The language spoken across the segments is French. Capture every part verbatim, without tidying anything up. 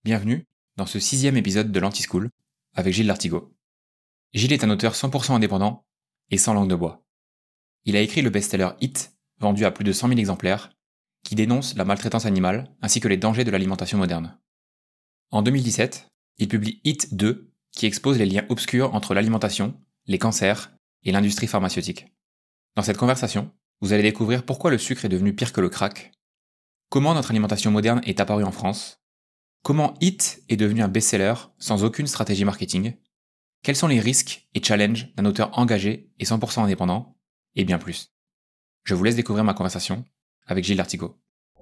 Bienvenue dans ce sixième épisode de l'Anti-School avec Gilles Lartigot. Gilles est un auteur cent pour cent indépendant et sans langue de bois. Il a écrit le best-seller Hit, vendu à plus de cent mille exemplaires, qui dénonce la maltraitance animale ainsi que les dangers de l'alimentation moderne. En deux mille dix-sept, il publie Hit deux, qui expose les liens obscurs entre l'alimentation, les cancers et l'industrie pharmaceutique. Dans cette conversation, vous allez découvrir pourquoi le sucre est devenu pire que le crack, comment notre alimentation moderne est apparue en France, comment Hit est devenu un best-seller sans aucune stratégie marketing, quels sont les risques et challenges d'un auteur engagé et cent pour cent indépendant, et bien plus. Je vous laisse découvrir ma conversation avec Gilles Lartigot.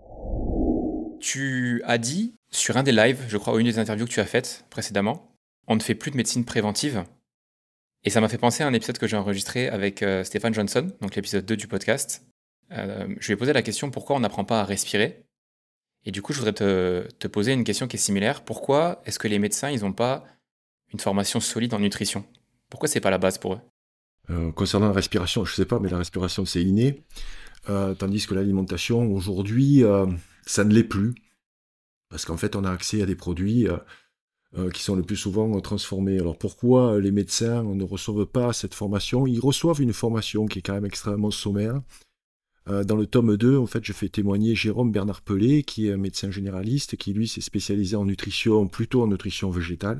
Tu as dit, sur un des lives, je crois, ou une des interviews que tu as faites précédemment, on ne fait plus de médecine préventive. Et ça m'a fait penser à un épisode que j'ai enregistré avec euh, Stéphane Johnson, donc l'épisode deux du podcast. Euh, je lui ai posé la question pourquoi on n'apprend pas à respirer. Et du coup, je voudrais te, te poser une question qui est similaire. Pourquoi est-ce que les médecins, ils n'ont pas une formation solide en nutrition ? Pourquoi c'est pas la base pour eux ? Euh, concernant la respiration, je ne sais pas, mais la respiration, c'est inné. Euh, tandis que l'alimentation, aujourd'hui, euh, ça ne l'est plus. Parce qu'en fait, on a accès à des produits euh, euh, qui sont le plus souvent transformés. Alors pourquoi les médecins ne reçoivent pas cette formation ? Ils reçoivent une formation qui est quand même extrêmement sommaire. Euh, dans le tome deux, en fait, je fais témoigner Jérôme Bernard Pelé, qui est un médecin généraliste, qui lui s'est spécialisé en nutrition, plutôt en nutrition végétale.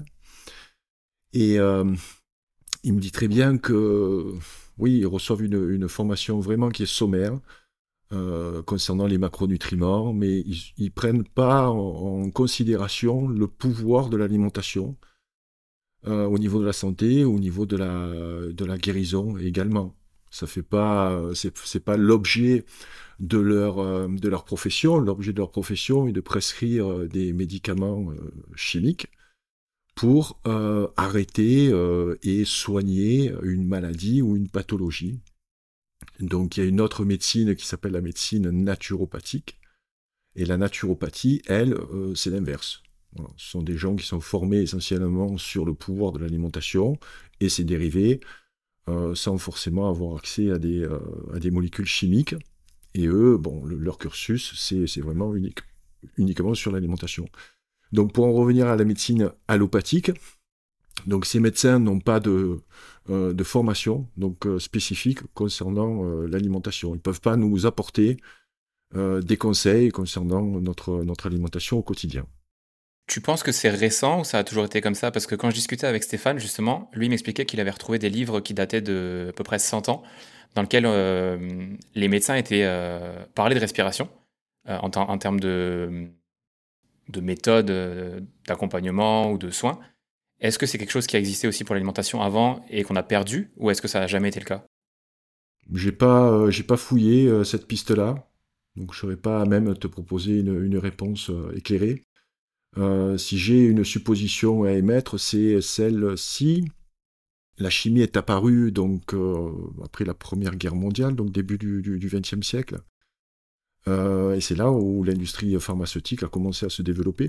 Et euh, il me dit très bien que, oui, ils reçoivent une, une formation vraiment qui est sommaire euh, concernant les macronutriments, mais ils ne prennent pas en, en considération le pouvoir de l'alimentation euh, au niveau de la santé, au niveau de la, de la guérison également. Ça fait pas, c'est, c'est pas l'objet de leur, euh, de leur profession. L'objet de leur profession est de prescrire des médicaments euh, chimiques pour euh, arrêter euh, et soigner une maladie ou une pathologie. Donc il y a une autre médecine qui s'appelle la médecine naturopathique. Et la naturopathie, elle, euh, c'est l'inverse. Voilà. Ce sont des gens qui sont formés essentiellement sur le pouvoir de l'alimentation et ses dérivés, euh, sans forcément avoir accès à des, euh, à des molécules chimiques. Et eux, bon, le, leur cursus, c'est, c'est vraiment unique, uniquement sur l'alimentation. Donc pour en revenir à la médecine allopathique, donc ces médecins n'ont pas de, euh, de formation donc, euh, spécifique concernant euh, l'alimentation. Ils ne peuvent pas nous apporter euh, des conseils concernant notre, notre alimentation au quotidien. Tu penses que c'est récent ou ça a toujours été comme ça ? Parce que quand je discutais avec Stéphane, justement, lui m'expliquait qu'il avait retrouvé des livres qui dataient de à peu près cent ans, dans lesquels euh, les médecins étaient euh, parlaient de respiration, euh, en, en termes de, de méthodes euh, d'accompagnement ou de soins. Est-ce que c'est quelque chose qui a existé aussi pour l'alimentation avant et qu'on a perdu, ou est-ce que ça n'a jamais été le cas ? J'ai pas, euh, j'ai pas fouillé euh, cette piste-là, donc je ne serais pas à même te proposer une, une réponse euh, éclairée. Euh, si j'ai une supposition à émettre, c'est celle-ci. La chimie est apparue donc, euh, après la Première Guerre mondiale, donc début du, du, du vingtième siècle. Euh, et c'est là où l'industrie pharmaceutique a commencé à se développer.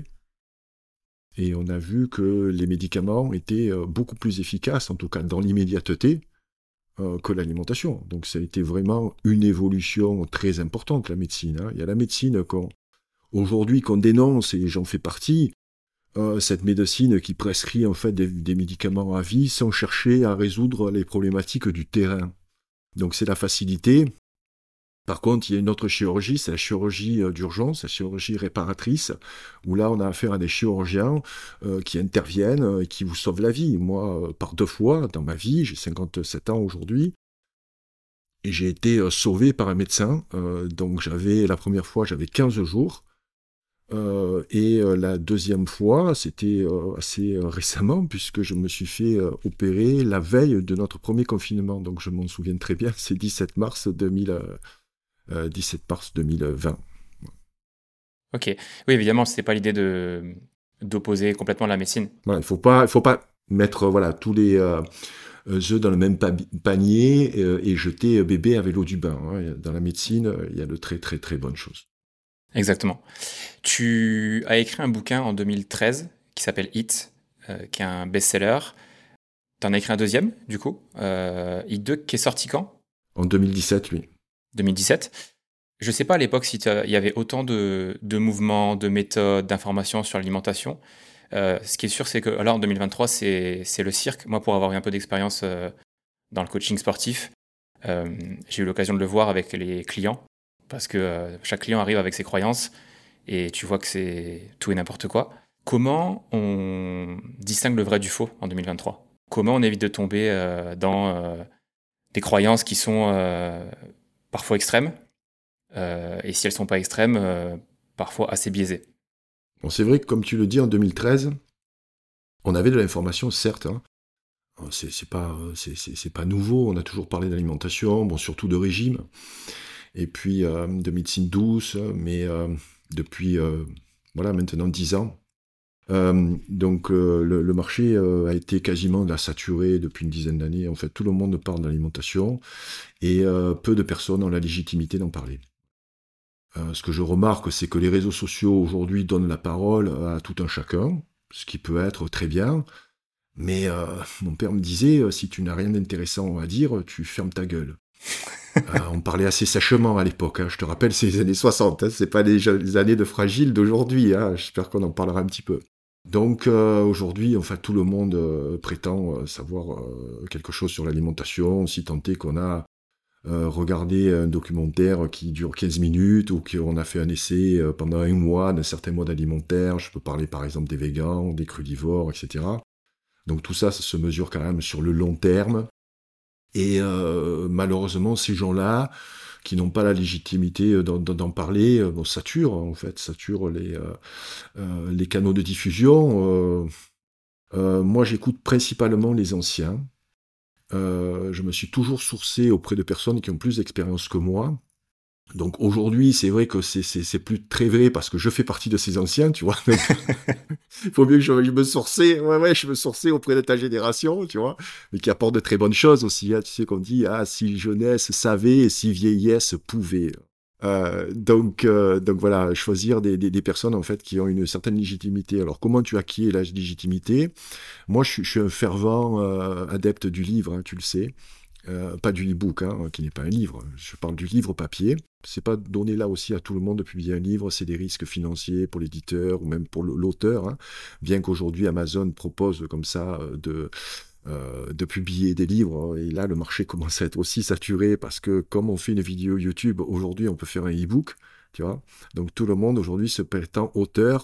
Et on a vu que les médicaments étaient euh, beaucoup plus efficaces, en tout cas dans l'immédiateté, euh, que l'alimentation. Donc ça a été vraiment une évolution très importante, la médecine. Hein. Il y a la médecine qu'on, aujourd'hui qu'on dénonce, et j'en fais partie, euh, cette médecine qui prescrit en fait des, des médicaments à vie sans chercher à résoudre les problématiques du terrain. Donc c'est la facilité. Par contre, il y a une autre chirurgie, c'est la chirurgie d'urgence, la chirurgie réparatrice, où là, on a affaire à des chirurgiens euh, qui interviennent euh, et qui vous sauvent la vie. Moi, euh, par deux fois dans ma vie, j'ai cinquante-sept ans aujourd'hui, et j'ai été euh, sauvé par un médecin. Euh, donc, j'avais la première fois, j'avais quinze jours, euh, et euh, la deuxième fois, c'était euh, assez euh, récemment, puisque je me suis fait euh, opérer la veille de notre premier confinement. Donc, je m'en souviens très bien, c'est dix-sept mars deux mille. Euh, dix-sept mars deux mille vingt. Ok. Oui, évidemment, ce n'est pas l'idée de, d'opposer complètement la médecine. Voilà, il ne faut pas, il faut pas mettre voilà, tous les euh, œufs dans le même pa- panier euh, et jeter bébé avec l'eau du bain. Hein. Dans la médecine, il y a de très très très bonnes choses. Exactement. Tu as écrit un bouquin en deux mille treize qui s'appelle Hit, euh, qui est un best-seller. Tu en as écrit un deuxième, du coup, euh, Hit deux, qui est sorti quand ? En deux mille dix-sept, oui. deux mille dix-sept. Je sais pas à l'époque si il y avait autant de, de mouvements, de méthodes, d'informations sur l'alimentation. Euh, ce qui est sûr, c'est que là, en deux mille vingt-trois, c'est, c'est le cirque. Moi, pour avoir eu un peu d'expérience euh, dans le coaching sportif, euh, j'ai eu l'occasion de le voir avec les clients, parce que euh, chaque client arrive avec ses croyances, et tu vois que c'est tout et n'importe quoi. Comment on distingue le vrai du faux en deux mille vingt-trois? Comment on évite de tomber euh, dans euh, des croyances qui sont euh, parfois extrêmes, euh, et si elles sont pas extrêmes, euh, parfois assez biaisées. Bon, c'est vrai que, comme tu le dis, en deux mille treize, on avait de l'information, certes, hein. C'est, c'est pas, c'est, c'est, c'est pas nouveau, on a toujours parlé d'alimentation, bon, surtout de régime, et puis euh, de médecine douce, mais euh, depuis, euh, voilà, maintenant dix ans. Euh, donc euh, le, le marché euh, a été quasiment là, saturé depuis une dizaine d'années. En fait, tout le monde parle d'alimentation, et euh, peu de personnes ont la légitimité d'en parler. Euh, ce que je remarque, c'est que les réseaux sociaux aujourd'hui donnent la parole à tout un chacun, ce qui peut être très bien. Mais euh, mon père me disait, euh, si tu n'as rien d'intéressant à dire, tu fermes ta gueule. Euh, on parlait assez sèchement à l'époque, hein. Je te rappelle, c'est les années soixante, hein. C'est pas les, les années de fragile d'aujourd'hui, hein. J'espère qu'on en parlera un petit peu. Donc euh, aujourd'hui, enfin, tout le monde euh, prétend euh, savoir euh, quelque chose sur l'alimentation, si tant est qu'on a euh, regardé un documentaire qui dure quinze minutes, ou qu'on a fait un essai euh, pendant un mois d'un certain mode alimentaire. Je peux parler par exemple des végans, des crudivores, et cetera. Donc tout ça, ça se mesure quand même sur le long terme. Et euh, malheureusement, ces gens-là, qui n'ont pas la légitimité d'en, d'en parler, euh, bon, saturent en fait, saturent les, euh, euh, les canaux de diffusion. Euh, euh, moi, j'écoute principalement les anciens. Euh, je me suis toujours sourcé auprès de personnes qui ont plus d'expérience que moi. Donc aujourd'hui, c'est vrai que c'est, c'est, c'est plus très vrai parce que je fais partie de ces anciens, tu vois. Il faut mieux que je, je me sourçais, ouais, ouais, je me sourçais auprès de ta génération, tu vois, mais qui apporte de très bonnes choses aussi, hein. Tu sais qu'on dit, ah, si jeunesse savait et si vieillesse pouvait. Euh, donc, euh, donc voilà, choisir des, des, des personnes en fait qui ont une certaine légitimité. Alors comment tu acquiers la légitimité? Moi, je suis, je suis un fervent euh, adepte du livre, hein, tu le sais. Euh, pas du e-book, hein, qui n'est pas un livre. Je parle du livre papier. C'est pas donné là aussi à tout le monde de publier un livre. C'est des risques financiers pour l'éditeur ou même pour l'auteur, hein. Bien qu'aujourd'hui Amazon propose comme ça euh, de euh, de publier des livres. Et là, le marché commence à être aussi saturé parce que comme on fait une vidéo YouTube, aujourd'hui, on peut faire un e-book, tu vois. Donc tout le monde aujourd'hui se prétend auteur.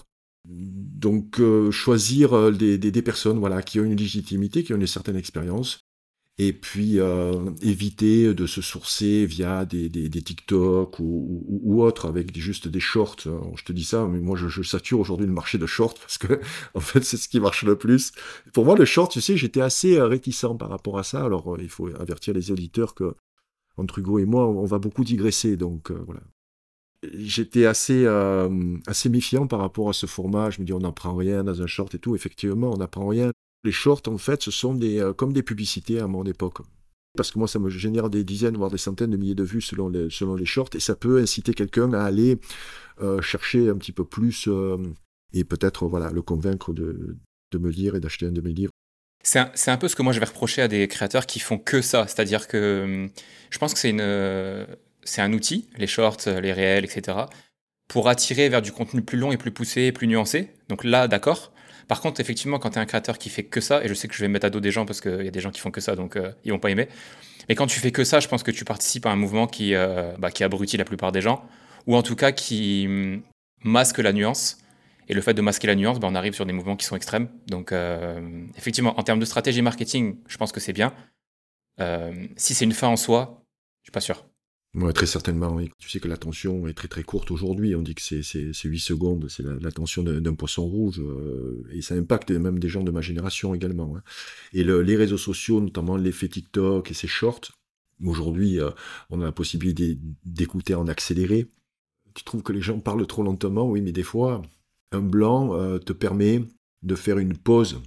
Donc euh, choisir euh, des, des, des personnes, voilà, qui ont une légitimité, qui ont une certaine expérience. Et puis euh, éviter de se sourcer via des, des, des TikTok ou, ou, ou autres avec des, juste des shorts. Alors, je te dis ça, mais moi je, je sature aujourd'hui le marché de shorts parce que en fait c'est ce qui marche le plus. Pour moi le short, tu sais, j'étais assez euh, réticent par rapport à ça. Alors euh, il faut avertir les auditeurs que entre Hugo et moi on va beaucoup digresser, donc euh, voilà. J'étais assez, euh, assez méfiant par rapport à ce format. Je me dis, on n'apprend rien dans un short et tout. Effectivement, on n'apprend rien. Les shorts, en fait, ce sont des, euh, comme des publicités à mon époque. Parce que moi, ça me génère des dizaines, voire des centaines de milliers de vues selon les, selon les shorts. Et ça peut inciter quelqu'un à aller euh, chercher un petit peu plus euh, et peut-être voilà, le convaincre de, de me lire et d'acheter un de mes livres. C'est un, c'est un peu ce que moi je vais reprocher à des créateurs qui font que ça. C'est-à-dire que hum, je pense que c'est une, euh, c'est un outil, les shorts, les réels, et cetera, pour attirer vers du contenu plus long et plus poussé, plus nuancé. Donc là, d'accord. Par contre, effectivement, quand tu es un créateur qui fait que ça, et je sais que je vais me mettre à dos des gens parce qu'il y a des gens qui font que ça, donc euh, ils vont pas aimer. Mais quand tu fais que ça, je pense que tu participes à un mouvement qui, euh, bah, qui abrutit la plupart des gens, ou en tout cas qui hum, masque la nuance. Et le fait de masquer la nuance, bah, on arrive sur des mouvements qui sont extrêmes. Donc, euh, effectivement, en termes de stratégie marketing, je pense que c'est bien. Euh, si c'est une fin en soi, je suis pas sûr. Ouais, très certainement, oui. Tu sais que l'attention est très très courte aujourd'hui. On dit que c'est, c'est, c'est huit secondes, c'est la- l'attention d'un, d'un poisson rouge. Euh, et ça impacte même des gens de ma génération également, hein. Et le- les réseaux sociaux, notamment l'effet TikTok et ses shorts, aujourd'hui, euh, on a la possibilité d'écouter en accéléré. Tu trouves que les gens parlent trop lentement? Oui, mais des fois, un blanc euh, te permet de faire une pause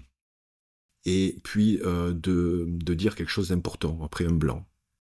et puis euh, de, de dire quelque chose d'important après un blanc.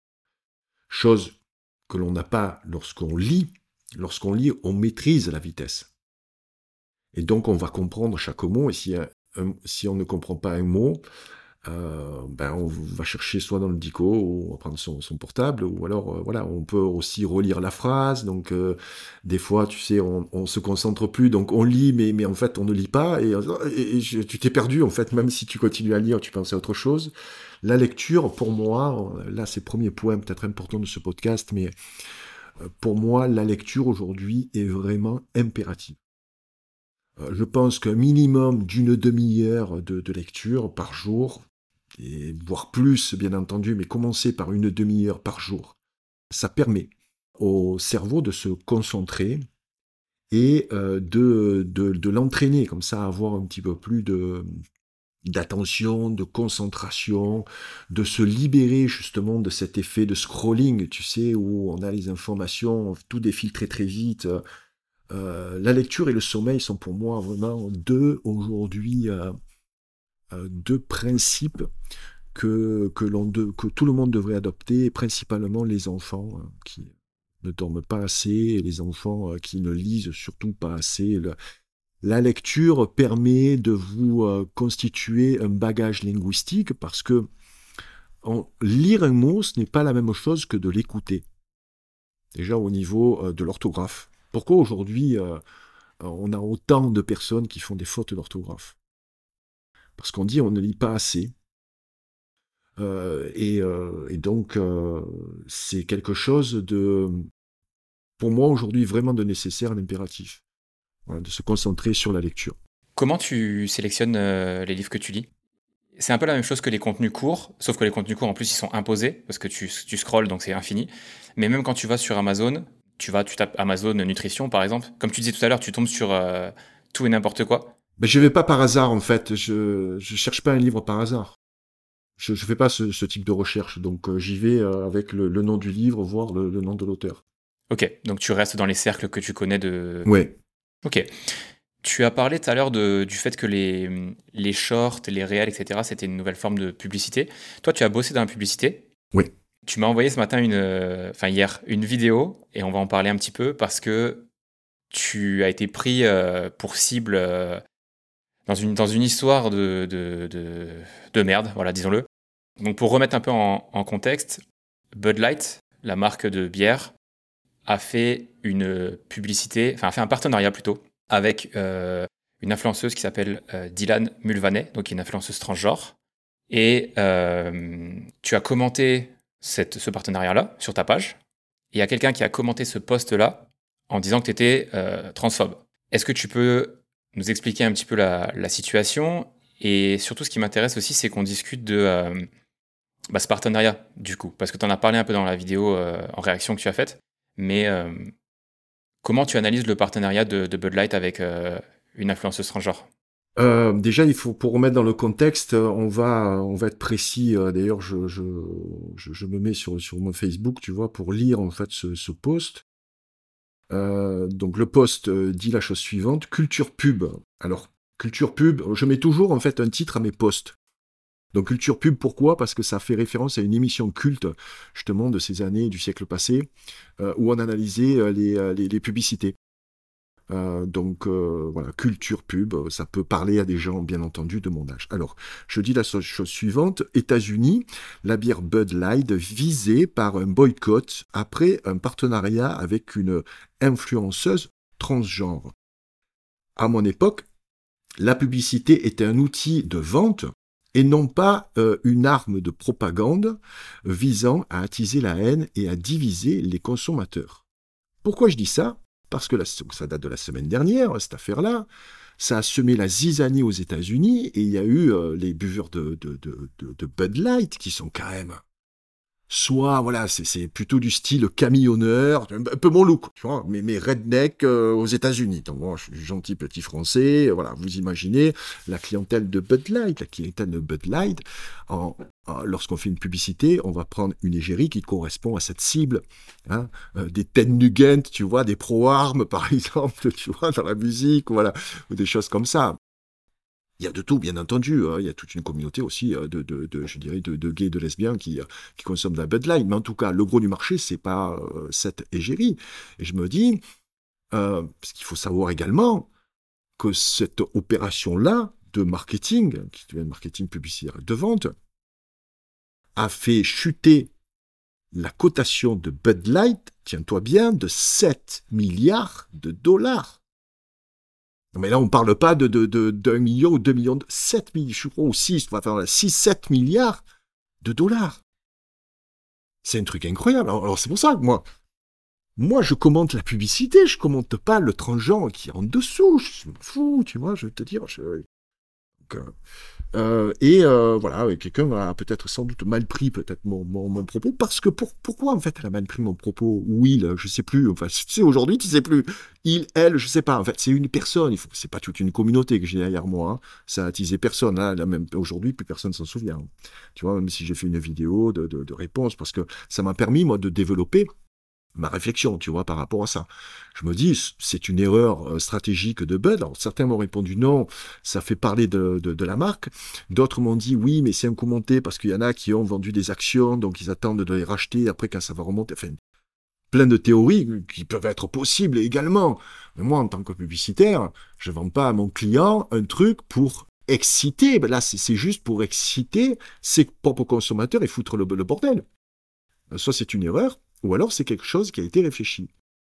Chose que l'on n'a pas lorsqu'on lit. Lorsqu'on lit, on maîtrise la vitesse. Et donc, on va comprendre chaque mot. Et si, un- un- si on ne comprend pas un mot, euh, ben on va chercher soit dans le dico, ou on va prendre son, son portable, ou alors, euh, voilà, on peut aussi relire la phrase. Donc, euh, des fois, tu sais, on, on se concentre plus, donc on lit, mais, mais en fait, on ne lit pas, et, et, et je- tu t'es perdu, en fait, même si tu continues à lire, tu penses à autre chose. La lecture, pour moi, euh, là, c'est le premier point peut-être important de ce podcast, mais euh, pour moi, la lecture aujourd'hui est vraiment impérative. Euh, Je pense qu'un minimum d'une demi-heure de, de lecture par jour, et voire plus bien entendu, mais commencer par une demi-heure par jour, ça permet au cerveau de se concentrer et euh, de, de, de l'entraîner comme ça à avoir un petit peu plus de d'attention, de concentration, de se libérer justement de cet effet de scrolling, tu sais, où on a les informations, tout défile très très vite. Euh, la lecture et le sommeil sont pour moi vraiment deux aujourd'hui, euh, euh, deux principes que, que, l'on de- que tout le monde devrait adopter, et principalement les enfants hein, qui ne dorment pas assez, et les enfants euh, qui ne lisent surtout pas assez. Le- la lecture permet de vous euh, constituer un bagage linguistique parce que en- lire un mot, ce n'est pas la même chose que de l'écouter, déjà au niveau euh, de l'orthographe. Pourquoi aujourd'hui euh, on a autant de personnes qui font des fautes d'orthographe? Parce qu'on dit on ne lit pas assez. Euh, et, euh, et donc, euh, c'est quelque chose de, pour moi aujourd'hui, vraiment de nécessaire, d'impératif, voilà, de se concentrer sur la lecture. Comment tu sélectionnes euh, les livres que tu lis? C'est un peu la même chose que les contenus courts, sauf que les contenus courts en plus ils sont imposés parce que tu, tu scrolles donc c'est infini. Mais même quand tu vas sur Amazon, tu vas, tu tapes Amazon Nutrition par exemple, comme tu disais tout à l'heure, tu tombes sur euh, tout et n'importe quoi. Mais je ne vais pas par hasard, en fait. Je ne cherche pas un livre par hasard. Je ne fais pas ce, ce type de recherche. Donc, euh, j'y vais euh, avec le, le nom du livre, voire le, le nom de l'auteur. Ok, donc tu restes dans les cercles que tu connais de. Ouais. Ok. Tu as parlé tout à l'heure de- du fait que les, les shorts, les réels, et cetera, c'était une nouvelle forme de publicité. Toi, tu as bossé dans la publicité. Oui. Tu m'as envoyé ce matin, une, euh, enfin hier, une vidéo, et on va en parler un petit peu parce que tu as été pris euh, pour cible euh, dans une, dans une histoire de, de, de, de merde, voilà, disons-le. Donc pour remettre un peu en, en contexte, Bud Light, la marque de bière, a fait une publicité, enfin a fait un partenariat plutôt, avec euh, une influenceuse qui s'appelle euh, Dylan Mulvaney, donc qui est une influenceuse transgenre. Et euh, tu as commenté cette, ce partenariat-là sur ta page. Et il y a quelqu'un qui a commenté ce post-là en disant que tu étais euh, transphobe. Est-ce que tu peux nous expliquer un petit peu la, la situation? Et surtout, ce qui m'intéresse aussi, c'est qu'on discute de euh, bah, ce partenariat, du coup. Parce que tu en as parlé un peu dans la vidéo euh, en réaction que tu as faite. Mais euh, comment tu analyses le partenariat de, de Bud Light avec euh, une influenceuse transgenre? Euh, déjà, il faut, pour remettre dans le contexte, euh, on va, on va être précis. euh, D'ailleurs, je, je, je, je me mets sur, sur mon Facebook, tu vois, pour lire en fait ce, ce post. Euh, donc le post euh, dit la chose suivante, culture pub. Alors, culture pub, je mets toujours en fait un titre à mes posts. Donc culture pub, pourquoi? Parce que ça fait référence à une émission culte, justement, de ces années du siècle passé, euh, où on analysait euh, les, euh, les, les publicités. Euh, donc euh, voilà, culture pub, euh, ça peut parler à des gens, bien entendu, de mon âge. Alors, je dis la chose suivante, États-Unis, la bière Bud Light visée par un boycott après un partenariat avec une influenceuse transgenre. À mon époque, la publicité était un outil de vente et non pas euh, une arme de propagande visant à attiser la haine et à diviser les consommateurs. Pourquoi je dis ça? Parce que la, ça date de la semaine dernière, cette affaire-là. Ça a semé la zizanie aux États-Unis et il y a eu euh, les buveurs de, de, de, de, de Bud Light qui sont quand même. Soit, voilà, c'est, c'est plutôt du style camionneur, un peu mon look, tu vois, mais, mais redneck euh, aux États-Unis. Donc, bon, je suis gentil petit français, voilà, vous imaginez la clientèle de Bud Light, la clientèle de Bud Light. En, en- lorsqu'on fait une publicité, on va prendre une égérie qui correspond à cette cible. Hein, euh, des Ten Nugent, tu vois, des Pro-Armes, par exemple, tu vois, dans la musique, voilà, ou des choses comme ça. Il y a de tout, bien entendu. Hein. Il y a toute une communauté aussi euh, de, de, de, je dirais, de, de gays, de lesbiens qui, euh, qui consomment de la Bud Light. Mais en tout cas, le gros du marché, c'est pas euh, cette égérie. Et je me dis, euh, parce qu'il faut savoir également que cette opération-là, de marketing, qui devient marketing publicitaire de vente, a fait chuter la cotation de Bud Light, tiens-toi bien, de sept milliards de dollars. Non, mais là, on ne parle pas de, de, de, d'un million ou deux millions, de sept millions, je crois, ou six, enfin, six, sept milliards de dollars. C'est un truc incroyable. Alors, alors c'est pour ça que moi, moi, je commente la publicité, je commente pas le transgenre qui est en dessous. Je m'en fous, tu vois, je vais te dire. Je... Donc, euh, euh, et euh, voilà, quelqu'un a peut-être sans doute mal pris peut-être mon, mon, mon propos, parce que pour, pourquoi en fait elle a mal pris mon propos, ou il, je sais plus, enfin, tu sais, aujourd'hui tu sais plus, il, elle, je sais pas, en fait c'est une personne, il faut, c'est pas toute une communauté que j'ai derrière moi, hein. Ça a attisé personne, hein. Là, même aujourd'hui plus personne s'en souvient, hein. Tu vois, même si j'ai fait une vidéo de, de, de réponse, parce que ça m'a permis moi de développer ma réflexion, tu vois, par rapport à ça. Je me dis, c'est une erreur stratégique de Bud. Alors, certains m'ont répondu non, ça fait parler de, de, de la marque. D'autres m'ont dit oui, mais c'est incommenté parce qu'il y en a qui ont vendu des actions, donc ils attendent de les racheter après quand ça va remonter. Enfin, plein de théories qui peuvent être possibles également. Mais moi, en tant que publicitaire, je ne vends pas à mon client un truc pour exciter. Ben là, c'est, c'est juste pour exciter ses propres consommateurs et foutre le, le bordel. Soit c'est une erreur, ou alors c'est quelque chose qui a été réfléchi.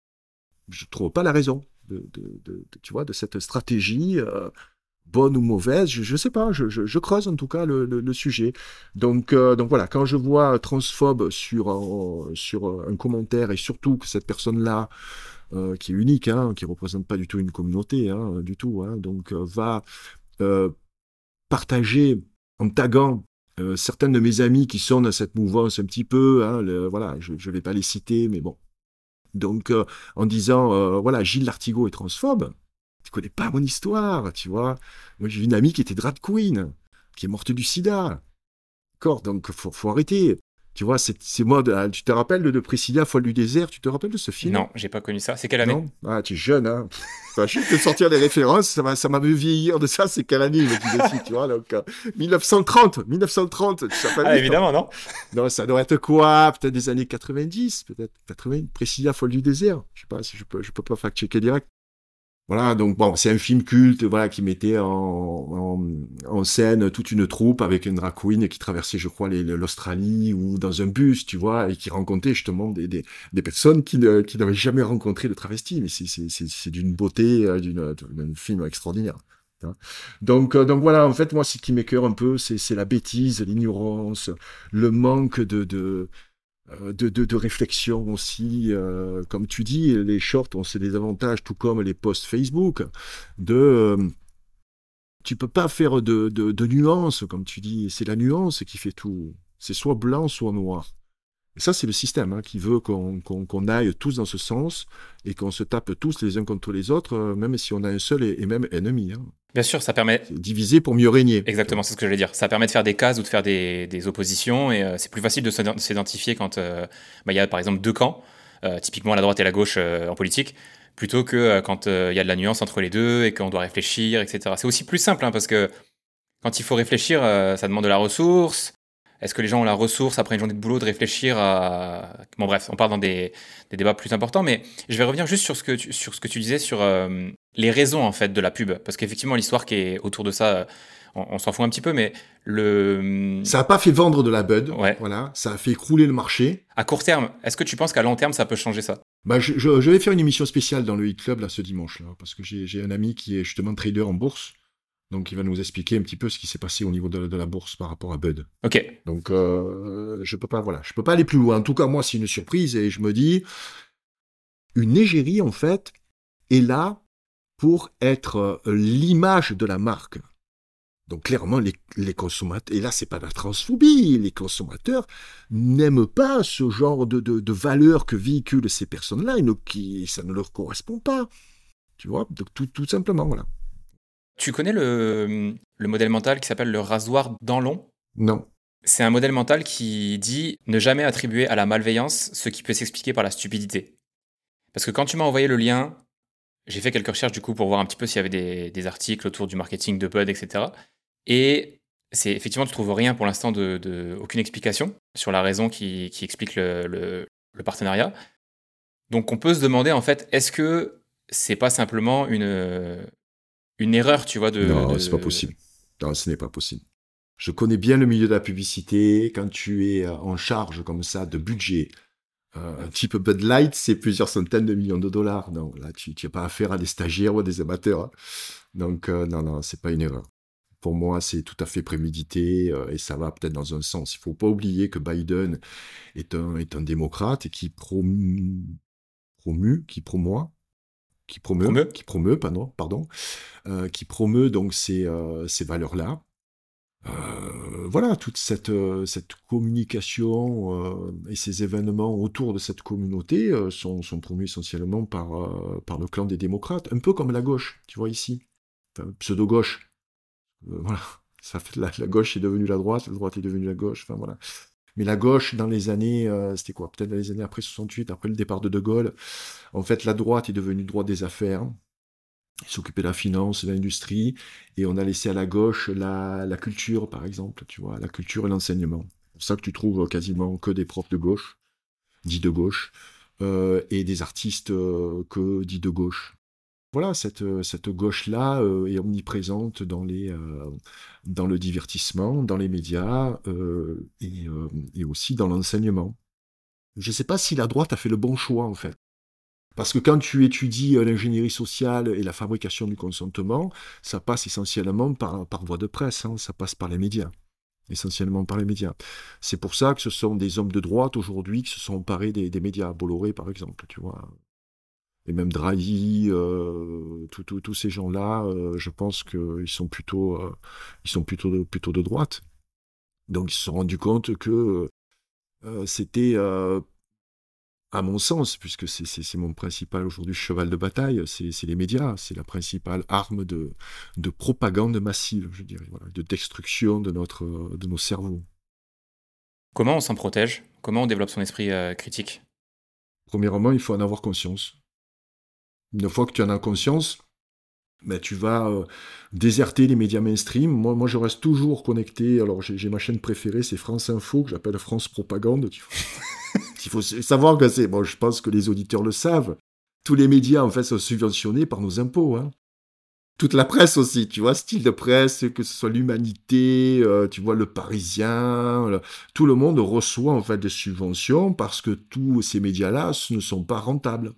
Je ne trouve pas la raison de, de, de, de, tu vois, de cette stratégie, euh, bonne ou mauvaise, je ne sais pas, je, je, je creuse en tout cas le, le, le sujet. Donc, euh, donc voilà, quand je vois transphobe sur, euh, sur un commentaire, et surtout que cette personne-là, euh, qui est unique, hein, qui ne représente pas du tout une communauté, hein, du tout, hein, donc euh, va euh, partager en taguant Euh, certains de mes amis qui sont dans cette mouvance un petit peu, hein, le, voilà, je ne vais pas les citer, mais bon. Donc, euh, en disant, euh, voilà, Gilles Lartigot est transphobe, tu connais pas mon histoire, tu vois. Moi, j'ai une amie qui était drag queen, qui est morte du sida. D'accord, donc faut, faut arrêter. Tu vois, c'est, c'est moi, de, tu te rappelles de, de Priscilla, Folle du désert, tu te rappelles de ce film? Non, j'ai pas connu ça. C'est quelle année? Non? Ah, tu es jeune, hein. Enfin, juste de sortir les références, ça m'a, ça m'a vu vieillir de ça, c'est quelle année, il me dit dessus, tu vois, donc, euh, mille neuf cent trente, mille neuf cent trente, tu t'appelles? Ah, évidemment, non? Non, ça doit être quoi? Peut-être des années quatre-vingt-dix, peut-être quatre-vingts, Priscilla, Folle du désert. Je sais pas si je peux, je peux pas fact-checker direct. Voilà, donc bon, c'est un film culte, voilà, qui mettait en, en, en scène toute une troupe avec une drag queen qui traversait, je crois, les, l'Australie ou dans un bus, tu vois, et qui rencontrait justement des, des, des personnes qui, ne, qui n'avaient jamais rencontré de travestis. Mais c'est, c'est, c'est, c'est d'une beauté, euh, d'une, d'un film extraordinaire. Hein. Donc, euh, donc voilà, en fait, moi, ce qui m'écœure un peu, c'est, c'est la bêtise, l'ignorance, le manque de, de, De, de, de réflexion aussi, euh, comme tu dis, les shorts ont c'est des avantages, tout comme les posts Facebook, de euh, tu peux pas faire de, de, de nuances, comme tu dis, c'est la nuance qui fait tout, c'est soit blanc, soit noir. Et ça, c'est le système hein, qui veut qu'on, qu'on, qu'on aille tous dans ce sens et qu'on se tape tous les uns contre les autres, euh, même si on a un seul et, et même ennemi. Hein. Bien sûr, ça permet... C'est diviser pour mieux régner. Exactement, c'est ce que j'allais dire. Ça permet de faire des cases ou de faire des, des oppositions, et euh, c'est plus facile de s'identifier quand euh, bah, y a par exemple deux camps, euh, typiquement la droite et la gauche euh, en politique, plutôt que euh, quand il euh, y a de la nuance entre les deux et qu'on doit réfléchir, et cetera. C'est aussi plus simple, hein, parce que quand il faut réfléchir, euh, ça demande de la ressource. Est-ce que les gens ont la ressource après une journée de boulot de réfléchir à... Bon bref, on part dans des, des débats plus importants, mais je vais revenir juste sur ce que tu, sur ce que tu disais sur euh, les raisons en fait de la pub, parce qu'effectivement l'histoire qui est autour de ça, euh, on, on s'en fout un petit peu, mais le... Ça n'a pas fait vendre de la Bud, Ouais. voilà, ça a fait écrouler le marché. À court terme, est-ce que tu penses qu'à long terme ça peut changer ça? Bah, je, je, je vais faire une émission spéciale dans le Hit Club là, ce dimanche, là, parce que j'ai, j'ai un ami qui est justement trader en bourse. Donc, il va nous expliquer un petit peu ce qui s'est passé au niveau de, de la bourse par rapport à Bud. Ok. Donc, euh, je peux pas, voilà, je peux pas aller plus loin. En tout cas, moi, c'est une surprise et je me dis, une égérie, en fait, est là pour être euh, l'image de la marque. Donc, clairement, les, les consommateurs, et là, c'est pas la transphobie, les consommateurs n'aiment pas ce genre de, de, de valeurs que véhiculent ces personnes-là et ne, qui, ça ne leur correspond pas. Tu vois, donc, tout, tout simplement, voilà. Tu connais le, le modèle mental qui s'appelle le rasoir d'Anlon? Non. C'est un modèle mental qui dit ne jamais attribuer à la malveillance ce qui peut s'expliquer par la stupidité. Parce que quand tu m'as envoyé le lien, j'ai fait quelques recherches du coup pour voir un petit peu s'il y avait des, des articles autour du marketing de Bud, et cetera. Et c'est effectivement, tu trouves rien pour l'instant de, de aucune explication sur la raison qui, qui explique le, le, le partenariat. Donc on peut se demander en fait, est-ce que c'est pas simplement une une erreur, tu vois, de, Non, c'est pas de... possible. Non, ce n'est pas possible. Je connais bien le milieu de la publicité. Quand tu es en charge comme ça de budget, euh, un type Bud Light, c'est plusieurs centaines de millions de dollars. Non, là, tu n'as pas affaire à des stagiaires ou à des amateurs, hein. Donc, euh, non, non, c'est pas une erreur. Pour moi, c'est tout à fait prémédité euh, et ça va peut-être dans un sens. Il faut pas oublier que Biden est un, est un démocrate et qui promu, promu, qui promoit, qui promeut, Promeux. qui promeut, pardon, pardon, euh, qui promeut donc ces, euh, ces valeurs-là. Euh, voilà, toute cette, euh, cette communication euh, et ces événements autour de cette communauté euh, sont, sont promus essentiellement par, euh, par le clan des démocrates, un peu comme la gauche, tu vois ici, enfin, pseudo-gauche. Euh, voilà, ça fait la, la gauche est devenue la droite, la droite est devenue la gauche, enfin voilà. Mais la gauche, dans les années, euh, c'était quoi? Peut-être dans les années après soixante-huit, après le départ de De Gaulle, en fait, la droite est devenue droite des affaires. Il s'occupait de la finance, de l'industrie, et on a laissé à la gauche la, la culture, par exemple, tu vois, la culture et l'enseignement. C'est pour ça que tu trouves quasiment que des profs de gauche, dits de gauche, euh, et des artistes euh, que dits de gauche. Voilà, cette, euh, cette gauche-là euh, est omniprésente dans, les, euh, dans le divertissement, dans les médias euh, et, euh, et aussi dans l'enseignement. Je ne sais pas si la droite a fait le bon choix, en fait. Parce que quand tu étudies euh, l'ingénierie sociale et la fabrication du consentement, ça passe essentiellement par, par voie de presse, hein, ça passe par les médias, essentiellement par les médias. C'est pour ça que ce sont des hommes de droite aujourd'hui qui se sont emparés des, des médias, Bolloré par exemple, tu vois. Et même Drahi, euh, tous tous- tous ces gens-là, euh, je pense qu'ils sont plutôt, euh, ils sont plutôt de, plutôt de droite. Donc ils se sont rendus compte que euh, c'était euh, à mon sens, puisque c'est c'est- c'est mon principal aujourd'hui cheval de bataille, c'est c'est les médias, c'est la principale arme de, de propagande massive, je dirais, voilà, de destruction de, notre, de nos cerveaux. Comment on s'en protège? Comment on développe son esprit euh, critique? Premièrement, il faut en avoir conscience. Une fois que tu en as conscience, ben, tu vas euh, déserter les médias mainstream. Moi, moi, je reste toujours connecté. Alors, j'ai j'ai ma chaîne préférée, c'est France Info, que j'appelle France Propagande. Il faut, il faut savoir que c'est... Bon, je pense que les auditeurs le savent. Tous les médias, en fait, sont subventionnés par nos impôts, hein. Toute la presse aussi, tu vois, style de presse, que ce soit l'Humanité, euh, tu vois, le Parisien, le- tout le monde reçoit en fait des subventions parce que tous ces médias-là ne sont pas rentables.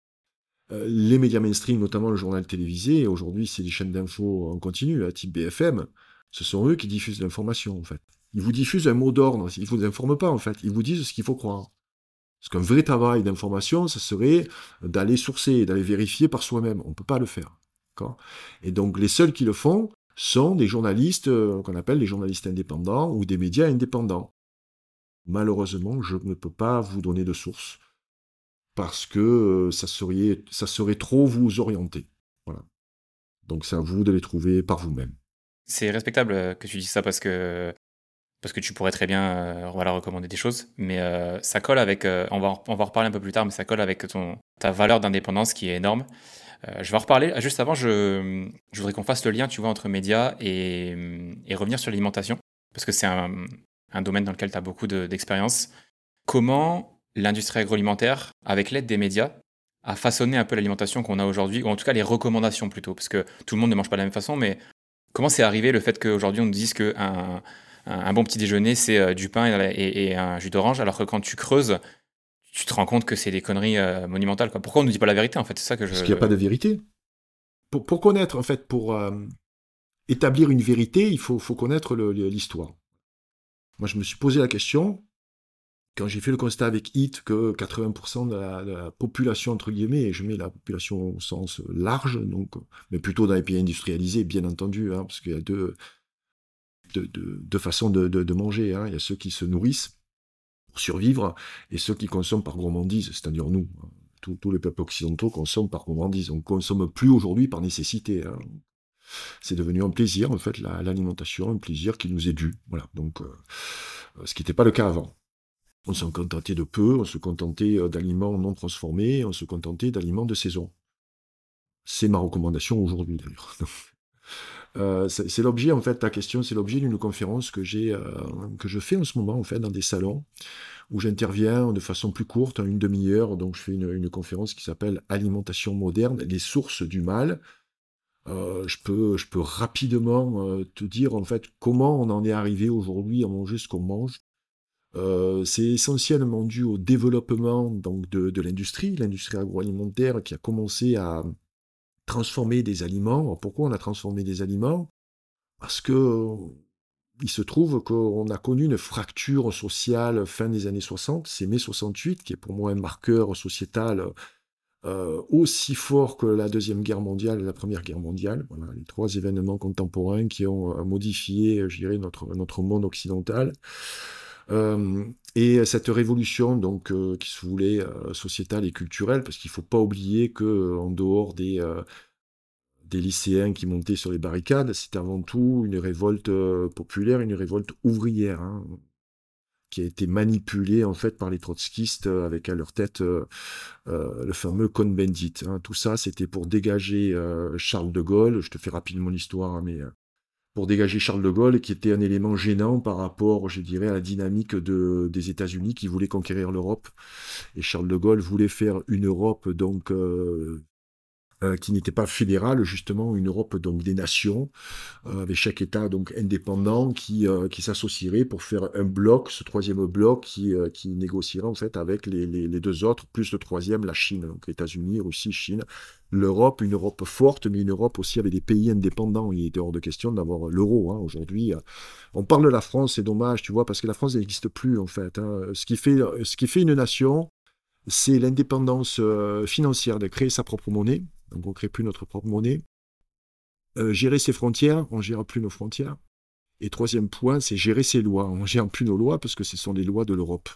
Euh, les médias mainstream, notamment le journal télévisé, aujourd'hui c'est des chaînes d'infos en continu, à type B F M, ce sont eux qui diffusent l'information en fait. Ils vous diffusent un mot d'ordre, ils ne vous informent pas en fait, ils vous disent ce qu'il faut croire. Parce qu'un vrai travail d'information, ça serait d'aller sourcer, d'aller vérifier par soi-même. On ne peut pas le faire. D'accord. Et donc les seuls qui le font sont des journalistes euh, qu'on appelle les journalistes indépendants ou des médias indépendants. Malheureusement, je ne peux pas vous donner de source parce que euh, ça, serait, ça serait trop vous orienter. Voilà. Donc c'est à vous de les trouver par vous-même. C'est respectable euh, que tu dises ça parce que, parce que tu pourrais très bien euh, voilà, recommander des choses, mais euh, ça colle avec, euh, on va, en- on va en reparler un peu plus tard, mais ça colle avec ton, ta valeur d'indépendance qui est énorme. Euh, je vais en reparler. Ah, Juste avant, je, je voudrais qu'on fasse le lien, tu vois, entre médias et, et revenir sur l'alimentation, parce que c'est un, un domaine dans lequel tu as beaucoup de- d'expérience. Comment l'industrie agroalimentaire, avec l'aide des médias, a façonné un peu l'alimentation qu'on a aujourd'hui, ou en tout cas les recommandations plutôt, parce que tout le monde ne mange pas de la même façon, mais comment c'est arrivé le fait qu'aujourd'hui on nous dise qu'un un, un bon petit déjeuner c'est euh, du pain et, et- et un jus d'orange, alors que quand tu creuses, tu te rends compte que c'est des conneries euh, monumentales, quoi. Pourquoi on ne nous dit pas la vérité en fait? C'est ça que Parce qu'il n'y a je. pas de vérité. Pour, pour connaître, en fait, pour euh, établir une vérité, il faut, faut connaître le- le- l'histoire. Moi, je me suis posé la question, quand j'ai fait le constat avec Hit que quatre-vingts pour cent de la, de la population, entre guillemets, et je mets la population au sens large, donc, mais plutôt dans les pays industrialisés, bien entendu, hein, parce qu'il y a deux, deux, deux- deux façons de, de- de manger, hein. Il y a ceux qui se nourrissent pour survivre et ceux qui consomment par gourmandise, c'est-à-dire nous. Tous, tous les peuples occidentaux consomment par gourmandise. On ne consomme plus aujourd'hui par nécessité, hein. C'est devenu un plaisir, en fait, la- l'alimentation, un plaisir qui nous est dû. Voilà. Donc, euh, ce qui n'était pas le cas avant. On se contentait de peu, on se contentait euh, d'aliments non transformés, on se contentait d'aliments de saison. C'est ma recommandation aujourd'hui, d'ailleurs. Euh, c'est c'est l'objet, en fait, ta question, c'est l'objet d'une conférence que j'ai, euh, que je fais en ce moment, en fait, dans des salons, où j'interviens de façon plus courte, en une demi-heure. Donc, je fais une, une conférence qui s'appelle Alimentation moderne, les sources du mal. Euh, je peux, je peux rapidement euh, te dire en fait comment on en est arrivé aujourd'hui à manger ce qu'on mange. Euh, c'est essentiellement dû au développement donc de, de l'industrie, l'industrie agroalimentaire qui a commencé à transformer des aliments. Alors, pourquoi on a transformé des aliments? Parce que euh, il se trouve qu'on a connu une fracture sociale fin des années soixante, c'est mai soixante-huit, qui est pour moi un marqueur sociétal euh, aussi fort que la Deuxième Guerre mondiale et la Première Guerre mondiale. Voilà, les trois événements contemporains qui ont euh, modifié, je dirais, notre, notre monde occidental. Euh, et cette révolution, donc, euh, qui se voulait euh, sociétale et culturelle, parce qu'il ne faut pas oublier que, euh, en dehors des, euh, des lycéens qui montaient sur les barricades, c'était avant tout une révolte euh, populaire, une révolte ouvrière, hein, qui a été manipulée en fait par les trotskistes euh, avec à leur tête euh, euh, le fameux Cohn-Bendit, hein. Tout ça, c'était pour dégager euh, Charles de Gaulle. Je te fais rapidement l'histoire, hein, mais euh, pour dégager Charles de Gaulle, qui était un élément gênant par rapport, je dirais, à la dynamique de, des États-Unis qui voulaient conquérir l'Europe. Et Charles de Gaulle voulait faire une Europe donc euh, euh, qui n'était pas fédérale, justement, une Europe donc des nations, euh, avec chaque État donc indépendant qui, euh, qui s'associerait pour faire un bloc, ce troisième bloc qui, euh, qui négocierait en fait avec les, les, les deux autres, plus le troisième, la Chine, donc États-Unis, Russie, Chine. L'Europe, une Europe forte, mais une Europe aussi avec des pays indépendants. Il était hors de question d'avoir l'euro, hein. Aujourd'hui, euh, on parle de la France, c'est dommage, tu vois, parce que la France n'existe plus en fait, hein. Ce qui fait, ce qui fait une nation, c'est l'indépendance euh, financière de créer sa propre monnaie. Donc on ne crée plus notre propre monnaie. Euh, gérer ses frontières, on ne gère plus nos frontières. Et troisième point, c'est gérer ses lois. On ne gère plus nos lois parce que ce sont les lois de l'Europe.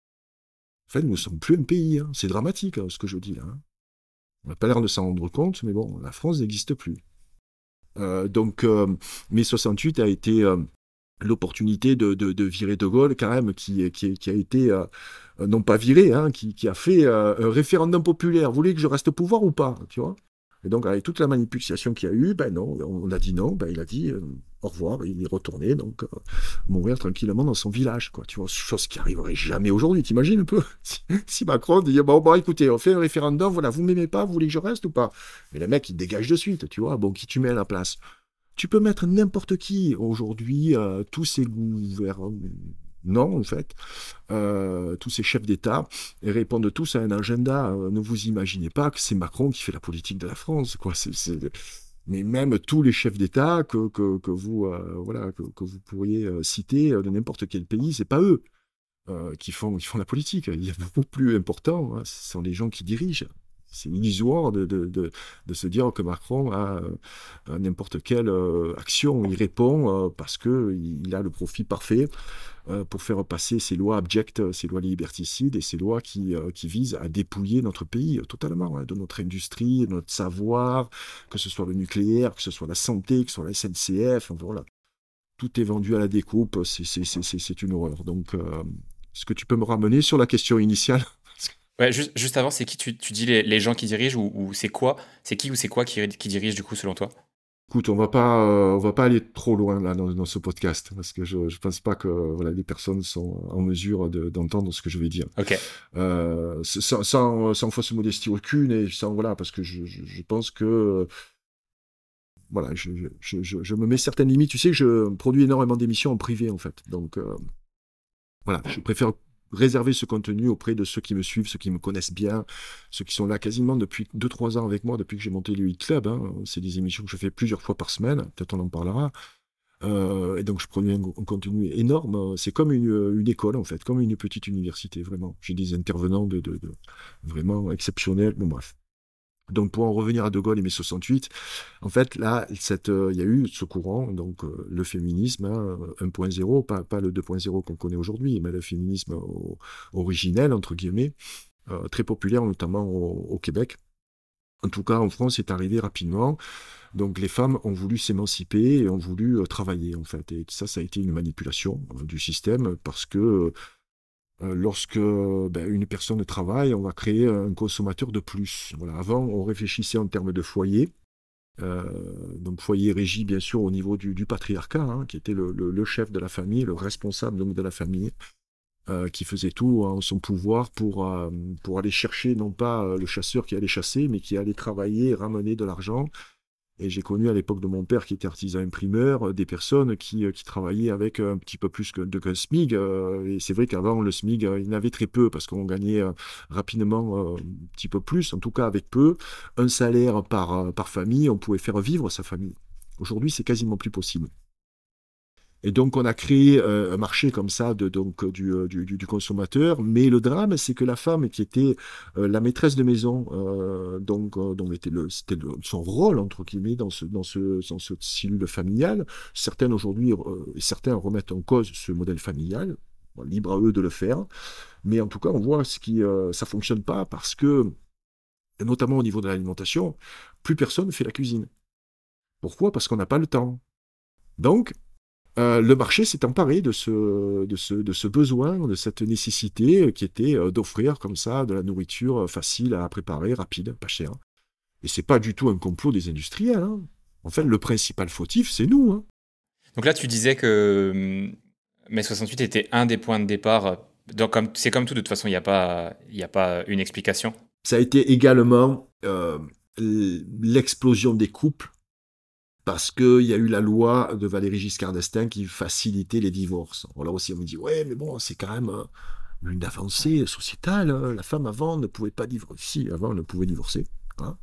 En fait, nous ne sommes plus un pays, hein. C'est dramatique, hein, ce que je dis là, hein. On n'a pas l'air de s'en rendre compte, mais bon, la France n'existe plus. Euh, donc, euh, mai soixante-huit a été euh, l'opportunité de, de, de virer De Gaulle, quand même, qui, qui, qui a été, euh, non pas viré, hein, qui, qui a fait euh, un référendum populaire. Vous voulez que je reste au pouvoir ou pas, tu vois? Et donc, avec toute la manipulation qu'il y a eu, ben non, on a dit non, ben il a dit euh, au revoir, il est retourné, donc euh, mourir tranquillement dans son village, quoi. Tu vois, chose qui arriverait jamais aujourd'hui, t'imagines un peu? Si, si Macron dit, bon, bon, écoutez, on fait un référendum, voilà, vous m'aimez pas, vous voulez que je reste ou pas? Mais le mec, il dégage de suite, tu vois, bon, qui tu mets à la place? Tu peux mettre n'importe qui. Aujourd'hui, euh, tous ces gouvernements, non, en fait, euh, tous ces chefs d'État répondent tous à un agenda. Euh, ne vous imaginez pas que c'est Macron qui fait la politique de la France, quoi. C'est, c'est... Mais même tous les chefs d'État que, que, que vous, euh, voilà, que, que vous pourriez euh, citer euh, de n'importe quel pays, c'est pas eux euh, qui font, qui font la politique. Il y a beaucoup plus important, hein, ce sont les gens qui dirigent. C'est illusoire de, de, de, de se dire que Macron a euh, n'importe quelle euh, action. Il répond euh, parce qu'il a le profit parfait euh, pour faire passer ces lois abjectes, ces lois liberticides et ces lois qui, euh, qui visent à dépouiller notre pays euh, totalement, hein, de notre industrie, de notre savoir, que ce soit le nucléaire, que ce soit la santé, que ce soit la S N C F. Enfin, voilà. Tout est vendu à la découpe, c'est, c'est, c'est, c'est c'est une horreur. Donc, euh, est-ce que tu peux me ramener sur la question initiale? Ouais, juste, juste avant, c'est qui tu, tu dis les, les gens qui dirigent ou, ou c'est quoi? C'est qui ou c'est quoi qui, qui dirige du coup selon toi? Écoute, on va pas, euh, on va pas aller trop loin là dans, dans ce podcast parce que je, je pense pas que voilà les personnes sont en mesure de- d'entendre ce que je vais dire. Ok. Euh, sans, sans, sans fausse modestie aucune et sans voilà parce que je, je, je pense que euh, voilà je, je, je, je me mets certaines limites. Tu sais que je produis énormément d'émissions en privé en fait, donc euh, voilà, je préfère réserver ce contenu auprès de ceux qui me suivent, ceux qui me connaissent bien, ceux qui sont là quasiment depuis deux trois ans avec moi, depuis que j'ai monté le Hit Club, hein. C'est des émissions que je fais plusieurs fois par semaine, peut-être on en parlera. Euh, et donc je produis un, un contenu énorme. C'est comme une, une école en fait, comme une petite université, vraiment. J'ai des intervenants de, de, de vraiment exceptionnels. Bon bref. Donc pour en revenir à De Gaulle et mai soixante-huit, en fait là, cette, euh, il y a eu ce courant, donc euh, le féminisme, hein, un point zéro, pas, pas le deux point zéro qu'on connaît aujourd'hui, mais le féminisme au- originel, entre guillemets, euh, très populaire notamment au, au Québec. En tout cas, en France, c'est arrivé rapidement. Donc les femmes ont voulu s'émanciper et ont voulu euh, travailler, en fait. Et ça, ça a été une manipulation euh, du système parce que euh, lorsque euh, ben, une personne travaille, on va créer un consommateur de plus. Voilà. Avant, on réfléchissait en termes de foyer. Euh, donc foyer régi, bien sûr, au niveau du, du patriarcat, hein, qui était le, le- le chef de la famille, le responsable donc, de la famille, euh, qui faisait tout en son pouvoir pour, euh, pour aller chercher, non pas euh, le chasseur qui allait chasser, mais qui allait travailler et ramener de l'argent Et j'ai connu à l'époque de mon père, qui était artisan imprimeur, euh, des personnes qui, euh, qui travaillaient avec un petit peu plus que, de, qu'un SMIC. euh, et c'est vrai qu'avant, le SMIC, euh, il y en avait très peu parce qu'on gagnait euh, rapidement euh, un petit peu plus, en tout cas avec peu. Un salaire par, euh, par famille, on pouvait faire vivre sa famille. Aujourd'hui, c'est quasiment plus possible. Et donc, on a créé euh, un marché comme ça de, donc, euh, du, euh, du, du- du consommateur. Mais le drame, c'est que la femme qui était euh, la maîtresse de maison, euh, donc, euh, dont était le, c'était le- son rôle, entre guillemets, dans, ce, dans, ce, dans cette cellule familiale, certaines aujourd'hui, euh, certains remettent en cause ce modèle familial. Bon, libre à eux de le faire. Mais en tout cas, on voit ce qui, euh, ça fonctionne pas parce que, notamment au niveau de l'alimentation, plus personne ne fait la cuisine. Pourquoi? Parce qu'on n'a pas le temps. Donc, Euh, le marché s'est emparé de ce, de ce, de ce besoin, de cette nécessité euh, qui était euh, d'offrir comme ça de la nourriture euh, facile à préparer, rapide, pas cher. Et c'est pas du tout un complot des industriels, hein. En fait, le principal fautif, c'est nous, hein. Donc là, tu disais que hum, mai soixante-huit était un des points de départ. Donc, comme, c'est comme tout, de toute façon, il n'y a pas, il y a pas une explication. Ça a été également euh, l'explosion des couples parce qu'il y a eu la loi de Valéry Giscard d'Estaing qui facilitait les divorces. Alors là aussi, on me dit, ouais, mais bon, c'est quand même euh, une avancée sociétale, hein. La femme avant ne pouvait pas divorcer. Si, avant, elle ne pouvait divorcer, hein.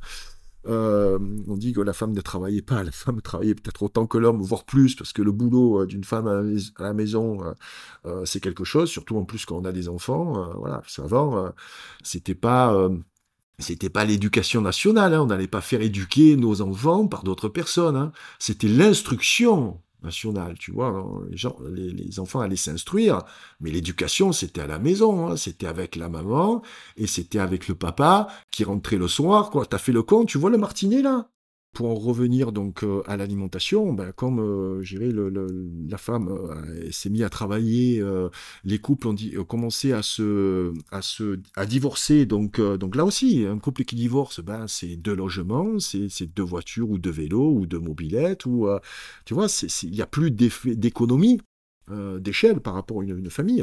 Euh, on dit que la femme ne travaillait pas, la femme travaillait peut-être autant que l'homme, voire plus, parce que le boulot euh, d'une femme à la, mais- à la maison, euh, euh, c'est quelque chose, surtout en plus quand on a des enfants. Euh, voilà, parce qu'avant, euh, c'était pas, euh, c'était pas l'éducation nationale, hein. On n'allait pas faire éduquer nos enfants par d'autres personnes, hein. C'était l'instruction nationale, tu vois, hein. Les gens, les, les enfants allaient s'instruire, mais l'éducation, c'était à la maison, hein. C'était avec la maman et c'était avec le papa qui rentrait le soir, quoi. T'as fait le compte, tu vois le martinet, là? Pour en revenir donc euh, à l'alimentation, ben, comme euh, je dirais, le- le- la femme euh, elle s'est mise à travailler, euh, les couples ont, dit, ont commencé à se, à se, à divorcer. Donc, euh, donc là aussi, un couple qui divorce, ben, c'est deux logements, c'est c'est deux voitures ou deux vélos ou deux mobylettes. Ou, euh, tu vois, c'est- c'est- il n'y a plus d'effet- d'économie, euh, d'échelle par rapport à une, une famille.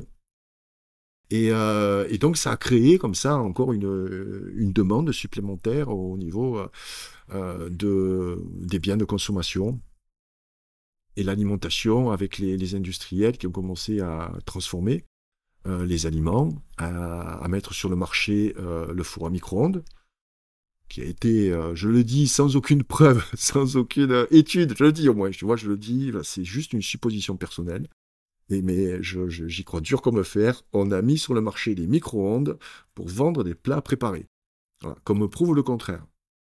Et, euh, et donc, ça a créé comme ça encore une, une demande supplémentaire au niveau euh, euh, de, des biens de consommation et l'alimentation avec les, les industriels qui ont commencé à transformer euh, les aliments, à, à mettre sur le marché euh, le four à micro-ondes, qui a été, euh, je le dis, sans aucune preuve, sans aucune euh, étude, je le dis au moins, tu vois, je le dis, là, c'est juste une supposition personnelle. Et, mais je- je- j'y crois dur comme fer, on a mis sur le marché des micro-ondes pour vendre des plats préparés. Voilà, comme me prouve le contraire.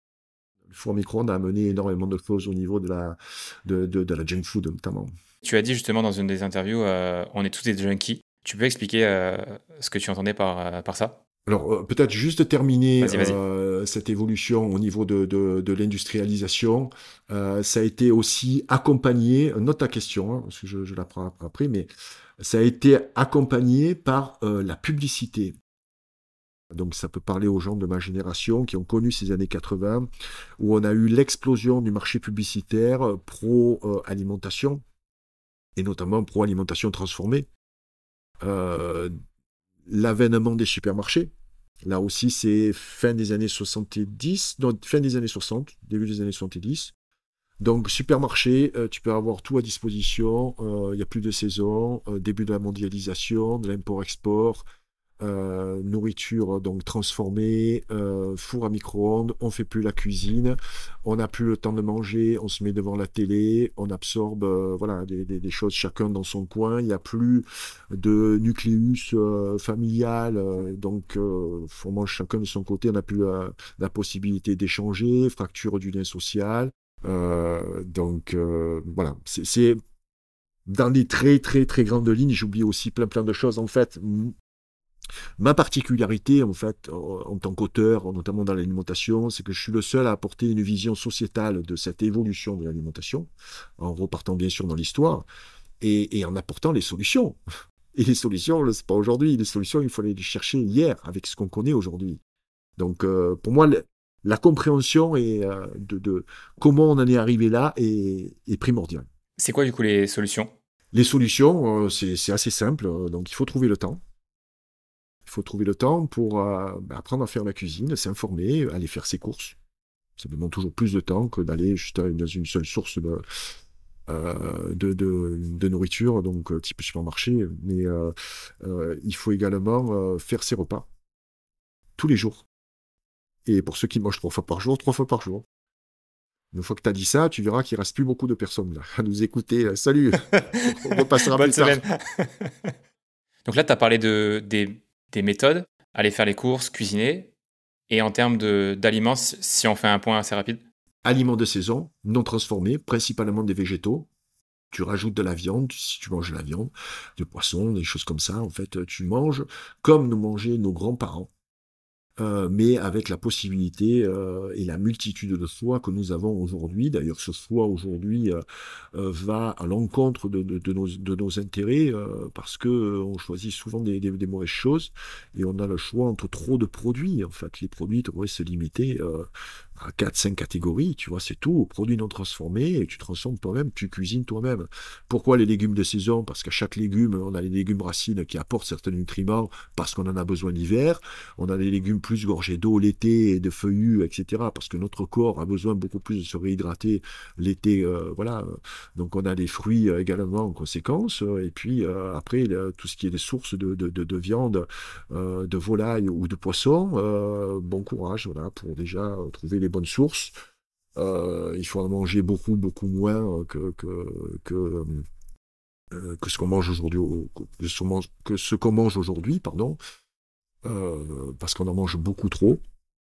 Le four à micro-ondes a amené énormément de choses au niveau de la, de, de, de la junk food notamment. Tu as dit justement dans une des interviews, euh, on est tous des junkies. Tu peux expliquer euh, ce que tu entendais par, euh, par ça? Alors, euh, peut-être juste terminer Vas-y, vas-y. euh, cette évolution au niveau de, de, de l'industrialisation. Euh, ça a été aussi accompagné, note ta question, hein, parce que je, je la prends après, mais ça a été accompagné par euh, la publicité. Donc, ça peut parler aux gens de ma génération qui ont connu ces années quatre-vingts, où on a eu l'explosion du marché publicitaire euh, pro-alimentation, et notamment pro-alimentation transformée. Euh, L'avènement des supermarchés. Là aussi, c'est fin des années soixante-dix, non, fin des années soixante, début des années soixante-dix. Donc, supermarché, euh, tu peux avoir tout à disposition. euh, Il n'y a plus de saison, euh, début de la mondialisation, de l'import-export, euh, nourriture donc transformée, euh, four à micro-ondes, on fait plus la cuisine, on n'a plus le temps de manger, on se met devant la télé, on absorbe euh, voilà des, des- des choses chacun dans son coin, il n'y a plus de nucléus euh, familial, euh, donc euh, on mange chacun de son côté, on n'a plus la, la possibilité d'échanger, fracture du lien social. Euh, donc euh, voilà, c'est c'est dans des très très très grandes lignes, j'oublie aussi plein plein de choses en fait. Ma particularité, en fait, en tant qu'auteur, notamment dans l'alimentation, c'est que je suis le seul à apporter une vision sociétale de cette évolution de l'alimentation, en repartant bien sûr dans l'histoire, et, et en apportant les solutions. Et les solutions, c'est pas aujourd'hui, les solutions, il faut aller les chercher hier, avec ce qu'on connaît aujourd'hui. Donc, euh, pour moi, le- la compréhension et, euh, de, de comment on en est arrivé là est, est primordiale. C'est quoi du coup les solutions? Les solutions, euh, c'est c'est assez simple, euh, donc il faut trouver le temps. Il faut trouver le temps pour euh, bah, apprendre à faire la cuisine, s'informer, aller faire ses courses. Ça demande toujours plus de temps que d'aller juste dans une seule source de, euh, de, de, de nourriture, donc euh, type supermarché. Mais euh, euh, il faut également euh, faire ses repas tous les jours. Et pour ceux qui mangent trois fois par jour, trois fois par jour. Une fois que tu as dit ça, tu verras qu'il ne reste plus beaucoup de personnes là, à nous écouter. Salut, on repassera Bonne plus tard. semaine. Donc là, tu as parlé de, des, des méthodes, aller faire les courses, cuisiner. Et en termes de- d'aliments, si si on fait un point assez rapide. Aliments de saison, non transformés, principalement des végétaux. Tu rajoutes de la viande, si tu manges de la viande, du poisson, des choses comme ça. En fait, tu manges comme nous mangeaient nos grands-parents. Euh, mais avec la possibilité euh, et la multitude de choix que nous avons aujourd'hui. D'ailleurs, ce choix aujourd'hui euh, euh, va à l'encontre de, de, de, nos, de nos intérêts euh, parce que euh, on choisit souvent des, des, des mauvaises choses et on a le choix entre trop de produits. En fait, les produits devraient se limiter euh, à quatre cinq catégories, tu vois, c'est tout. Produits non transformés, et tu transformes toi-même, tu cuisines toi-même. Pourquoi les légumes de saison? Parce qu'à chaque légume, on a les légumes racines qui apportent certains nutriments parce qu'on en a besoin l'hiver. On a des légumes plus gorgés d'eau l'été et de feuillus, et cetera. Parce que notre corps a besoin beaucoup plus de se réhydrater l'été. Euh, voilà. Donc on a des fruits euh, également en conséquence. Et puis euh, après, là, tout ce qui est des sources de, de, de, de viande, euh, de volaille ou de poisson, euh, bon courage voilà, pour déjà euh, trouver les bonnes sources. Euh, il faut en manger beaucoup, beaucoup moins que, que, que, euh, que ce qu'on mange aujourd'hui, que ce qu'on mange, que ce qu'on mange aujourd'hui, pardon, euh, parce qu'on en mange beaucoup trop.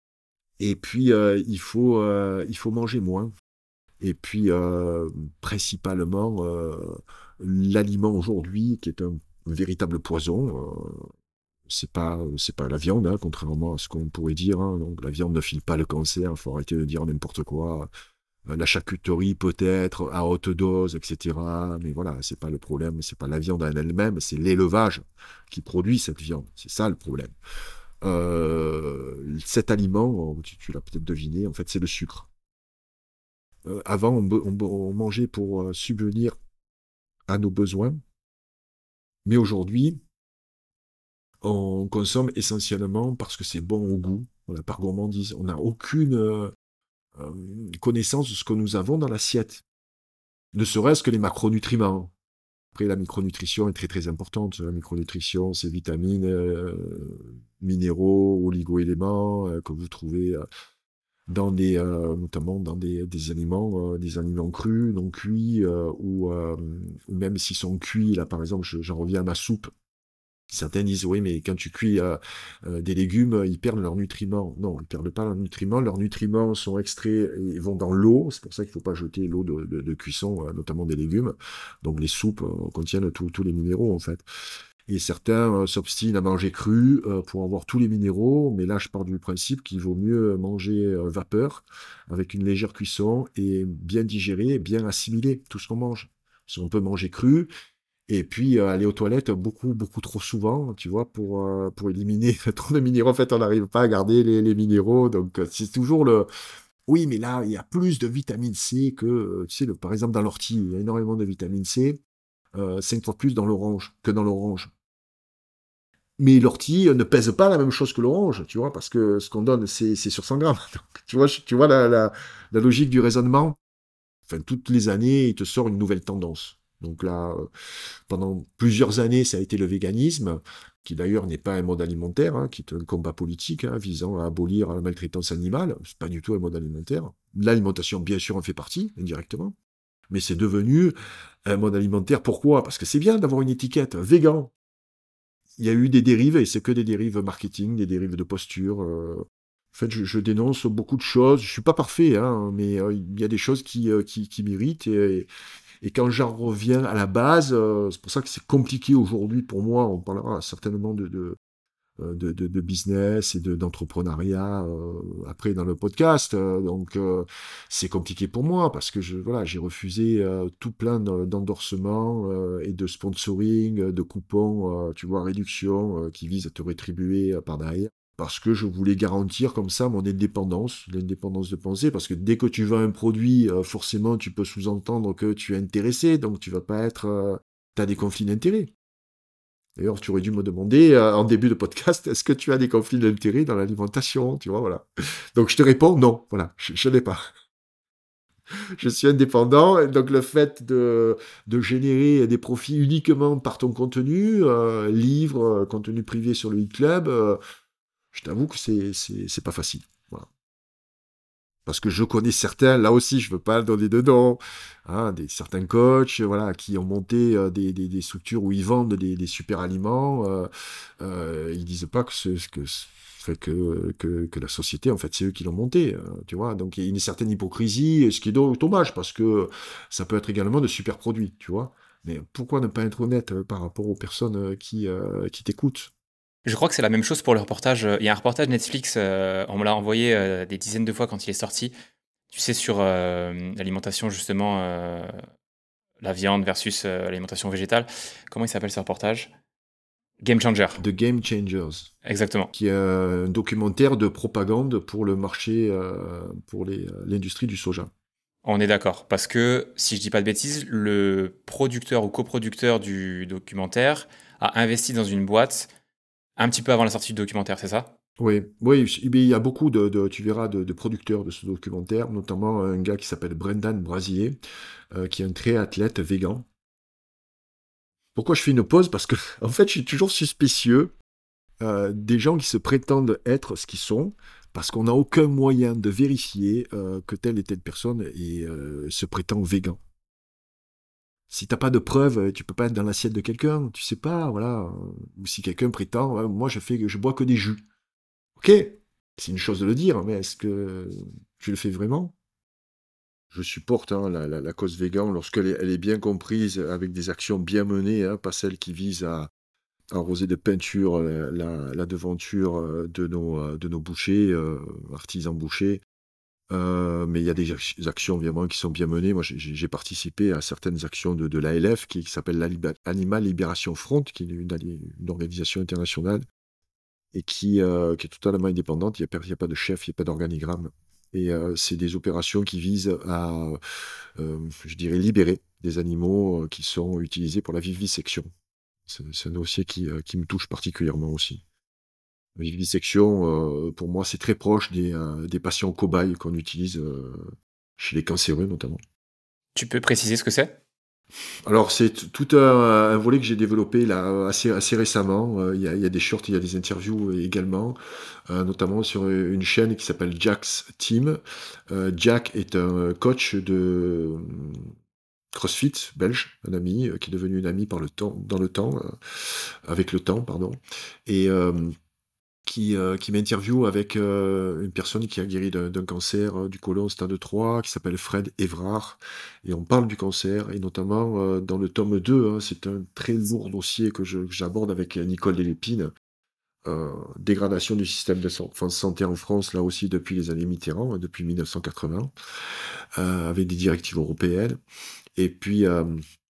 Et puis, euh, il faut, euh, il faut manger moins. Et puis, euh, principalement, euh, l'aliment aujourd'hui, qui est un véritable poison, euh, c'est pas, c'est pas la viande, hein, contrairement à ce qu'on pourrait dire. Hein. Donc, la viande ne file pas le cancer, il faut arrêter de dire n'importe quoi. Euh, La charcuterie peut-être à haute dose, et cetera. Mais voilà, c'est pas le problème, c'est pas la viande en elle-même, c'est l'élevage qui produit cette viande. C'est ça le problème. Euh, cet aliment, tu, tu l'as peut-être deviné, en fait, c'est le sucre. Euh, avant, on, be- on be- on mangeait pour euh, subvenir à nos besoins, mais aujourd'hui, on consomme essentiellement parce que c'est bon au goût. Voilà, par gourmandise, on n'a aucune euh, euh, connaissance de ce que nous avons dans l'assiette, ne serait-ce que les macronutriments. Après, la micronutrition est très très importante. La micronutrition, c'est vitamines, euh, minéraux, oligo-éléments euh, que vous trouvez euh, dans des, euh, notamment dans des, des aliments, euh, des aliments crus, non cuits, euh, ou, euh, ou même s'ils sont cuits. Là, par exemple, je- j'en reviens à ma soupe. Certains disent, oui, mais quand tu cuis euh, euh, des légumes, ils perdent leurs nutriments. Non, ils perdent pas leurs nutriments. Leurs nutriments sont extraits et vont dans l'eau. C'est pour ça qu'il ne faut pas jeter l'eau de, de- de cuisson, euh, notamment des légumes. Donc les soupes euh, contiennent tous tous les minéraux, en fait. Et certains euh, s'obstinent à manger cru euh, pour avoir tous les minéraux. Mais là, je pars du principe qu'il vaut mieux manger euh, vapeur, avec une légère cuisson, et bien digérer, bien assimiler tout ce qu'on mange. Parce qu'on peut manger cru, et puis euh, aller aux toilettes beaucoup, beaucoup trop souvent, tu vois, pour, euh, pour éliminer trop de minéraux. En fait, on n'arrive pas à garder les, les minéraux. Donc, euh, c'est toujours le. Oui, mais là, il y a plus de vitamine C que, euh, tu sais, le, par exemple, dans l'ortie, il y a énormément de vitamine C, euh, cinq fois plus dans l'orange que dans l'orange. Mais l'ortie euh, ne pèse pas la même chose que l'orange, tu vois, parce que ce qu'on donne, c'est c'est sur cent grammes. Donc, tu vois, je- tu vois la, la, la logique du raisonnement. Enfin, toutes les années, il te sort une nouvelle tendance. Donc là, euh, pendant plusieurs années, ça a été le véganisme, qui d'ailleurs n'est pas un mode alimentaire, hein, qui est un combat politique hein, visant à abolir la maltraitance animale. C'est pas du tout un mode alimentaire. L'alimentation, bien sûr, en fait partie, indirectement. Mais c'est devenu un mode alimentaire. Pourquoi? Parce que c'est bien d'avoir une étiquette végan. Il y a eu des dérives, et c'est que des dérives marketing, des dérives de posture. euh. En fait, je, je dénonce beaucoup de choses. Je suis pas parfait, hein, mais euh, il y a des choses qui, euh, qui, qui m'irritent. Et, et quand j'en reviens à la base, euh, c'est pour ça que c'est compliqué aujourd'hui pour moi. On parlera certainement de, de, euh, de, de- de business et de, d'entrepreneuriat euh, après dans le podcast. Euh, donc euh, c'est compliqué pour moi parce que je, voilà, j'ai refusé euh, tout plein de- d'endorsements euh, et de sponsoring, euh, de coupons, euh, tu vois, réduction euh, qui visent à te rétribuer euh, par derrière. Parce que je voulais garantir comme ça mon indépendance, l'indépendance de pensée, parce que dès que tu vends un produit, euh, forcément tu peux sous-entendre que tu es intéressé, donc tu vas pas être... tu as des conflits d'intérêts. D'ailleurs, tu aurais dû me demander euh, en début de podcast, est-ce que tu as des conflits d'intérêts dans l'alimentation, tu vois, voilà. Donc je te réponds non, voilà, je ne l'ai pas. Je suis indépendant, et donc le fait de, de générer des profits uniquement par ton contenu, euh, livre, euh, contenu privé sur le e-club, euh, je t'avoue que c'est, c'est, c'est pas facile. Voilà. Parce que je connais certains, là aussi, je veux pas donner de nom, hein, des, certains coachs, voilà, qui ont monté euh, des, des, des structures où ils vendent des, des super aliments. Euh, euh, ils disent pas que, ce, que, fait que, que, que la société, en fait, c'est eux qui l'ont monté, euh, tu vois. Donc, il y a une certaine hypocrisie, ce qui est do- dommage, parce que ça peut être également de super produits, tu vois. Mais pourquoi ne pas être honnête euh, par rapport aux personnes euh, qui, euh, qui t'écoutent? Je crois que c'est la même chose pour le reportage. Il y a un reportage Netflix, euh, on me l'a envoyé euh, des dizaines de fois quand il est sorti. Tu sais, sur euh, l'alimentation, justement, euh, la viande versus euh, l'alimentation végétale. Comment il s'appelle ce reportage? Game Changer. The Game Changers, Exactement. qui est un documentaire de propagande pour le marché, euh, pour les, euh, l'industrie du soja. On est d'accord. Parce que, si je dis pas de bêtises, le producteur ou coproducteur du documentaire a investi dans une boîte un petit peu avant la sortie du documentaire, c'est ça? Oui, oui, il y a beaucoup de, de- tu verras, de, de producteurs de ce documentaire, notamment un gars qui s'appelle Brendan Brasier, euh, qui est un triathlète végan. Pourquoi je fais une pause? Parce que, en fait, je suis toujours suspicieux euh, des gens qui se prétendent être ce qu'ils sont, parce qu'on n'a aucun moyen de vérifier euh, que telle et telle personne est, euh, se prétend végan. Si t'as pas de preuves, euh, tu peux pas être dans l'assiette de quelqu'un, tu sais pas, voilà. Ou si quelqu'un prétend, ouais, moi je fais, je bois que des jus. Ok, c'est une chose de le dire, mais est-ce que tu le fais vraiment? Je supporte hein, la, la- la cause végan lorsqu'elle est, elle est bien comprise, avec des actions bien menées, hein, pas celles qui visent à arroser de peinture euh, la, la devanture euh, de nos, euh, de nos bouchers, euh, artisans bouchers. Euh, mais il y a des ac- actions évidemment qui sont bien menées. Moi, j'ai j'ai participé à certaines actions de, de l'A L F qui, qui s'appelle l'Animal Liberation Front, qui est une, une organisation internationale et qui, euh, qui est totalement indépendante. Il n'y a, per- il y a pas de chef, il n'y a pas d'organigramme. Et euh, c'est des opérations qui visent à, euh, je dirais, libérer des animaux euh, qui sont utilisés pour la vivisection. C'est c'est un dossier qui, euh, qui me touche particulièrement aussi. La vivisection, euh, pour moi, c'est très proche des, euh, des patients cobayes qu'on utilise euh, chez les cancéreux notamment. Tu peux préciser ce que c'est? Alors, c'est t- tout un, un volet que j'ai développé là assez, assez récemment. Euh, Il y a, il y a des shorts, il y a des interviews également, euh, notamment sur une chaîne qui s'appelle Jack's Team. Euh, Jack est un coach de euh, CrossFit belge, un ami euh, qui est devenu un ami par le temps, dans le temps, euh, avec le temps, pardon. Et euh, qui, euh, qui m'interviewe avec euh, une personne qui a guéri d'un d'un cancer euh, du côlon stade trois, qui s'appelle Fred Evrard. Et on parle du cancer, et notamment euh, dans le tome deux, hein, c'est un très lourd dossier que je- que j'aborde avec Nicole Delépine. Euh, dégradation du système de san- enfin, santé en France, là aussi depuis les années Mitterrand, hein, depuis mille neuf cent quatre-vingts, euh, avec des directives européennes. Et puis, euh,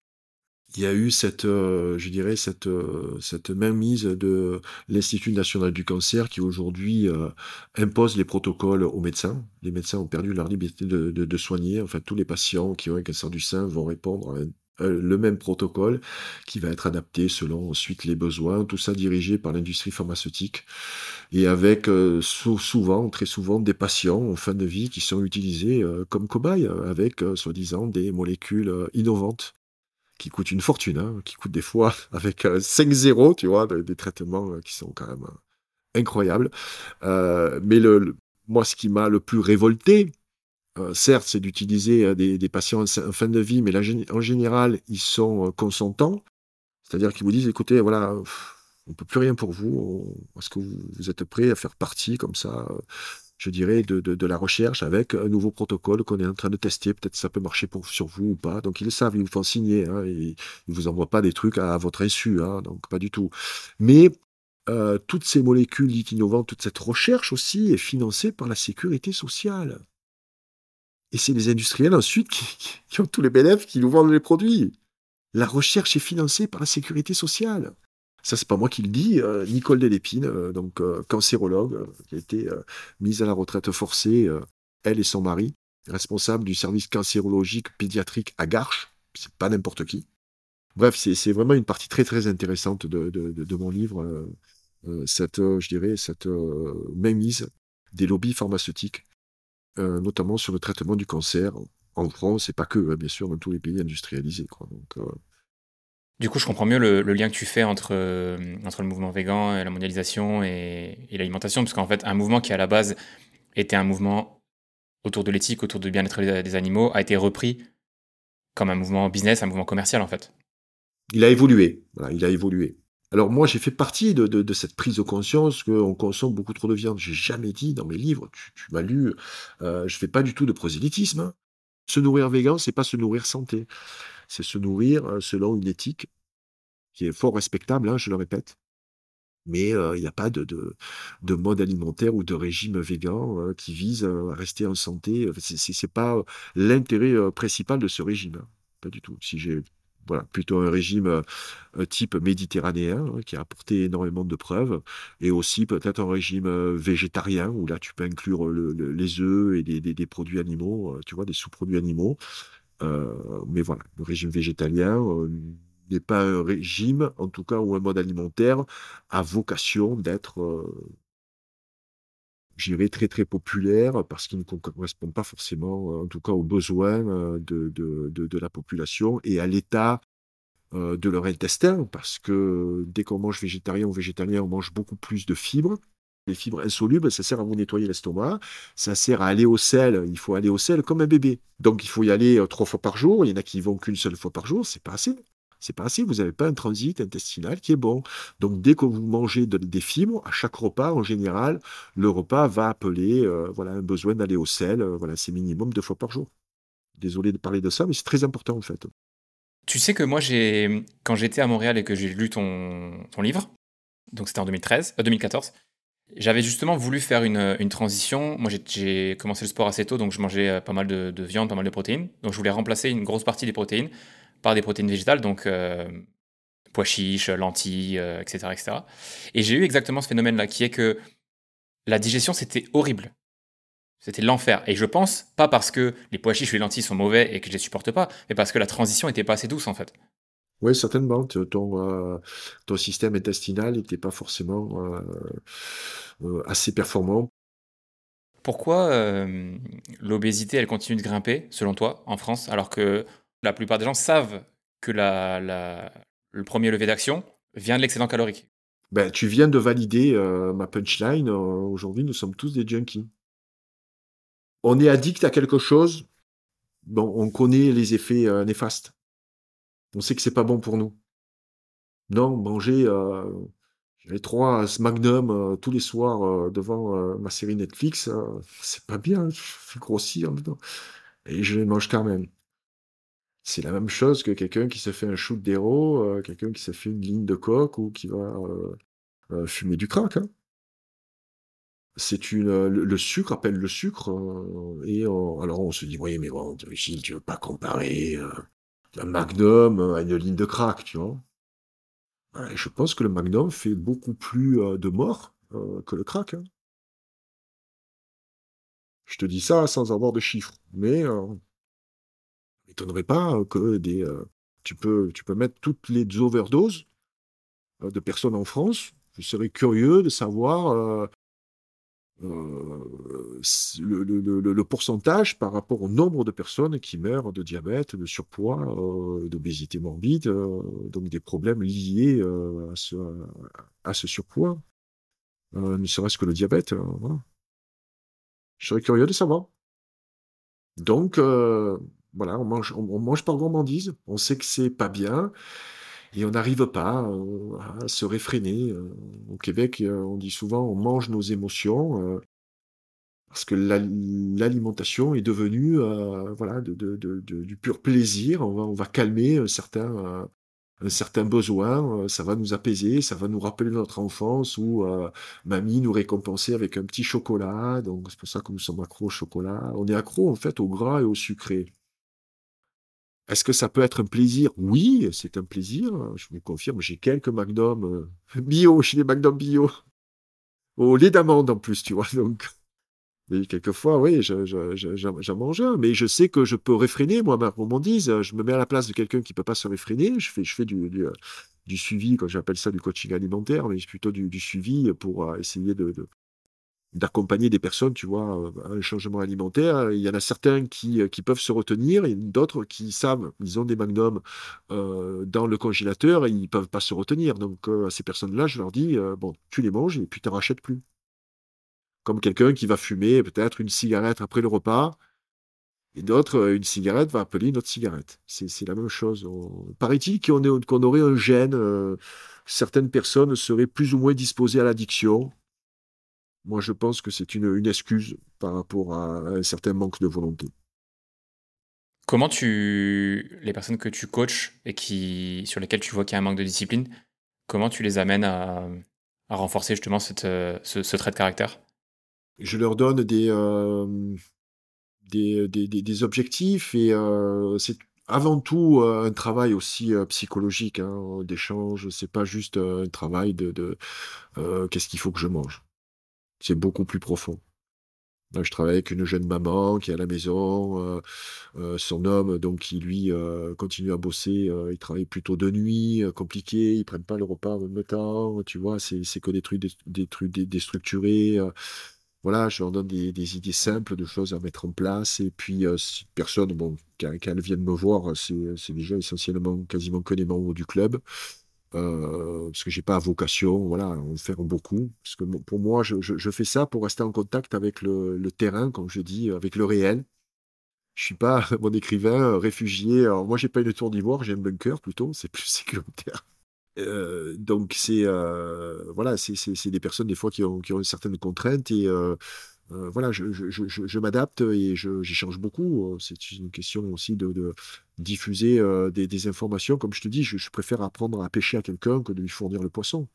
il y a eu cette, euh, je dirais, cette, euh, cette mainmise de l'Institut national du cancer qui aujourd'hui euh, impose les protocoles aux médecins. Les médecins ont perdu leur liberté de, de, de soigner. Enfin, tous les patients qui ont un cancer du sein vont répondre à un- à le même protocole qui va être adapté selon ensuite les besoins, tout ça dirigé par l'industrie pharmaceutique et avec euh, sou- souvent, très souvent, des patients en fin de vie qui sont utilisés euh, comme cobayes avec euh, soi-disant des molécules euh, innovantes qui coûtent une fortune, hein, qui coûtent des fois avec euh, cinq zéros, tu vois, de- des traitements euh, qui sont quand même euh, incroyables. Euh, mais le, le- moi, ce qui m'a le plus révolté, euh, certes, c'est d'utiliser euh, des, des patients en, en fin de vie, mais la gén- en général, ils sont euh, consentants, c'est-à-dire qu'ils vous disent, écoutez, voilà, pff, on peut plus rien pour vous, on- est-ce que vous, vous êtes prêts à faire partie comme ça euh, je dirais, de, de, de la recherche avec un nouveau protocole qu'on est en train de tester. Peut-être ça peut marcher pour, sur vous ou pas. Donc ils le savent, ils vous font signer. Hein, et, ils vous envoient pas des trucs à, à votre insu, hein, donc pas du tout. Mais euh, toutes ces molécules dites innovantes, toute cette recherche aussi est financée par la sécurité sociale. Et c'est les industriels ensuite qui, qui- qui ont tous les bénéfices, qui nous vendent les produits. La recherche est financée par la sécurité sociale. Ça, c'est pas moi qui le dis. euh, Nicole Delépine, euh, donc euh, cancérologue, euh, qui a été euh, mise à la retraite forcée, euh, elle et son mari, responsable du service cancérologique pédiatrique à Garches. C'est pas n'importe qui. Bref, c'est c'est vraiment une partie très très intéressante de, de, de- de mon livre, euh, euh, cette, euh, je dirais, cette euh, mainmise des lobbies pharmaceutiques, euh, notamment sur le traitement du cancer en France, et pas que, hein, bien sûr, dans tous les pays industrialisés, quoi. Donc, euh, Du coup, je comprends mieux le, le lien que tu fais entre, euh, entre le mouvement végan, et la mondialisation et, et l'alimentation, parce qu'en fait, un mouvement qui à la base était un mouvement autour de l'éthique, autour du bien-être des des animaux, a été repris comme un mouvement business, un mouvement commercial en fait. il a évolué, voilà, il a évolué. Alors moi, j'ai fait partie de, de- de cette prise de conscience qu'on consomme beaucoup trop de viande. J'ai jamais dit dans mes livres, tu, tu m'as lu, euh, je fais pas du tout de prosélytisme, hein. Se nourrir végan, c'est pas se nourrir santé, c'est se nourrir euh, selon une éthique qui est fort respectable, hein, je le répète. Mais euh, il n'y a pas de, de, de mode alimentaire ou de régime végan euh, qui vise euh, à rester en santé. C'est c'est- c'est pas euh, l'intérêt euh, principal de ce régime, hein. Pas du tout. Si j'ai voilà, plutôt un régime euh, euh, type méditerranéen hein, qui a apporté énormément de preuves, et aussi peut-être un régime euh, végétarien où là tu peux inclure le- le- les œufs et des, des- des produits animaux, euh, tu vois, des sous-produits animaux. Euh, mais voilà, le régime végétalien euh, n'est pas un régime, en tout cas, ou un mode alimentaire à vocation d'être, euh, je dirais, très très populaire parce qu'il ne co- correspond pas forcément, euh, en tout cas, aux besoins euh, de, de, de, de la population et à l'état euh, de leur intestin, parce que dès qu'on mange végétarien ou végétalien, on mange beaucoup plus de fibres. Les fibres insolubles, ça sert à vous nettoyer l'estomac, ça sert à aller au sel, il faut aller au sel comme un bébé. Donc il faut y aller euh, trois fois par jour, il y en a qui y vont qu'une seule fois par jour, c'est pas assez. C'est pas assez, vous n'avez pas un transit intestinal qui est bon. Donc dès que vous mangez de- des fibres, à chaque repas, en général, le repas va appeler euh, voilà, un besoin d'aller au sel, euh, voilà, c'est minimum deux fois par jour. Désolé de parler de ça, mais c'est très important en fait. Tu sais que moi, j'ai, quand j'étais à Montréal et que j'ai lu ton, ton livre, donc c'était en deux mille treize, euh, deux mille quatorze, j'avais justement voulu faire une, une transition. Moi, j'ai j'ai commencé le sport assez tôt, donc je mangeais euh, pas mal de, de viande, pas mal de protéines. Donc je voulais remplacer une grosse partie des protéines par des protéines végétales, donc euh, pois chiches, lentilles, euh, et cetera, et cetera. Et j'ai eu exactement ce phénomène-là, qui est que la digestion, c'était horrible. C'était l'enfer. Et je pense, pas parce que les pois chiches ou les lentilles sont mauvais et que je les supporte pas, mais parce que la transition était pas assez douce en fait. Oui, certainement. T- Ton, euh, ton système intestinal n'était pas forcément euh, euh, assez performant. Pourquoi euh, l'obésité, elle continue de grimper, selon toi, en France, alors que la plupart des gens savent que la, la- le premier levier d'action vient de l'excédent calorique? Ben, tu viens de valider euh, ma punchline. Euh, aujourd'hui, nous sommes tous des junkies. On est addict à quelque chose. Bon, on connaît les effets euh, néfastes. On sait que c'est pas bon pour nous. Non, manger euh, les trois Magnum euh, tous les soirs euh, devant euh, ma série Netflix, euh, c'est pas bien. Je fais grossir dedans. Et je les mange quand même. C'est la même chose que quelqu'un qui se fait un shoot d'héros, euh, quelqu'un qui se fait une ligne de coke ou qui va euh, euh, fumer du crack, hein. C'est une, euh, le, le sucre appelle le sucre. Euh, et on- alors on se dit, oui, mais bon, Gilles, tu veux pas comparer euh, un Magnum euh, à une ligne de crack, tu vois. Ouais, je pense que le Magnum fait beaucoup plus euh, de morts euh, que le crack, hein. Je te dis ça sans avoir de chiffres. Mais euh, il m'étonnerait pas euh, que des, euh, tu peux, tu peux mettre toutes les overdoses euh, de personnes en France. Je serais curieux de savoir euh, euh, le, le- le- le pourcentage par rapport au nombre de personnes qui meurent de diabète, de surpoids, euh, d'obésité morbide, euh, donc des problèmes liés euh, à ce, à ce surpoids, euh, ne serait-ce que le diabète. Euh, voilà. Je serais curieux de savoir. Donc, euh, voilà, on mange, on, on mange par gourmandise. On sait que c'est pas bien et on n'arrive pas euh, à se réfréner. Euh, Au Québec, euh, on dit souvent on mange nos émotions. Euh, parce que l'al- l'alimentation est devenue euh, voilà, de, de- de- de- du pur plaisir. On va, on va calmer un certain, euh, un certain besoin, euh, ça va nous apaiser, ça va nous rappeler notre enfance où euh, mamie nous récompensait avec un petit chocolat. Donc c'est pour ça que nous sommes accros au chocolat. On est accros en fait au gras et au sucré. Est-ce que ça peut être un plaisir? Oui, c'est un plaisir. Je vous confirme, j'ai quelques magnums euh, bio, chez les magnums bio, au lait d'amande en plus, tu vois. Donc. Mais quelquefois, oui, je- je- je- j'en j'en mange un, mais je sais que je peux réfréner, moi, ma gourmandise. Je me mets à la place de quelqu'un qui peut pas se réfréner. Je fais, je fais du, du, euh, du suivi, quand j'appelle ça du coaching alimentaire, mais c'est plutôt du, du suivi pour euh, essayer de, de- d'accompagner des personnes, tu vois, euh, à un changement alimentaire. Il y en a certains qui, euh, qui peuvent se retenir, et d'autres qui savent, ils ont des magnums euh, dans le congélateur et ils peuvent pas se retenir. Donc, euh, à ces personnes-là, je leur dis, euh, bon, tu les manges et puis tu n'en rachètes plus. Comme quelqu'un qui va fumer peut-être une cigarette après le repas, et d'autres, euh, une cigarette va appeler une autre cigarette. C'est c'est la même chose. On- Paraît-il qu'on est- qu'on aurait un gène, euh, certaines personnes seraient plus ou moins disposées à l'addiction. Moi, je pense que c'est une, une excuse par rapport à un certain manque de volonté. Comment tu les personnes que tu coaches et qui sur lesquelles tu vois qu'il y a un manque de discipline, comment tu les amènes à à renforcer justement cette, heu, ce ce trait de caractère? Je leur donne des, euh, des, des, des- des objectifs et euh, c'est avant tout euh, un travail aussi euh, psychologique, hein, d'échange. C'est pas juste euh, un travail de, de euh, qu'est-ce qu'il faut que je mange. C'est beaucoup plus profond. Là, je travaille avec une jeune maman qui est à la maison, euh, euh, son homme, donc, qui lui euh, continue à bosser, euh, il travaille plutôt de nuit, euh, compliqué, ils prennent pas le repas en même temps, tu vois, c'est c'est que des trucs, des, des trucs dé- déstructurés. euh. Voilà, je leur donne des, des idées simples de choses à mettre en place, et puis euh, si personne, bon, quand, quand elles viennent me voir, c'est c'est déjà essentiellement quasiment que des membres du club. Euh, parce que j'ai pas vocation, voilà, à en faire beaucoup. Parce que mo- pour moi, je, je- je fais ça pour rester en contact avec le, le terrain, comme je dis, avec le réel. Je suis pas mon écrivain euh, réfugié. Alors moi, j'ai pas une tour d'ivoire, j'ai un bunker plutôt, c'est plus sécuritaire. Euh, donc c'est euh, voilà, c'est c'est- c'est des personnes des fois qui ont, qui ont une certaine contrainte et euh, euh, voilà, je, je, je, je- je m'adapte et je, j'échange beaucoup. Euh, C'est une question aussi de, de diffuser euh, des, des informations. Comme je te dis, je, je préfère apprendre à pêcher à quelqu'un que de lui fournir le poisson.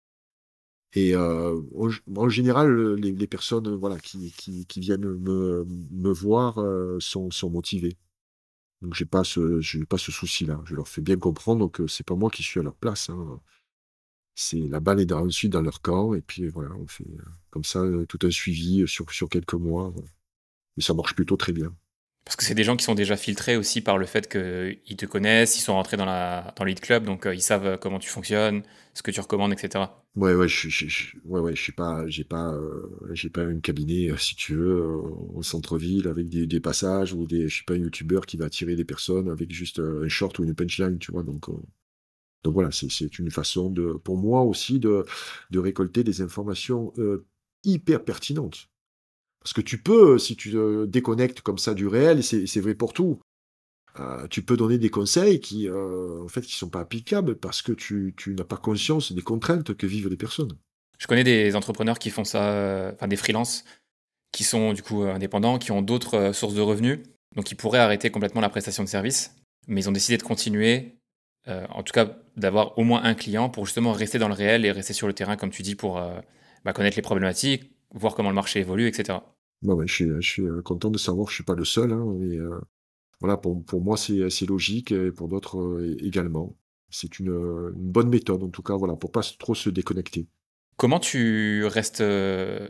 Et euh, en, en général, les, les personnes voilà, qui, qui, qui viennent me, me voir euh, sont, sont motivées. Donc j'ai pas ce, j'ai pas ce souci-là. Je leur fais bien comprendre que c'est pas moi qui suis à leur place, hein. C'est la balle est dans, ensuite dans leur camp et puis voilà, on fait euh, comme ça euh, tout un suivi euh, sur, sur quelques mois. Voilà. Et ça marche plutôt très bien. Parce que c'est des gens qui sont déjà filtrés aussi par le fait qu'ils te connaissent, ils sont rentrés dans la dans l'Elite Club, donc heu, ils savent, heu, comment tu fonctionnes, ce que tu recommandes et cetera. Ouais, ouais, je, suis- je, je- ouais, ouais, je suis pas, j'ai pas, euh, j'ai pas un cabinet, euh, si tu veux, euh, au centre-ville avec des, des passages ou des, je suis pas un youtubeur qui va attirer des personnes avec juste euh, un short ou une punchline, tu vois. Donc, euh, donc voilà, c'est, c'est une façon de, pour moi aussi, de, de récolter des informations euh, hyper pertinentes. Parce que tu peux, si tu te déconnectes comme ça du réel, et c'est c'est vrai pour tout, euh, tu peux donner des conseils qui, euh, en fait, qui sont pas applicables parce que tu, tu n'as pas conscience des contraintes que vivent les personnes. Je connais des entrepreneurs qui font ça, heu, enfin des freelances qui sont du coup, heu, indépendants, qui ont d'autres, heu, sources de revenus, donc ils pourraient arrêter complètement la prestation de service, mais ils ont décidé de continuer, heu, en tout cas d'avoir au moins un client pour justement rester dans le réel et rester sur le terrain comme tu dis pour, heu, bah, connaître les problématiques, voir comment le marché évolue et cetera. Bah ouais, je suis, je suis euh, content de savoir que je suis pas le seul, hein, et, euh, voilà, pour, pour moi, c'est c'est logique et pour d'autres euh, également. C'est une, euh, une bonne méthode, en tout cas, voilà, pour pas s- trop se déconnecter. Comment tu restes, heu,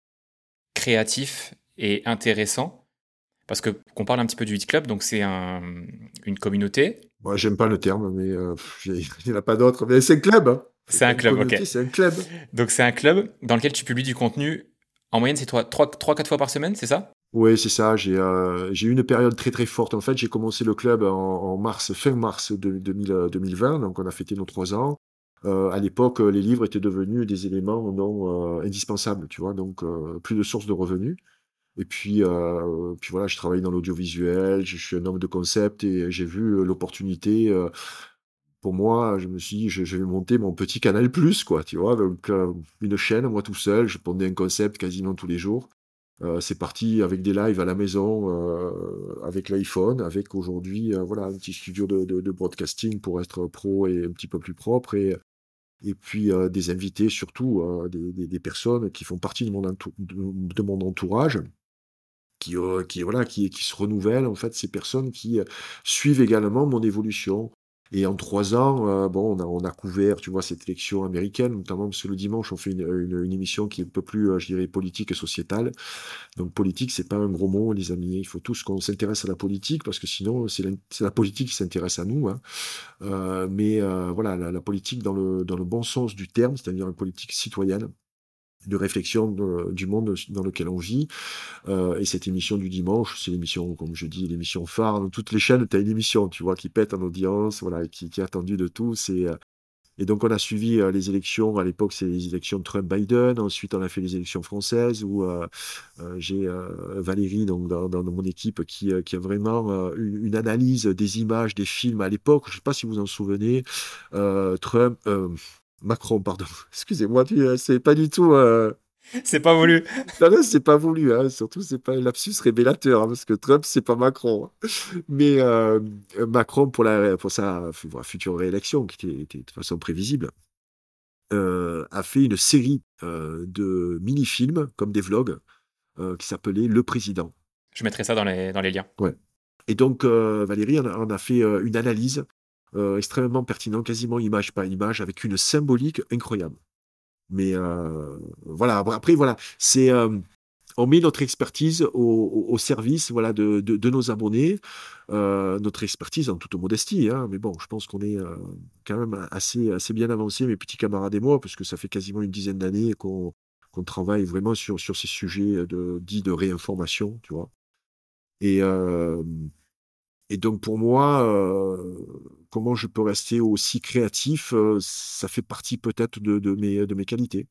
créatif et intéressant? Parce que qu'on parle un petit peu du Hit Club, donc c'est un, une communauté. Moi, j'aime pas le terme, mais euh, pff, il n'y en a pas d'autre. Mais c'est un club, hein. C'est C'est pas un une club, OK. communauté, c'est un club. Donc c'est un club dans lequel tu publies du contenu, en moyenne c'est toi trois quatre fois par semaine, c'est ça? Oui, c'est ça. J'ai euh, j'ai eu une période très très forte. En fait, j'ai commencé le club en, en mars, fin mars de, deux mille euh, deux mille vingt, donc on a fêté nos trois ans. Euh, à l'époque, euh, les livres étaient devenus des éléments non euh, indispensables, tu vois, donc euh, plus de sources de revenus. Et puis, euh, puis voilà, je travaille dans l'audiovisuel, je suis un homme de concept et j'ai vu euh, l'opportunité. Euh, pour moi, je me suis dit, je, je vais monter mon petit Canal Plus, quoi, tu vois, donc euh, une chaîne, moi tout seul, je pondais un concept quasiment tous les jours. Euh, c'est parti avec des lives à la maison, euh, avec l'iPhone, avec aujourd'hui, euh, voilà, un petit studio de, de- de broadcasting pour être pro et un petit peu plus propre, et, et puis euh, des invités surtout, euh, des, des- des personnes qui font partie de mon, entou- de, de mon entourage, qui, euh, qui, voilà, qui, qui se renouvellent, en fait, ces personnes qui euh, suivent également mon évolution. Et en trois ans, euh, bon, on a, on a couvert, tu vois, cette élection américaine, notamment parce que le dimanche, on fait une, une, une émission qui est un peu plus, euh, je dirais, politique et sociétale. Donc politique, c'est pas un gros mot, les amis. Il faut tous qu'on s'intéresse à la politique, parce que sinon, c'est la, c'est la politique qui s'intéresse à nous, hein. Euh, mais euh, voilà, la, la politique dans le, dans le bon sens du terme, c'est-à-dire une politique citoyenne, de réflexion de- du monde dans lequel on vit. Euh, et cette émission du dimanche, c'est l'émission, comme je dis, l'émission phare. Dans toutes les chaînes, tu as une émission, tu vois, qui pète en audience, voilà, et qui, qui est attendue de tous. Et, euh, et donc, on a suivi euh, les élections. À l'époque, c'est les élections Trump-Biden. Ensuite, on a fait les élections françaises où euh, euh, j'ai euh, Valérie, donc, dans, dans mon équipe, qui, euh, qui a vraiment euh, une, une analyse des images, des films à l'époque. Je ne sais pas si vous en souvenez. Euh, Trump, euh, Macron, pardon. Excusez-moi, tu- euh, c'est pas du tout. euh, C'est pas voulu. non, non, c'est pas voulu, hein. Surtout, c'est pas un lapsus révélateur, hein, parce que Trump, c'est pas Macron, hein. Mais euh, Macron, pour, la, pour sa fu- voilà, future réélection, qui était, était de toute façon prévisible, euh, a fait une série euh, de mini-films, comme des vlogs, euh, qui s'appelait Le Président. Je mettrai ça dans les, dans les liens. Ouais. Et donc, euh, Valérie en a, en a fait euh, une analyse euh, extrêmement pertinente, quasiment image par image, avec une symbolique incroyable. Mais euh, voilà, après, voilà, c'est. Euh, on met notre expertise au, au- au service, voilà, de, de- de nos abonnés, euh, notre expertise en toute modestie, hein, mais bon, je pense qu'on est euh, quand même assez, assez bien avancé, mes petits camarades et moi, parce que ça fait quasiment une dizaine d'années qu'on qu'on travaille vraiment sur, sur ces sujets de, dits de réinformation, tu vois. Et, euh, et donc pour moi, euh, comment je peux rester aussi créatif, euh, ça fait partie peut-être de, de mes, de mes qualités.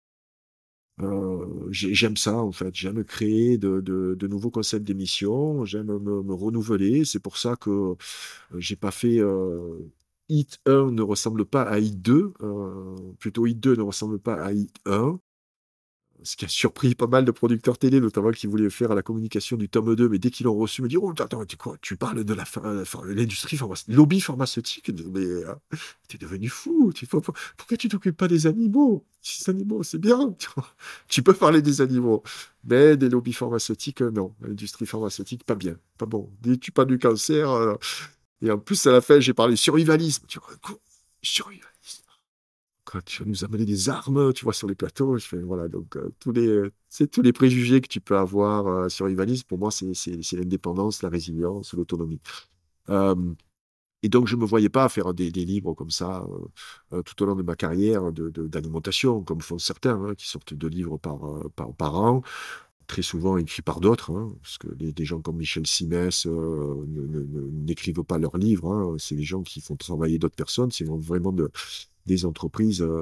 Euh, j'ai- j'aime ça, en fait. J'aime créer de, de- de nouveaux concepts d'émissions. J'aime me, me renouveler. C'est pour ça que euh, j'ai pas fait euh, Hit un ne ressemble pas à Hit deux. Euh, plutôt Hit deux ne ressemble pas à Hit un. Ce qui a surpris pas mal de producteurs télé, notamment qui voulaient faire la communication du tome deux, mais dès qu'ils l'ont reçu, ils me disent: «Oh, attends, tu quoi? Tu parles de la pha- euh, pha- l'industrie pharmaceutique, lobby pharmaceutique? Mais euh, t'es devenu fou. Tu, faut- faut- pourquoi tu t'occupes pas des animaux? Les animaux, c'est bien. Tu vois. Tu peux parler des animaux, mais des lobbies pharmaceutiques, euh, non. L'industrie pharmaceutique, pas bien. Pas bon. Dis, tu parles du cancer. euh, et en plus, à la fin, j'ai parlé survivalisme. Tu vois, quoi? Survivalisme. Quand tu vas nous amener des armes, tu vois, sur les plateaux. Je fais, voilà, donc euh, tous les, c'est tous les préjugés que tu peux avoir euh, sur Ivalice, pour moi, c'est c'est- c'est l'indépendance, la résilience, l'autonomie. Euh, et donc, je ne me voyais pas faire des, des livres comme ça euh, euh, tout au long de ma carrière de, de- d'alimentation, comme font certains, hein, qui sortent deux livres par, euh, par, par an, très souvent écrits par d'autres, hein, parce que les- des gens comme Michel Simès euh, ne- ne- ne- n'écrivent pas leurs livres, hein. C'est les gens qui font travailler d'autres personnes, c'est vraiment de, des entreprises euh,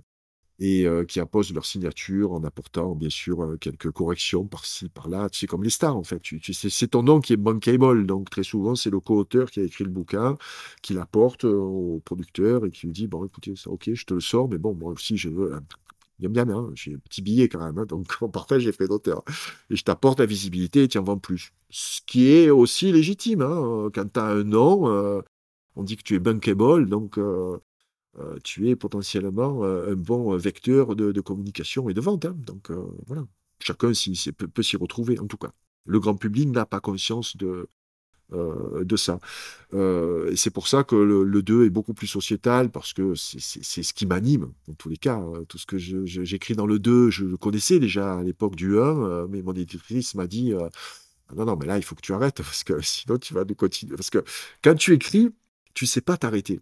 et euh, qui imposent leur signature en apportant bien sûr euh, quelques corrections par-ci, par-là. Tu sais, comme les stars en fait. Tu, tu sais, c'est ton nom qui est bankable, donc très souvent c'est le co-auteur qui a écrit le bouquin, qui l'apporte euh, au producteur et qui lui dit: «Bon, écoutez, ça, ok, je te le sors, mais bon, moi aussi je veux un bien bien, hein, j'ai un petit billet quand même, hein, donc en partage j'ai fait d'auteur. Et je t'apporte la visibilité et tu en vends plus. Ce qui est aussi légitime, hein, quand tu as un nom, euh, on dit que tu es bankable, donc euh, euh, tu es potentiellement euh, un bon vecteur de, de communication et de vente, hein. Donc euh, voilà, chacun s'y- s'y- peut, peut s'y retrouver, en tout cas. Le grand public n'a pas conscience de, euh, de ça. Euh, et c'est pour ça que le, le deux est beaucoup plus sociétal, parce que c'est c'est- c'est ce qui m'anime, dans tous les cas. Euh, Tout ce que je- je- j'écris dans le deux, je le connaissais déjà à l'époque du un, euh, mais mon éditrice m'a dit euh, «Ah non, non, mais là, il faut que tu arrêtes, parce que sinon tu vas nous continuer.» Parce que quand tu écris, tu sais pas t'arrêter.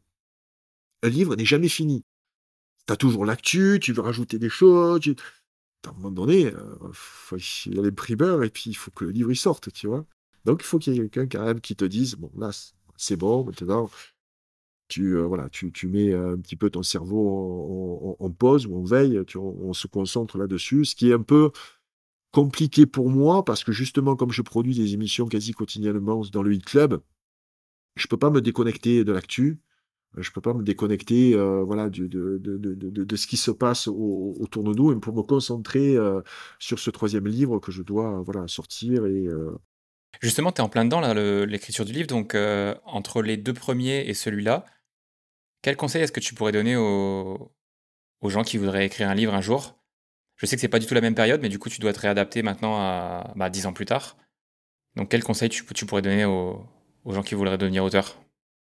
Un livre n'est jamais fini. Tu as toujours l'actu, tu veux rajouter des choses. Tu... À un moment donné, euh, faut- il y a l'imprimeur et puis il faut que le livre il sorte, tu vois. Donc il faut qu'il y ait quelqu'un quand même qui te dise: «Bon, là, c'est c'est bon, maintenant, tu, euh, voilà, tu, tu mets euh, un petit peu ton cerveau en, en- en pause ou en veille, tu- on, on se concentre là-dessus.» Ce qui est un peu compliqué pour moi parce que justement, comme je produis des émissions quasi quotidiennement dans le Hit Club, je peux pas me déconnecter de l'actu. Euh, Je peux pas me déconnecter, euh, voilà, du- de, de, de, de, de ce qui se passe au- autour de nous, et pour me concentrer euh, sur ce troisième livre que je dois, euh, voilà, sortir. Et euh, Justement, tu es en plein dedans, là, le- l'écriture du livre. Donc, euh, entre les deux premiers et celui-là, quel conseil est-ce que tu pourrais donner aux, aux gens qui voudraient écrire un livre un jour? Je sais que c'est pas du tout la même période, mais du coup, tu dois te réadapter maintenant à bah, dix ans plus tard. Donc, quel conseil tu, tu pourrais donner aux, aux gens qui voudraient devenir auteurs?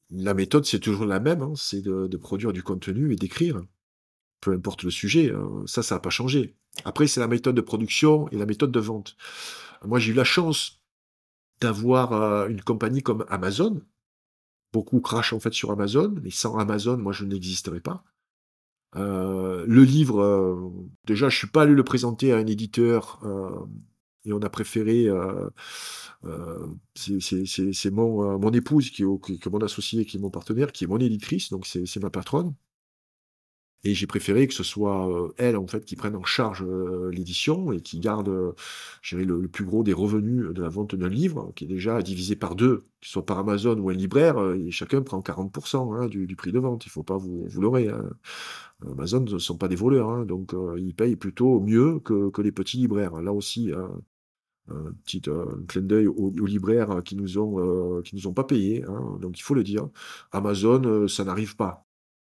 La méthode, c'est toujours la même, hein, c'est de, de produire du contenu et d'écrire, peu importe le sujet, hein, ça, ça n'a pas changé. Après, c'est la méthode de production et la méthode de vente. Moi, j'ai eu la chance d'avoir euh, une compagnie comme Amazon. Beaucoup crachent en fait sur Amazon, mais sans Amazon, moi, je n'existerais pas. Euh, le livre, euh, déjà, je suis pas allé le présenter à un éditeur euh, et on a préféré. Euh, euh, c'est c'est- c'est- c'est mon, euh, mon épouse qui est, au- qui est mon associé, qui est mon partenaire, qui est mon éditrice, donc c'est c'est ma patronne. Et j'ai préféré que ce soit euh, elle, en fait, qui prenne en charge euh, l'édition et qui garde, euh, je dirais, le, le plus gros des revenus de la vente d'un livre, qui est déjà divisé par deux, que ce soit par Amazon ou un libraire, euh, et chacun prend quarante pour cent hein, du, du prix de vente. Il ne faut pas vous, vous leurrer, hein. Amazon ne sont pas des voleurs, hein, donc euh, ils payent plutôt mieux que, que les petits libraires. Là aussi, hein, un petit euh, un clin d'œil aux, aux libraires qui nous ont euh, qui nous ont pas payés, hein, donc il faut le dire. Amazon, euh, ça n'arrive pas.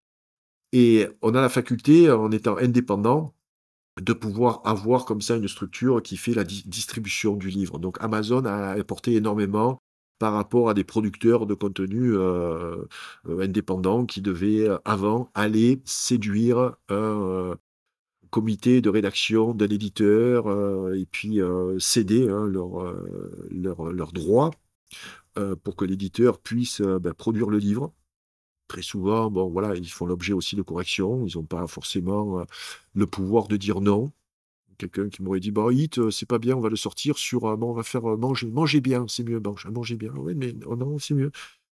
Et on a la faculté, en étant indépendant, de pouvoir avoir comme ça une structure qui fait la di- distribution du livre. Donc Amazon a apporté énormément par rapport à des producteurs de contenu euh, euh, indépendants qui devaient euh, avant aller séduire un euh, comité de rédaction d'un éditeur euh, et puis euh, céder hein, leurs euh, leurs- leurs droits euh, pour que l'éditeur puisse euh, ben, produire le livre. Très souvent, bon, voilà, ils font l'objet aussi de corrections. Ils n'ont pas forcément euh, le pouvoir de dire non. Quelqu'un qui m'aurait dit, bah, Hit, euh, c'est pas bien, on va le sortir sur, euh, bon, on va faire euh, manger, manger bien, c'est mieux, manger, manger bien. Oui, mais oh non, c'est mieux.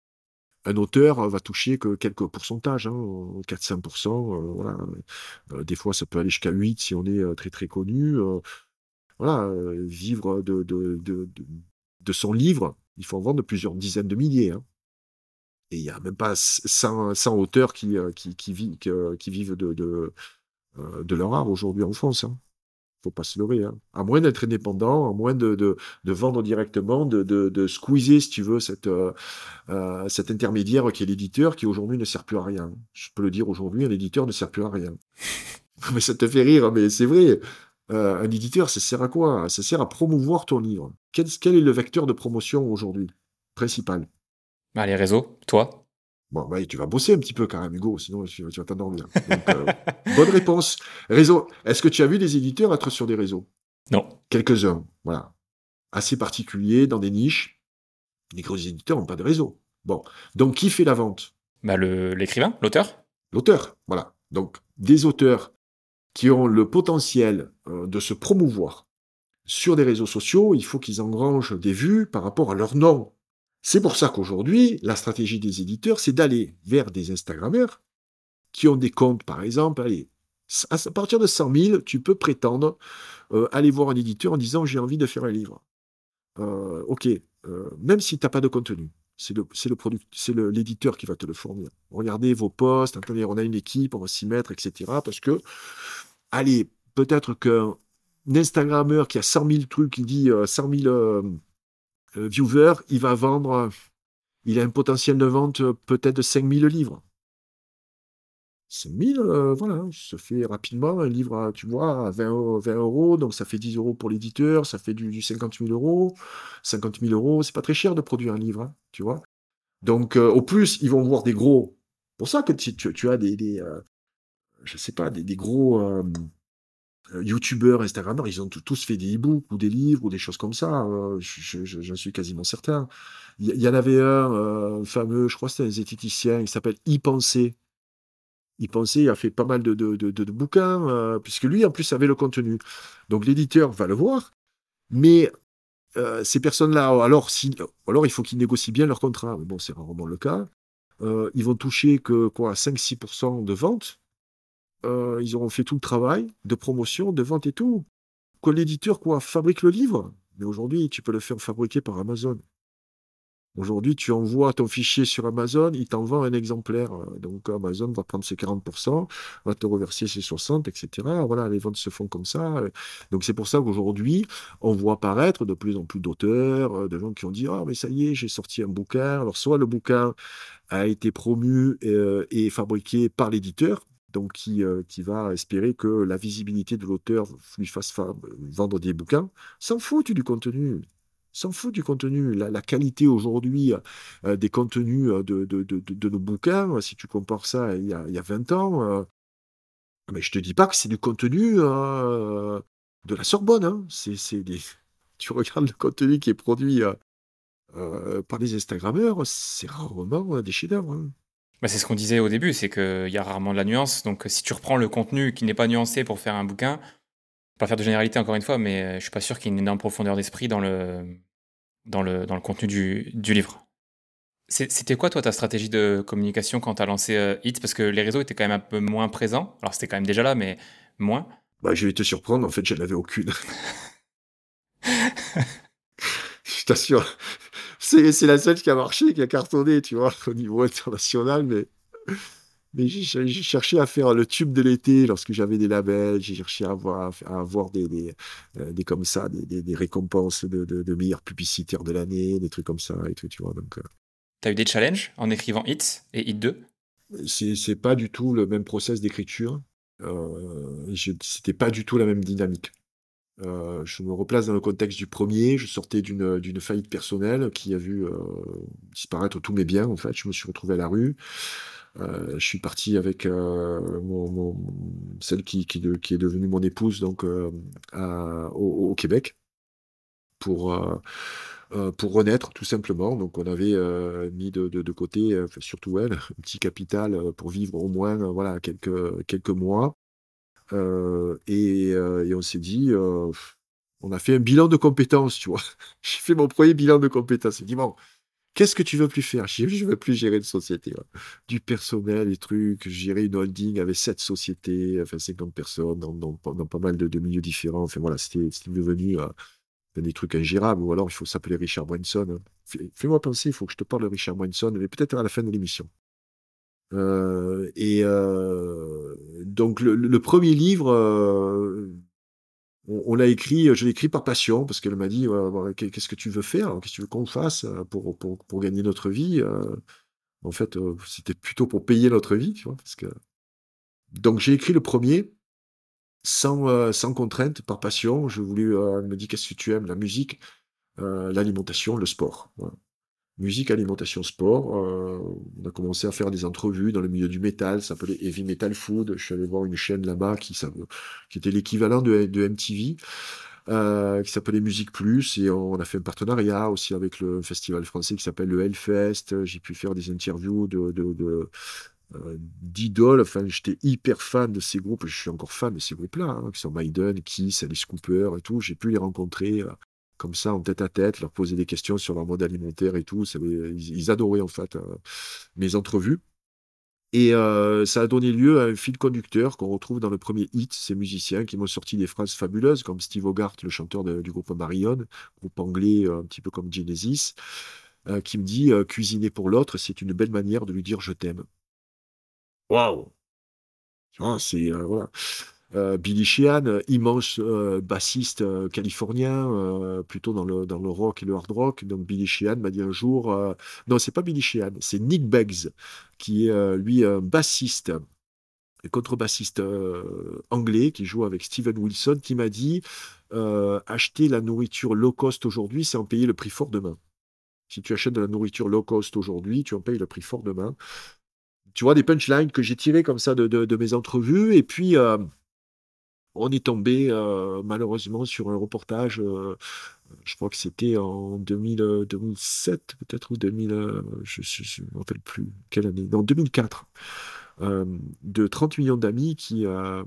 Un auteur euh, va toucher que quelques pourcentages, hein, euh, quatre à cinq pour cent, euh, voilà. Euh, des fois, ça peut aller jusqu'à huit si on est euh, très très connu. Euh, voilà, euh, vivre de, de, de, de, de son livre, il faut en vendre plusieurs dizaines de milliers, hein. Et il n'y a même pas cent, cent auteurs qui, euh, qui, qui, vivent, qui, euh, qui vivent de, de, euh, de leur art aujourd'hui en France, hein. Faut pas se leurrer, hein. À moins d'être indépendant, à moins de, de, de vendre directement, de, de, de squeezer, si tu veux, cette, euh, euh, cet intermédiaire qui est l'éditeur, qui aujourd'hui ne sert plus à rien. Je peux le dire aujourd'hui, un éditeur ne sert plus à rien. Mais ça te fait rire, mais c'est vrai. Euh, un éditeur, ça sert à quoi? Ça sert à promouvoir ton livre. Quel, quel est le vecteur de promotion aujourd'hui principal? Bah, les réseaux, toi? Bon, bah, tu vas bosser un petit peu quand même, Hugo, sinon tu, tu vas t'endormir. Donc, euh, bonne réponse. Réseau. Est-ce que tu as vu des éditeurs être sur des réseaux? Non. Quelques-uns, voilà. Assez particuliers, dans des niches. Les gros éditeurs n'ont pas de réseau. Bon. Donc, qui fait la vente? Bah, le, l'écrivain, l'auteur? L'auteur. Voilà. Donc, des auteurs qui ont le potentiel euh, de se promouvoir sur des réseaux sociaux, il faut qu'ils engrangent des vues par rapport à leur nom. C'est pour ça qu'aujourd'hui, la stratégie des éditeurs, c'est d'aller vers des Instagrammeurs qui ont des comptes, par exemple, allez, à partir de cent mille, tu peux prétendre euh, aller voir un éditeur en disant j'ai envie de faire un livre. Euh, ok, euh, même si tu n'as pas de contenu, c'est le, c'est le product, c'est le- l'éditeur qui va te le fournir. Regardez vos posts, attendez, on a une équipe, on va s'y mettre, et cetera. Parce que, allez, peut-être qu'un Instagrammeur qui a cent mille trucs, qui dit euh, cent mille euh, euh, viewers, il va vendre, euh, il a un potentiel de vente euh, peut-être de cinq mille livres. cinq mille, euh, voilà, ça fait rapidement un livre, à, tu vois, à vingt, euros, vingt euros, donc ça fait dix euros pour l'éditeur, ça fait du, du cinquante mille euros. cinquante mille euros, c'est pas très cher de produire un livre, hein, tu vois. Donc, euh, au plus, ils vont voir des gros. Pour ça que tu, tu- tu as des, des, euh, je sais pas, des, des gros euh, euh, youtubeurs, Instagrammeurs, ils ont t- tous fait des e-books ou des livres ou des choses comme ça. euh, je- je- j'en suis quasiment certain. Il y, il y en avait un euh, fameux, je crois que c'était un zététicien, il s'appelle Y Penser. Il pensait, il a fait pas mal de, de, de, de- de bouquins, euh, puisque lui, en plus, avait le contenu. Donc l'éditeur va le voir, mais euh, ces personnes-là, alors, si, alors il faut qu'ils négocient bien leur contrat. Mais bon, c'est rarement le cas. Euh, ils vont toucher que quoi, cinq six pour cent de vente. Euh, ils auront fait tout le travail de promotion, de vente et tout. Que l'éditeur quoi, fabrique le livre. Mais aujourd'hui, tu peux le faire fabriquer par Amazon. Aujourd'hui, tu envoies ton fichier sur Amazon, il t'envoie un exemplaire. Euh, Donc Amazon va prendre ses quarante pour cent, va te reverser ses soixante, et cetera. Voilà, les ventes se font comme ça. Donc c'est pour ça qu'aujourd'hui, on voit apparaître de plus en plus d'auteurs, euh, de gens qui ont dit, ah mais ça y est, j'ai sorti un bouquin. Alors soit le bouquin a été promu euh, et fabriqué par l'éditeur, donc qui, euh, qui va espérer que la visibilité de l'auteur lui fasse fa- vendre des bouquins. S'en fout du contenu. S'en fout du contenu. La, la qualité aujourd'hui euh, des contenus euh, de, de, de, de- de nos bouquins, euh, si tu compares ça à il y a, il y a vingt ans, euh, mais je te dis pas que c'est du contenu euh, de la Sorbonne. Hein. C'est, c'est des... Tu regardes le contenu qui est produit euh, euh, par les Instagrammeurs, c'est rarement euh, des chefs-d'œuvre. Hein. Bah, c'est ce qu'on disait au début, c'est qu'il y a rarement de la nuance. Donc, si tu reprends le contenu qui n'est pas nuancé pour faire un bouquin, pas faire de généralité encore une fois, mais euh, je suis pas sûr qu'il y ait une énorme profondeur d'esprit dans le, dans le, dans le contenu du, du livre. C'est- C'était quoi, toi, ta stratégie de communication quand tu as lancé euh, Hit? Parce que les réseaux étaient quand même un peu moins présents. Alors, c'était quand même déjà là, mais moins. Bah, je vais te surprendre, en fait, je n'en avais aucune. Je t'assure. C'est, c'est la seule qui a marché, qui a cartonné, tu vois, au niveau international, mais Mais j'ai j'ai cherché à faire le tube de l'été lorsque j'avais des labels, j'ai cherché à avoir, à avoir des, des, euh, des comme ça, des, des, des récompenses de, de, de meilleurs publicitaires de l'année, des trucs comme ça et tout, tu vois. Donc, Tu as eu des challenges en écrivant Hit et Hit deux? euh, c'est, c'est pas du tout le même process d'écriture. Euh, je- c'était pas du tout la même dynamique. Euh, je me replace dans le contexte du premier. Je sortais d'une d'une faillite personnelle qui a vu euh, disparaître tous mes biens. En fait, je me suis retrouvé à la rue. Euh, je suis parti avec euh, mon, mon- celle qui, qui, de- qui est devenue mon épouse donc euh, à- au, au Québec pour euh, euh, pour renaître tout simplement. Donc on avait euh, mis de, de, de côté, euh, enfin, surtout elle, un petit capital euh, pour vivre au moins euh, voilà quelques quelques mois. Euh, et, euh, et on s'est dit, euh, on a fait un bilan de compétences, tu vois. J'ai fait mon premier bilan de compétences. J'ai dit, bon, qu'est-ce que tu veux plus faire? Je je veux plus gérer de société. Ouais. Du personnel, des trucs. Gérer une holding avec sept sociétés, enfin cinquante personnes dans, dans- dans pas mal de, de milieux différents. Enfin voilà, c'était c'était devenu euh, des trucs ingérables. Ou alors il faut s'appeler Richard Branson. Hein. Fais- Fais-moi penser, il faut que je te parle de Richard Branson, mais peut-être à la fin de l'émission. Euh, et euh, donc le, le premier livre, euh, on, on l'a écrit, je l'ai écrit par passion, parce qu'elle m'a dit, ouais, ouais, qu'est-ce que tu veux faire? Qu'est-ce que tu veux qu'on fasse euh, pour, pour, pour gagner notre vie? Euh, En fait, euh, c'était plutôt pour payer notre vie, tu vois. Parce que... Donc j'ai écrit le premier sans, euh, sans contrainte, par passion. Je voulais, euh, elle me dit, qu'est-ce que tu aimes? La musique, euh, l'alimentation, le sport. Voilà. Musique, alimentation, sport. Euh, on a commencé à faire des entrevues dans le milieu du métal, ça s'appelait Heavy Metal Food. Je suis allé voir une chaîne là-bas qui, ça- qui était l'équivalent de, de M T V, euh, qui s'appelait Musique Plus. Et on a fait un partenariat aussi avec le festival français qui s'appelle le Hellfest. J'ai pu faire des interviews de, de, de, euh, d'idoles. Enfin, j'étais hyper fan de ces groupes. Je suis encore fan de ces groupes-là, hein, qui sont Maiden, Kiss, Alice Cooper et tout. J'ai pu les rencontrer euh, comme ça, en tête à tête, leur poser des questions sur leur mode alimentaire et tout. Ça avait- ils, ils adoraient en fait euh, mes entrevues. Et euh, ça a donné lieu à un fil conducteur qu'on retrouve dans le premier hit, ces musiciens qui m'ont sorti des phrases fabuleuses, comme Steve Hogarth, le chanteur de- du groupe Marion, groupe anglais euh, un petit peu comme Genesis, euh, qui me dit euh, cuisiner pour l'autre, c'est une belle manière de lui dire je t'aime. Waouh! Tu vois, c'est euh, voilà. Euh, Billy Sheehan, euh, immense euh, bassiste euh, californien, euh, plutôt dans le, dans le rock et le hard rock. Donc Billy Sheehan m'a dit un jour, euh, non, c'est pas Billy Sheehan, c'est Nick Beggs, qui est euh, lui un bassiste, un contrebassiste euh, anglais qui joue avec Steven Wilson, qui m'a dit euh, acheter la nourriture low cost aujourd'hui, c'est en payer le prix fort demain. Si tu achètes de la nourriture low cost aujourd'hui, tu en payes le prix fort demain. Tu vois, des punchlines que j'ai tirées comme ça de, de, de mes entrevues. Et puis, euh, on est tombé euh, malheureusement sur un reportage, euh, je crois que c'était en deux mille, euh, deux mille sept peut-être, ou deux mille, euh, je ne me rappelle plus quelle année, non, deux mille quatre, euh, de trente millions d'amis qui, euh,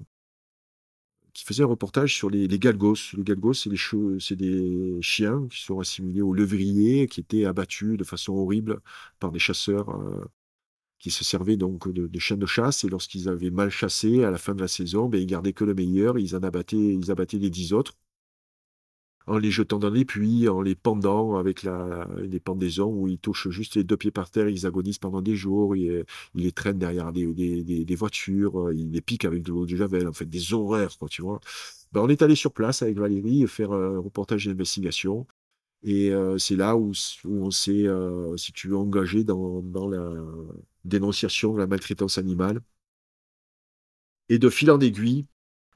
qui faisaient un reportage sur les, les galgos. Les galgos, c'est des, chevaux- c'est des chiens qui sont assimilés aux lévriers, qui étaient abattus de façon horrible par des chasseurs euh, qui se servaient donc de, de chiens de chasse, et lorsqu'ils avaient mal chassé à la fin de la saison, ben, ils gardaient que le meilleur, ils en abattaient, ils abattaient les dix autres, en les jetant dans les puits, en les pendant avec la, les pendaisons où ils touchent juste les deux pieds par terre, ils agonisent pendant des jours, ils, ils les traînent derrière des, des, des- des voitures, ils les piquent avec de l'eau de javel, en fait, des horreurs, quoi, tu vois. Ben, on est allé sur place avec Valérie faire un reportage d'investigation. Et euh, c'est là où, où on s'est, euh, si tu veux, engagé dans, dans la dénonciation de la maltraitance animale. Et de fil en aiguille,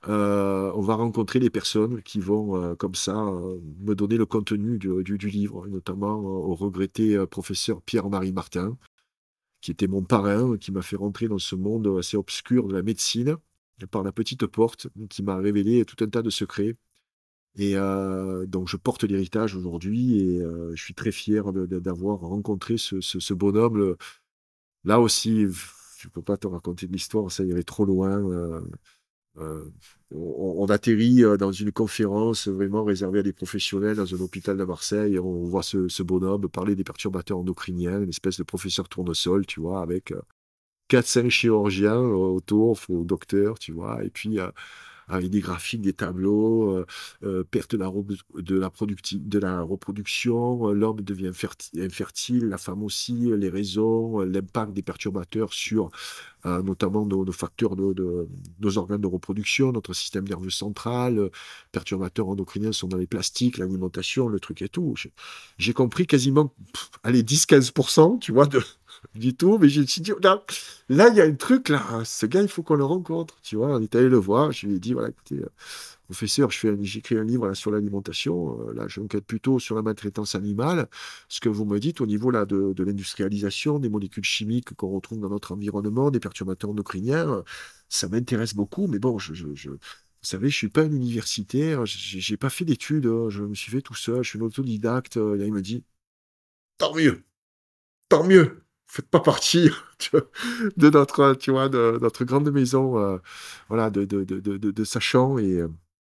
euh, on va rencontrer les personnes qui vont, euh, comme ça, euh, me donner le contenu du, du- du livre, et notamment euh, au regretté euh, professeur Pierre-Marie Martin, qui était mon parrain, qui m'a fait rentrer dans ce monde assez obscur de la médecine par la petite porte, qui m'a révélé tout un tas de secrets. Et euh, donc, je porte l'héritage aujourd'hui et euh, je suis très fier de- de- d'avoir rencontré ce, ce- ce bonhomme. Le- Là aussi, je ne peux pas te raconter de l'histoire, ça irait trop loin. euh, euh, on, on atterrit euh, dans une conférence vraiment réservée à des professionnels dans un hôpital de Marseille. On voit ce, ce bonhomme parler des perturbateurs endocriniens, une espèce de professeur tournesol, tu vois, avec euh, quatre cinq chirurgiens euh, autour, au docteur, tu vois, et puis euh, avec des graphiques, des tableaux, euh, euh, perte de la, re- de la, producti- de la reproduction, euh, l'homme devient ferti- infertile, la femme aussi, euh, les raisons, euh, l'impact des perturbateurs sur euh, notamment nos, nos facteurs de, de- nos organes de reproduction, notre système nerveux central, euh, perturbateurs endocriniens sont dans les plastiques, l'alimentation, le truc et tout. J'ai j'ai compris quasiment, pff, allez, dix quinze pour cent, tu vois, de, du tout, mais je me suis dit, là, là, il y a un truc, là, ce gars, il faut qu'on le rencontre, tu vois, on est allé le voir, je lui ai dit, voilà, écoutez, euh, professeur, je fais un- j'écris un livre là, sur l'alimentation, euh, là, je m'enquête plutôt sur la maltraitance animale, ce que vous me dites au niveau là, de, de l'industrialisation, des molécules chimiques qu'on retrouve dans notre environnement, des perturbateurs endocriniens, euh, ça m'intéresse beaucoup, mais bon, je, je, je- vous savez, je suis pas un universitaire, j'ai j'ai pas fait d'études, hein, je me suis fait tout seul, je suis un autodidacte, euh, et là, il me dit, tant mieux, tant mieux. Faites pas partie tu vois, de notre, tu vois, de notre grande maison, euh, voilà, de, de, de, de, de- de sachants. Et, euh,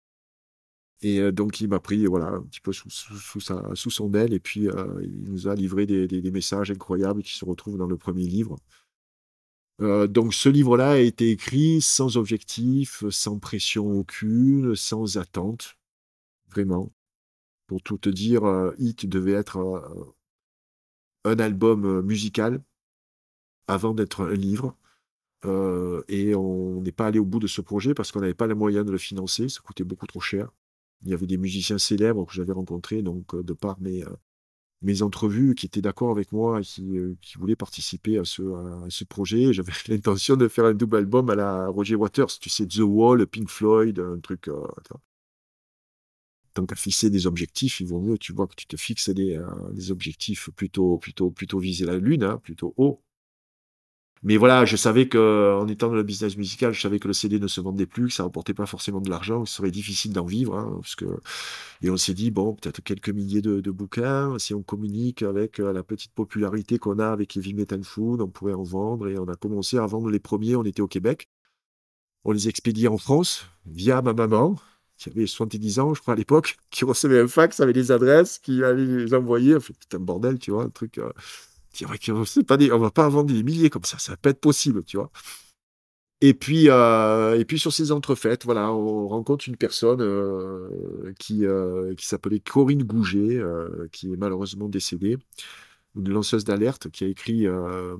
et euh, donc, il m'a pris, voilà, un petit peu sous, sous, sous sa, sous son aile. Et puis, euh, il nous a livré des, des- des messages incroyables qui se retrouvent dans le premier livre. Euh, donc, ce livre-là a été écrit sans objectif, sans pression aucune, sans attente, vraiment. Pour tout te dire, euh, Hit devait être euh, un album euh, musical avant d'être un livre. Euh, et on n'est pas allé au bout de ce projet parce qu'on n'avait pas les moyens de le financer, ça coûtait beaucoup trop cher. Il y avait des musiciens célèbres que j'avais rencontrés, donc euh, de par mes, euh, mes entrevues, qui étaient d'accord avec moi et qui, euh, qui voulaient participer à ce, à ce projet. J'avais l'intention de faire un double album à la Roger Waters, tu sais, The Wall, Pink Floyd, un truc. Euh, attends. Tant qu'à fixer des objectifs, il vaut mieux, tu vois, que tu te fixes des, euh, des objectifs plutôt, plutôt, plutôt viser la lune, hein, plutôt haut. Mais voilà, je savais que, en étant dans le business musical, je savais que le C D ne se vendait plus, que ça rapportait pas forcément de l'argent, que ce serait difficile d'en vivre, hein, parce que, et on s'est dit, bon, peut-être quelques milliers de, de bouquins, si on communique avec euh, la petite popularité qu'on a avec Heavy Metal Food, on pourrait en vendre, et on a commencé à vendre les premiers, on était au Québec, on les expédiait en France, via ma maman, qui avait soixante-dix ans, je crois, à l'époque, qui recevait un fax avec les adresses, qui allait les envoyer, enfin, c'était un bordel, tu vois, un truc, euh, qui- qui- c'est pas des, on va pas vendre des milliers comme ça, ça va pas être possible, tu vois. Et puis, euh, et puis sur ces entrefaites, voilà, on rencontre une personne euh, qui, euh, qui s'appelait Corinne Gouget, euh, qui est malheureusement décédée, une lanceuse d'alerte qui a écrit euh,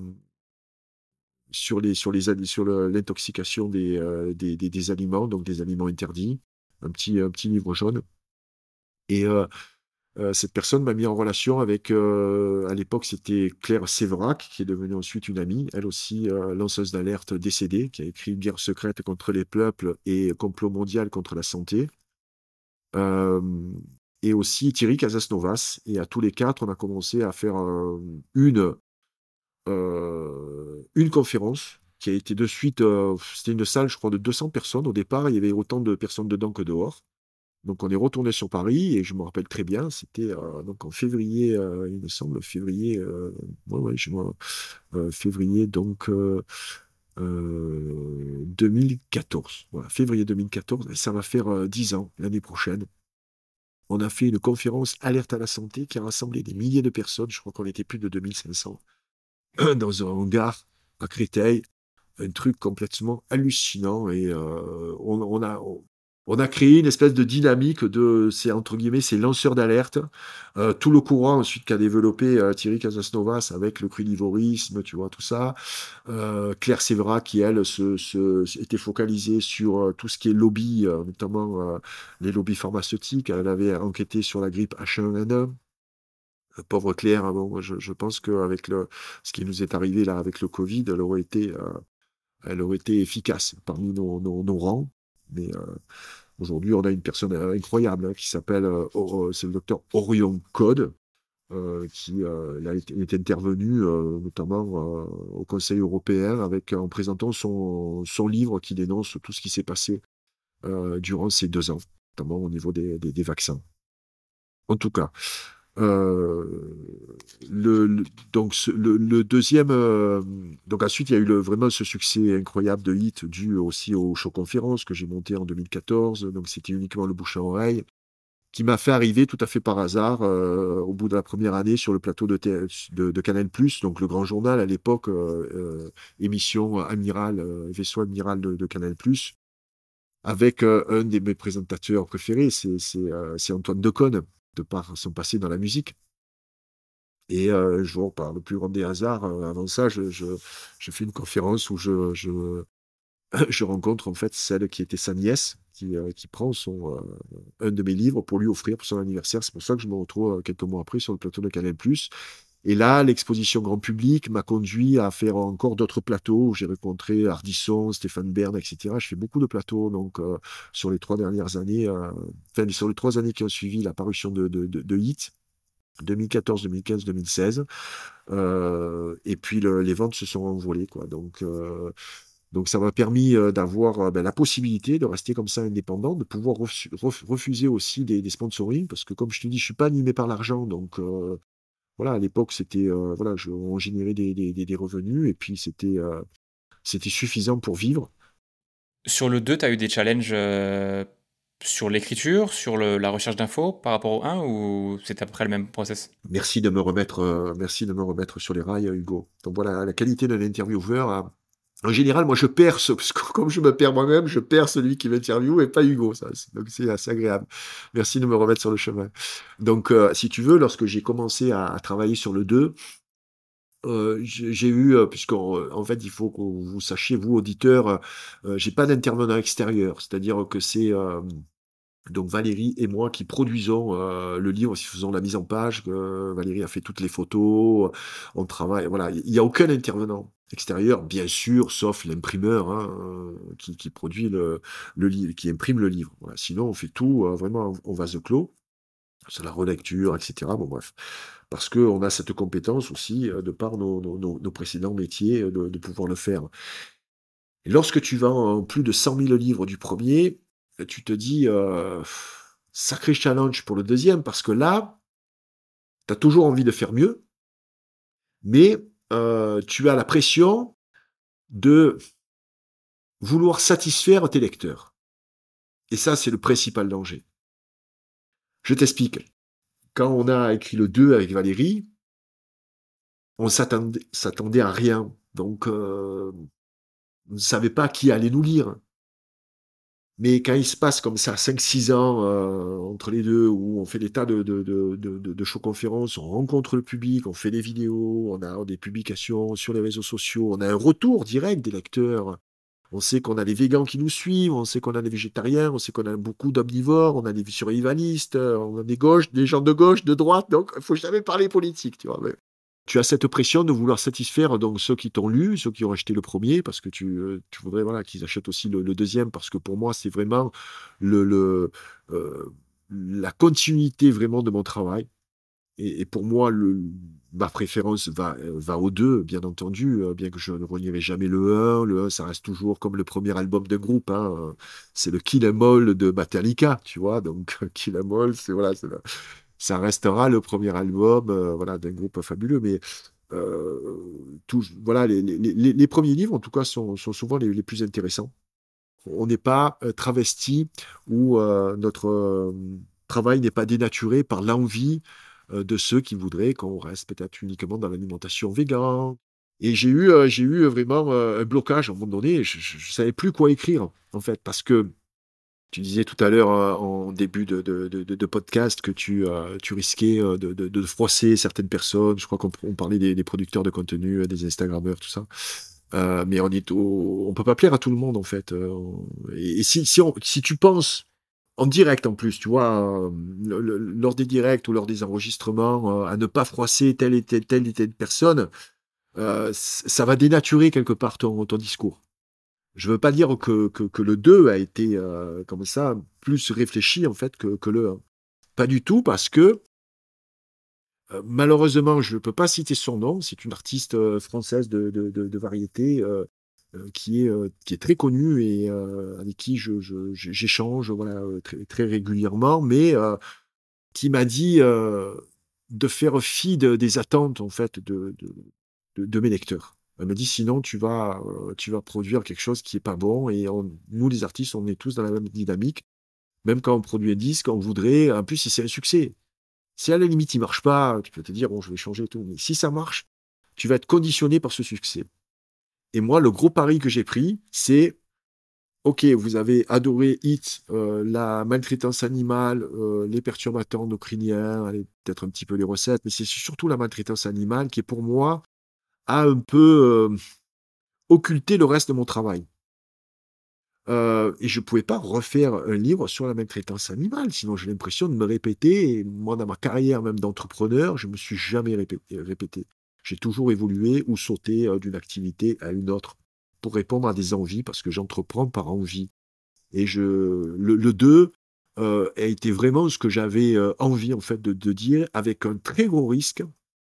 sur les, sur les, ali- sur le- l'intoxication des, euh, des, des- des aliments, donc des aliments interdits, un petit, un petit livre jaune. Et euh, euh, cette personne m'a mis en relation avec, euh, à l'époque, c'était Claire Séverac, qui est devenue ensuite une amie, elle aussi euh, lanceuse d'alerte décédée, qui a écrit Une guerre secrète contre les peuples et Complot mondial contre la santé. Euh, et aussi Thierry Casasnovas. Et à tous les quatre, on a commencé à faire euh, une, euh, une conférence qui a été de suite, euh, c'était une salle, je crois, de deux cents personnes au départ. Il y avait autant de personnes dedans que dehors. Donc on est retourné sur Paris et je me rappelle très bien, c'était euh, donc en février, euh, il me semble, février, euh, ouais, ouais, je vois, euh, février donc euh, euh, deux mille quatorze. Voilà, février deux mille quatorze, et ça va faire euh, dix ans l'année prochaine. On a fait une conférence Alerte à la santé qui a rassemblé des milliers de personnes, je crois qu'on était plus de deux mille cinq cents, dans un hangar à Créteil, un truc complètement hallucinant et euh, on, on a on, on a créé une espèce de dynamique de c'est entre guillemets ces lanceurs d'alerte. Euh, tout le courant ensuite qu'a développé euh, Thierry Casasnovas avec le crudivorisme, tu vois tout ça. Euh, Claire Sévera qui elle se, se- était focalisée sur euh, tout ce qui est lobby, euh, notamment euh, les lobbies pharmaceutiques. Elle avait enquêté sur la grippe H un N un. Euh, Pauvre Claire, hein, bon, je, je pense qu'avec le, ce qui nous est arrivé là avec le Covid, elle aurait été, euh, elle aurait été efficace parmi nos, nos- nos rangs. Mais euh, aujourd'hui, on a une personne incroyable hein, qui s'appelle, euh, O- O- c'est le docteur Orion Code, euh, qui euh, il a été, il est intervenu euh, notamment euh, au Conseil européen avec, en présentant son, son livre qui dénonce tout ce qui s'est passé euh, durant ces deux ans, notamment au niveau des, des, des vaccins. En tout cas, euh, le, le- donc ce- le, le deuxième, euh, donc ensuite il y a eu le, vraiment ce succès incroyable de Hit dû aussi aux show conférences que j'ai monté en deux mille quatorze. Donc c'était uniquement le bouche à oreille qui m'a fait arriver tout à fait par hasard euh, au bout de la première année sur le plateau de, T- de, de Canal+, donc le grand journal à l'époque, euh, euh, émission Amiral, euh, vaisseau amiral de, de Canal+, avec euh, un de mes présentateurs préférés, c'est c'est, euh, c'est Antoine Decaune, de par son passé dans la musique. Et euh, un jour, par le plus grand des hasards, euh, avant ça, je, je, je fais une conférence où je, je, je rencontre en fait celle qui était sa nièce, qui, euh, qui prend son, euh, un de mes livres pour lui offrir pour son anniversaire. C'est pour ça que je me retrouve euh, quelques mois après sur le plateau de Canal+. Et là, l'exposition grand public m'a conduit à faire encore d'autres plateaux où j'ai rencontré Ardisson, Stéphane Bern, et cetera. Je fais beaucoup de plateaux donc euh, sur les trois dernières années, euh, enfin sur les trois années qui ont suivi la parution de, de, de, de Hit, deux mille quatorze, deux mille quinze, deux mille seize. Euh, et puis le- les ventes se sont envolées, quoi. Donc, euh, donc ça m'a permis euh, d'avoir euh, ben, la possibilité de rester comme ça indépendant, de pouvoir refu- ref- refuser aussi des, des sponsoring, parce que comme je te dis, je suis pas animé par l'argent, donc euh, voilà, à l'époque c'était euh, voilà, je, on générait des, des, des- des revenus et puis c'était euh, c'était suffisant pour vivre. Sur le deux, tu as eu des challenges euh, sur l'écriture, sur le- la recherche d'infos par rapport au un, ou c'est à peu près le même process? Merci de me remettre, euh, merci de me remettre sur les rails, Hugo. Donc voilà, la qualité d'un intervieweur. Hein. En général, moi je perce, parce que comme je me perds moi-même, je perds celui qui m'interviewe et pas Hugo. Ça. C'est- Donc c'est assez agréable. Merci de me remettre sur le chemin. Donc, euh, si tu veux, lorsque j'ai commencé à, à travailler sur le deux, euh, j'ai j'ai eu, euh, puisqu'en en fait, il faut que vous sachiez, vous auditeurs, euh, euh, j'ai pas d'intervenant extérieur. C'est-à-dire que c'est euh, donc Valérie et moi qui produisons euh, le livre, qui faisons la mise en page. Euh, Valérie a fait toutes les photos, on travaille. Voilà, il n'y a aucun intervenant extérieur, bien sûr, sauf l'imprimeur hein, euh, qui, qui produit le, le livre, qui imprime le livre. Voilà, sinon, on fait tout euh, vraiment en, en vase clos. C'est la relecture, et cetera. Bon, bref. Parce qu'on a cette compétence aussi, euh, de par nos, nos- nos- nos précédents métiers, euh, de, de pouvoir le faire. Et lorsque tu vends plus de cent mille livres du premier, tu te dis, euh, sacré challenge pour le deuxième, parce que là, tu as toujours envie de faire mieux, mais euh, tu as la pression de vouloir satisfaire tes lecteurs. Et ça, c'est le principal danger. Je t'explique. Quand on a écrit le deux avec Valérie, on s'attendait, s'attendait à rien. Donc, euh, on ne savait pas qui allait nous lire. Mais quand il se passe comme ça cinq six ans euh, entre les deux, où on fait des tas de, de, de, de, de- de show-conférences, on rencontre le public, on fait des vidéos, on a des publications sur les réseaux sociaux, on a un retour direct des lecteurs. On sait qu'on a les végans qui nous suivent, on sait qu'on a les végétariens, on sait qu'on a beaucoup d'omnivores, on a des survivalistes, euh, on a des gauches, des gens de gauche, de droite, donc il faut jamais parler politique, tu vois. Mais tu as cette pression de vouloir satisfaire donc ceux qui t'ont lu, ceux qui ont acheté le premier, parce que tu, euh, tu voudrais voilà, qu'ils achètent aussi le, le deuxième, parce que pour moi, c'est vraiment le, le, euh, la continuité vraiment de mon travail. Et, et pour moi, le, ma préférence va, euh, va au deux, bien entendu, euh, bien que je ne renierai jamais le un. Le un, ça reste toujours comme le premier album d'un groupe. Hein, euh, c'est le Kill 'Em All de Metallica, tu vois. Donc, Kill 'Em All, c'est, voilà, c'est le- ça restera le premier album euh, voilà, d'un groupe fabuleux. Mais euh, tout, voilà, les, les- les- les premiers livres, en tout cas, sont, sont souvent les, les plus intéressants. On n'est pas euh, travesti ou euh, notre euh, travail n'est pas dénaturé par l'envie euh, de ceux qui voudraient qu'on reste peut-être uniquement dans l'alimentation végane. Et j'ai eu, euh, j'ai eu vraiment euh, un blocage à un moment donné. Je ne savais plus quoi écrire, en fait, parce que tu disais tout à l'heure euh, en début de, de, de, de podcast que tu, euh, tu risquais euh, de, de, de froisser certaines personnes. Je crois qu'on on parlait des, des producteurs de contenu, euh, des Instagrammeurs, tout ça. Euh, mais on est au- on peut pas plaire à tout le monde en fait. Euh, et, et si, si, on- si tu penses en direct en plus, tu vois, euh, le- le- lors des directs ou lors des enregistrements, euh, à ne pas froisser telle et telle, telle et telle personne, euh, c- ça va dénaturer quelque part ton, ton discours. Je veux pas dire que, que, que le deux a été euh, comme ça, plus réfléchi en fait que, que le un. Pas du tout, parce que euh, malheureusement, je ne peux pas citer son nom. C'est une artiste euh, française de, de, de, de variété euh, euh, qui est, euh, qui est très connue et euh, avec qui je, je- je- j'échange voilà, euh, très, très régulièrement, mais euh, qui m'a dit euh, de faire fi de- des attentes en fait de, de, de- de mes lecteurs. Elle me dit sinon tu vas, euh, tu vas produire quelque chose qui est pas bon et on- nous les artistes on est tous dans la même dynamique. Même quand on produit un disque, on voudrait, en plus si c'est un succès. Si à la limite il marche pas, tu peux te dire bon je vais changer et tout. Mais si ça marche, tu vas être conditionné par ce succès. Et moi le gros pari que j'ai pris, c'est ok, vous avez adoré Hit, euh, la maltraitance animale, euh, les perturbateurs endocriniens, allez, peut-être un petit peu les recettes, mais c'est surtout la maltraitance animale qui, pour moi, a un peu euh, occulté le reste de mon travail. Euh, et je ne pouvais pas refaire un livre sur la maltraitance animale, sinon j'ai l'impression de me répéter. Et moi, dans ma carrière même d'entrepreneur, je ne me suis jamais répété. répété. J'ai toujours évolué ou sauté euh, d'une activité à une autre pour répondre à des envies, parce que j'entreprends par envie. Et je, le, le deux euh, a été vraiment ce que j'avais euh, envie en fait de, de dire, avec un très gros risque,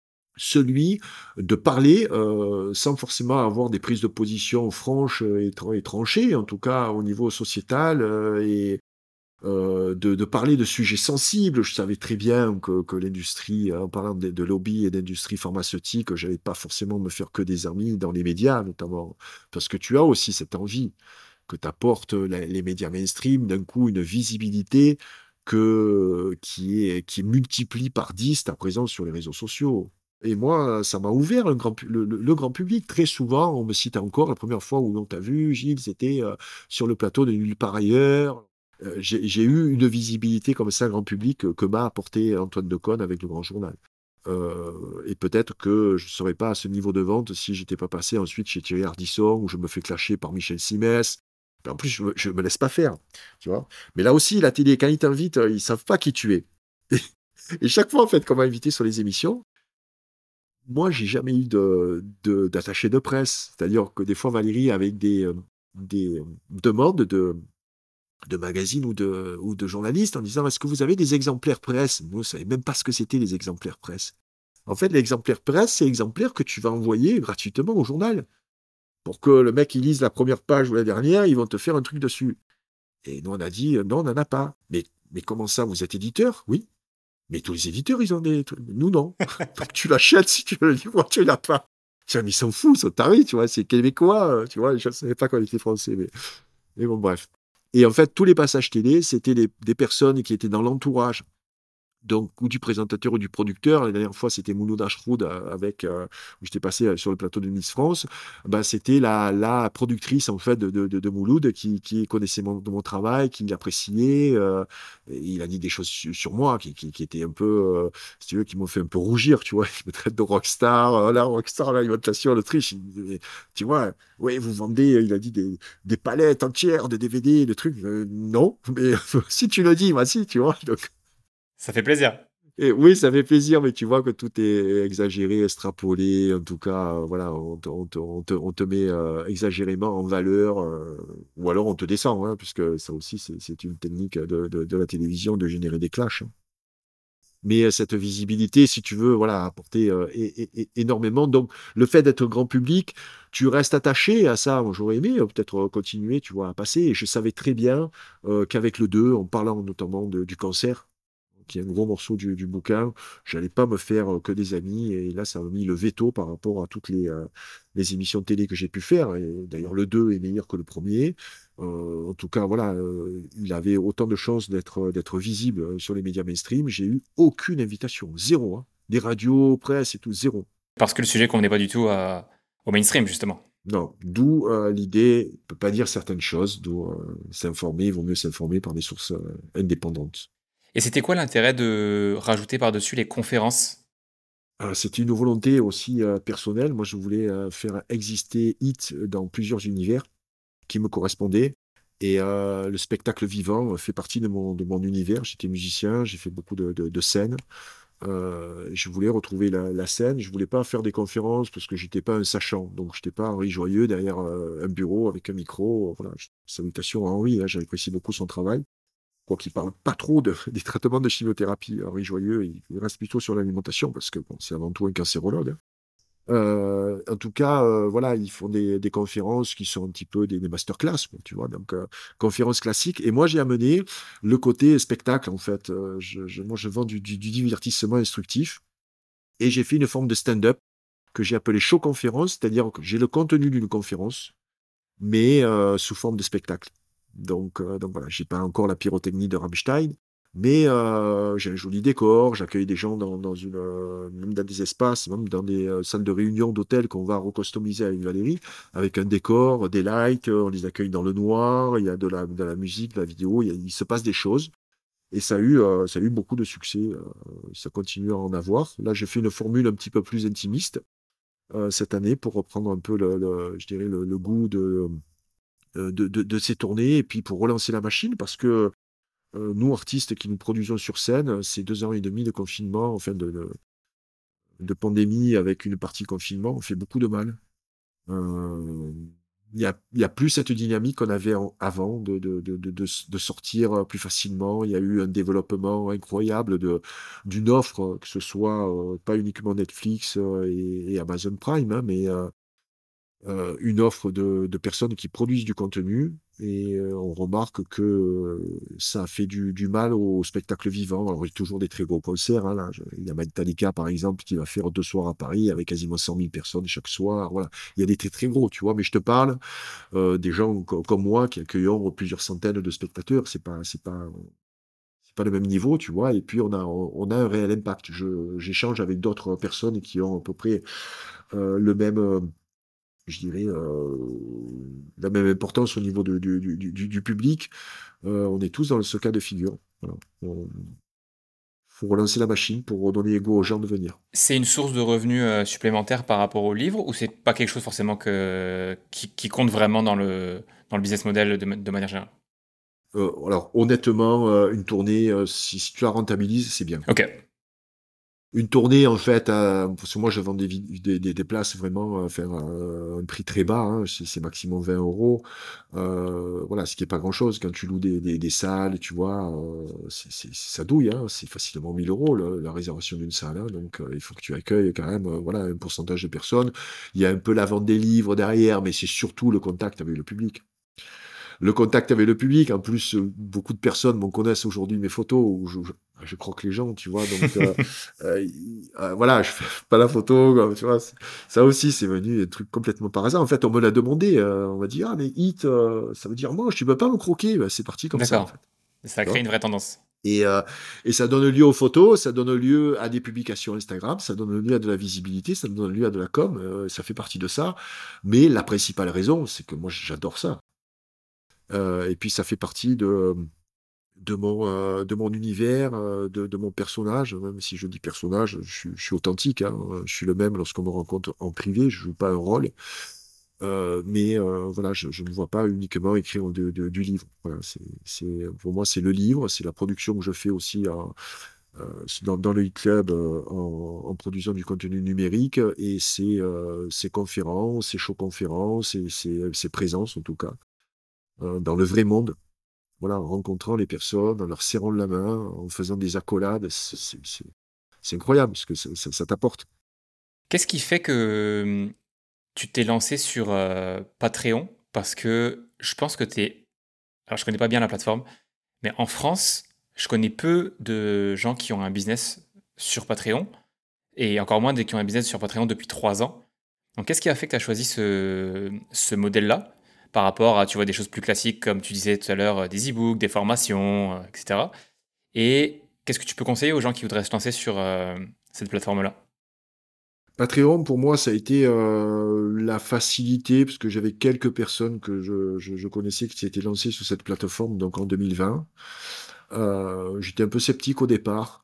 celui de parler euh, sans forcément avoir des prises de position franches et, tra- et tranchées, en tout cas au niveau sociétal, euh, et euh, de, de parler de sujets sensibles. Je savais très bien que, que l'industrie, en parlant de, de lobby et d'industrie pharmaceutique, je n'allais pas forcément me faire que des amis dans les médias, notamment, parce que tu as aussi cette envie que t'apportent la- les médias mainstream, d'un coup une visibilité que, qui est, qui multiplie par dix ta présence sur les réseaux sociaux. Et moi, ça m'a ouvert le grand, pu- le, le- le grand public. Très souvent, on me cite encore, la première fois où on t'a vu, Gilles, c'était euh, sur le plateau de Nulle part ailleurs. Euh, j'ai j'ai eu une visibilité comme ça, grand public, que, que m'a apporté Antoine Decaune avec le Grand Journal. Euh, et peut-être que je ne serais pas à ce niveau de vente si j'étais pas passé ensuite chez Thierry Ardisson, où je me fais clasher par Michel Simès. En plus, je me, je me laisse pas faire, tu vois. Mais là aussi, la télé, quand ils t'invitent, euh, ils savent pas qui tu es. Et chaque fois, en fait, qu'on m'a invité sur les émissions, moi, j'ai jamais eu de, de- d'attaché de presse. C'est-à-dire que des fois, Valérie, avec des, euh, des demandes de, de magazines ou de, ou de journalistes, en disant, est-ce que vous avez des exemplaires presse? Moi, je ne savais même pas ce que c'était les exemplaires presse. En fait, l'exemplaire presse, c'est l'exemplaire que tu vas envoyer gratuitement au journal. Pour que le mec il lise la première page ou la dernière, ils vont te faire un truc dessus. Et nous, on a dit, euh, non, on n'en a pas. Mais, mais comment ça, vous êtes éditeur? Oui. Mais tous les éditeurs, ils ont des trucs. Nous, non. Donc tu l'achètes si tu veux le livre, tu l'as pas. Tiens, mais ils s'en foutent, c'est tarif, tu vois, c'est québécois, euh, tu vois, je ne savais pas qu'on était français, mais, mais bon, bref. Et en fait, tous les passages télé, c'était les- des personnes qui étaient dans l'entourage, donc ou du présentateur ou du producteur. La dernière fois, c'était Mouloud Achoud euh, avec euh, où j'étais passé euh, sur le plateau de Miss France. Ben, c'était la, la productrice en fait de, de, de, de Mouloud qui, qui connaissait mon, de mon travail, qui l'appréciait. Euh, et il a dit des choses sur, sur moi qui, qui, qui étaient un peu, euh, si tu veux, qui m'ont fait un peu rougir, tu vois. Il me traite de rockstar, euh, la rockstar, l'alimentation, l'Autriche. Il- Tu vois, ouais, vous vendez, il a dit des, des palettes entières de D V D, de trucs. Euh, non, mais si tu le dis, moi si, tu vois. Donc, Ça fait plaisir. et oui, ça fait plaisir, mais tu vois que tout est exagéré, extrapolé. En tout cas, euh, voilà, on te, on te- on te- on te met euh, exagérément en valeur, euh, ou alors on te descend, hein, puisque ça aussi, c'est c'est une technique de, de- de la télévision de générer des clashs, hein. Mais euh, cette visibilité, si tu veux, voilà, a apporté euh, é- é- é- énormément. Donc, le fait d'être grand public, tu restes attaché à ça. Moi, j'aurais aimé euh, peut-être euh, continuer, tu vois, à passer. Et je savais très bien euh, qu'avec le deux, en parlant notamment de- du cancer, qui est un gros morceau du, du bouquin, j'allais pas me faire euh, que des amis. Et là, ça m'a mis le veto par rapport à toutes les, euh, les émissions de télé que j'ai pu faire. Et d'ailleurs, le deux est meilleur que le premier. Euh, en tout cas, voilà, euh, il avait autant de chances d'être d'être visible euh, sur les médias mainstream. J'ai eu aucune invitation, zéro, hein. Des radios, presse et tout, zéro. Parce que le sujet convenait pas du tout à- au mainstream, justement. Non, d'où euh, l'idée, on peut pas dire certaines choses, d'où euh, s'informer, il vaut mieux s'informer par des sources euh, indépendantes. Et c'était quoi l'intérêt de rajouter par-dessus les conférences? Euh, C'était une volonté aussi euh, personnelle. Moi, je voulais euh, faire exister Hit dans plusieurs univers qui me correspondaient. Et euh, le spectacle vivant fait partie de mon, de mon univers. J'étais musicien, j'ai fait beaucoup de, de, de scènes. Euh, je voulais retrouver la, la scène. Je voulais pas faire des conférences parce que j'étais pas un sachant. Donc, j'étais pas Henri Joyeux derrière euh, un bureau avec un micro. Voilà. Salutations à Henri, hein, j'apprécie beaucoup son travail. Quoi qu'il parle pas trop de- des traitements de chimiothérapie. Henri Joyeux, il, il reste plutôt sur l'alimentation parce que bon, c'est avant tout un cancérologue, hein. Euh, en tout cas, euh, voilà, ils font des, des conférences qui sont un petit peu des, des masterclass, quoi, tu vois, donc euh, conférences classiques. Et moi, j'ai amené le côté spectacle, en fait. Euh, je, je- moi, je vends du, du- du divertissement instructif et j'ai fait une forme de stand-up que j'ai appelé show conférence, c'est-à-dire que j'ai le contenu d'une conférence, mais euh, sous forme de spectacle. Donc, euh, donc voilà, j'ai pas encore la pyrotechnie de Rammstein, mais euh, j'ai un joli décor, j'accueille des gens dans, dans une, euh, même dans des espaces, même dans des euh, salles de réunion d'hôtel qu'on va recustomiser avec Valérie, avec un décor, des lights, euh, on les accueille dans le noir, il y a de la, de la musique, de la vidéo, il, y a- il se passe des choses. Et ça a eu, euh, ça a eu beaucoup de succès, euh, ça continue à en avoir. Là, j'ai fait une formule un petit peu plus intimiste euh, cette année pour reprendre un peu le, le- je dirais le, le goût de, euh, de, de, de ces tournées et puis pour relancer la machine parce que euh, nous, artistes qui nous produisons sur scène, ces deux ans et demi de confinement, enfin de, de, de pandémie avec une partie confinement, on fait beaucoup de mal. Euh, Il y a, il y a plus cette dynamique qu'on avait en- avant de, de, de, de, de s- de sortir plus facilement. Il y a eu un développement incroyable de, d'une offre, que ce soit euh, pas uniquement Netflix euh, et, et Amazon Prime, hein, mais euh, euh, une offre de, de personnes qui produisent du contenu et euh, on remarque que euh, ça fait du, du mal au spectacle vivant. Alors, il y a toujours des très gros concerts, hein, là. Je- il y a Metallica, par exemple, qui va faire deux soirs à Paris avec quasiment cent mille personnes chaque soir. Voilà. Il y a des très très gros, tu vois, mais je te parle euh, des gens co- comme moi qui accueillent plusieurs centaines de spectateurs. C'est pas, c'est pas, c'est pas le même niveau, tu vois. Et puis, on a, on a un réel impact. Je, j'échange avec d'autres personnes qui ont à peu près euh, le même. euh, je dirais, euh, la même importance au niveau de- du, du- du- du public. Euh, on est tous dans ce cas de figure. Voilà. Il faut relancer la machine pour redonner goût aux gens de venir. C'est une source de revenus euh, supplémentaire par rapport au livre ou c'est pas quelque chose forcément que, qui, qui compte vraiment dans le, dans le business model de, ma- de manière générale? Euh, alors, honnêtement, euh, une tournée, euh, si, si tu la rentabilises, c'est bien. Ok. Une tournée, en fait, euh, parce que moi, je vends des, vid- des, des, des places vraiment, euh, enfin, euh, un prix très bas, hein, c'est c'est maximum vingt euros. Euh, voilà, ce qui est pas grand-chose. Quand tu loues des, des, des salles, tu vois, euh, c'est, c'est- ça douille, hein, c'est facilement mille euros le- la réservation d'une salle, hein. Donc, euh, il faut que tu accueilles quand même, euh, voilà, un pourcentage de personnes. Il y a un peu la vente des livres derrière, mais c'est surtout le contact avec le public. Le contact avec le public. En plus, euh, beaucoup de personnes m'en connaissent aujourd'hui mes photos où je, je, je croque les gens, tu vois. Donc, euh, euh, y- euh, voilà, je fais pas la photo, quoi, tu vois. c'est- Ça aussi, c'est venu un truc complètement par hasard. En fait, on me l'a demandé. Euh, on m'a dit, ah, mais hit, euh, ça veut dire moche, tu peux pas me croquer. Ben, c'est parti comme ça, en D'accord. fait. Ça Tu crée vois. une vraie tendance. Et, euh, et ça donne lieu aux photos, ça donne lieu à des publications Instagram, ça donne lieu à de la visibilité, ça donne lieu à de la com, euh, ça fait partie de ça. Mais la principale raison, c'est que moi, j'adore ça. Euh, et puis ça fait partie de, de mon, euh, de mon univers, euh, de, de mon personnage, même si je dis personnage, je, suis je suis authentique, hein, je suis le même lorsqu'on me rencontre en privé, je joue pas un rôle. Euh, mais euh, voilà, je, je ne vois pas uniquement écrire de- de- du livre. Voilà, c'est, c'est, pour moi, c'est le livre, c'est la production que je fais aussi à- euh, dans, dans le Hit Club euh, en, en produisant du contenu numérique, et c'est euh, ces conférences, ces show-conférences, et ces, ces présences en tout cas, euh, dans le vrai monde. Voilà, en rencontrant les personnes, en leur serrant la main, en faisant des accolades, c'est c'est- c'est- c'est incroyable ce que ça, ça- ça t'apporte. Qu'est-ce qui fait que hum, tu t'es lancé sur euh, Patreon? Parce que je pense que t'es... Alors, je connais pas bien la plateforme, mais en France, je connais peu de gens qui ont un business sur Patreon, et encore moins des qui ont un business sur Patreon depuis trois ans. Donc, qu'est-ce qui a fait que tu as choisi ce, ce modèle-là par rapport à, tu vois, des choses plus classiques, comme tu disais tout à l'heure, euh, des e-books, des formations, euh, et cetera. Et qu'est-ce que tu peux conseiller aux gens qui voudraient se lancer sur euh, cette plateforme-là? Patreon, pour moi, ça a été euh, la facilité, parce que j'avais quelques personnes que je, je- je connaissais qui s'étaient lancées sur cette plateforme, donc en deux mille vingt. Euh, j'étais un peu sceptique au départ.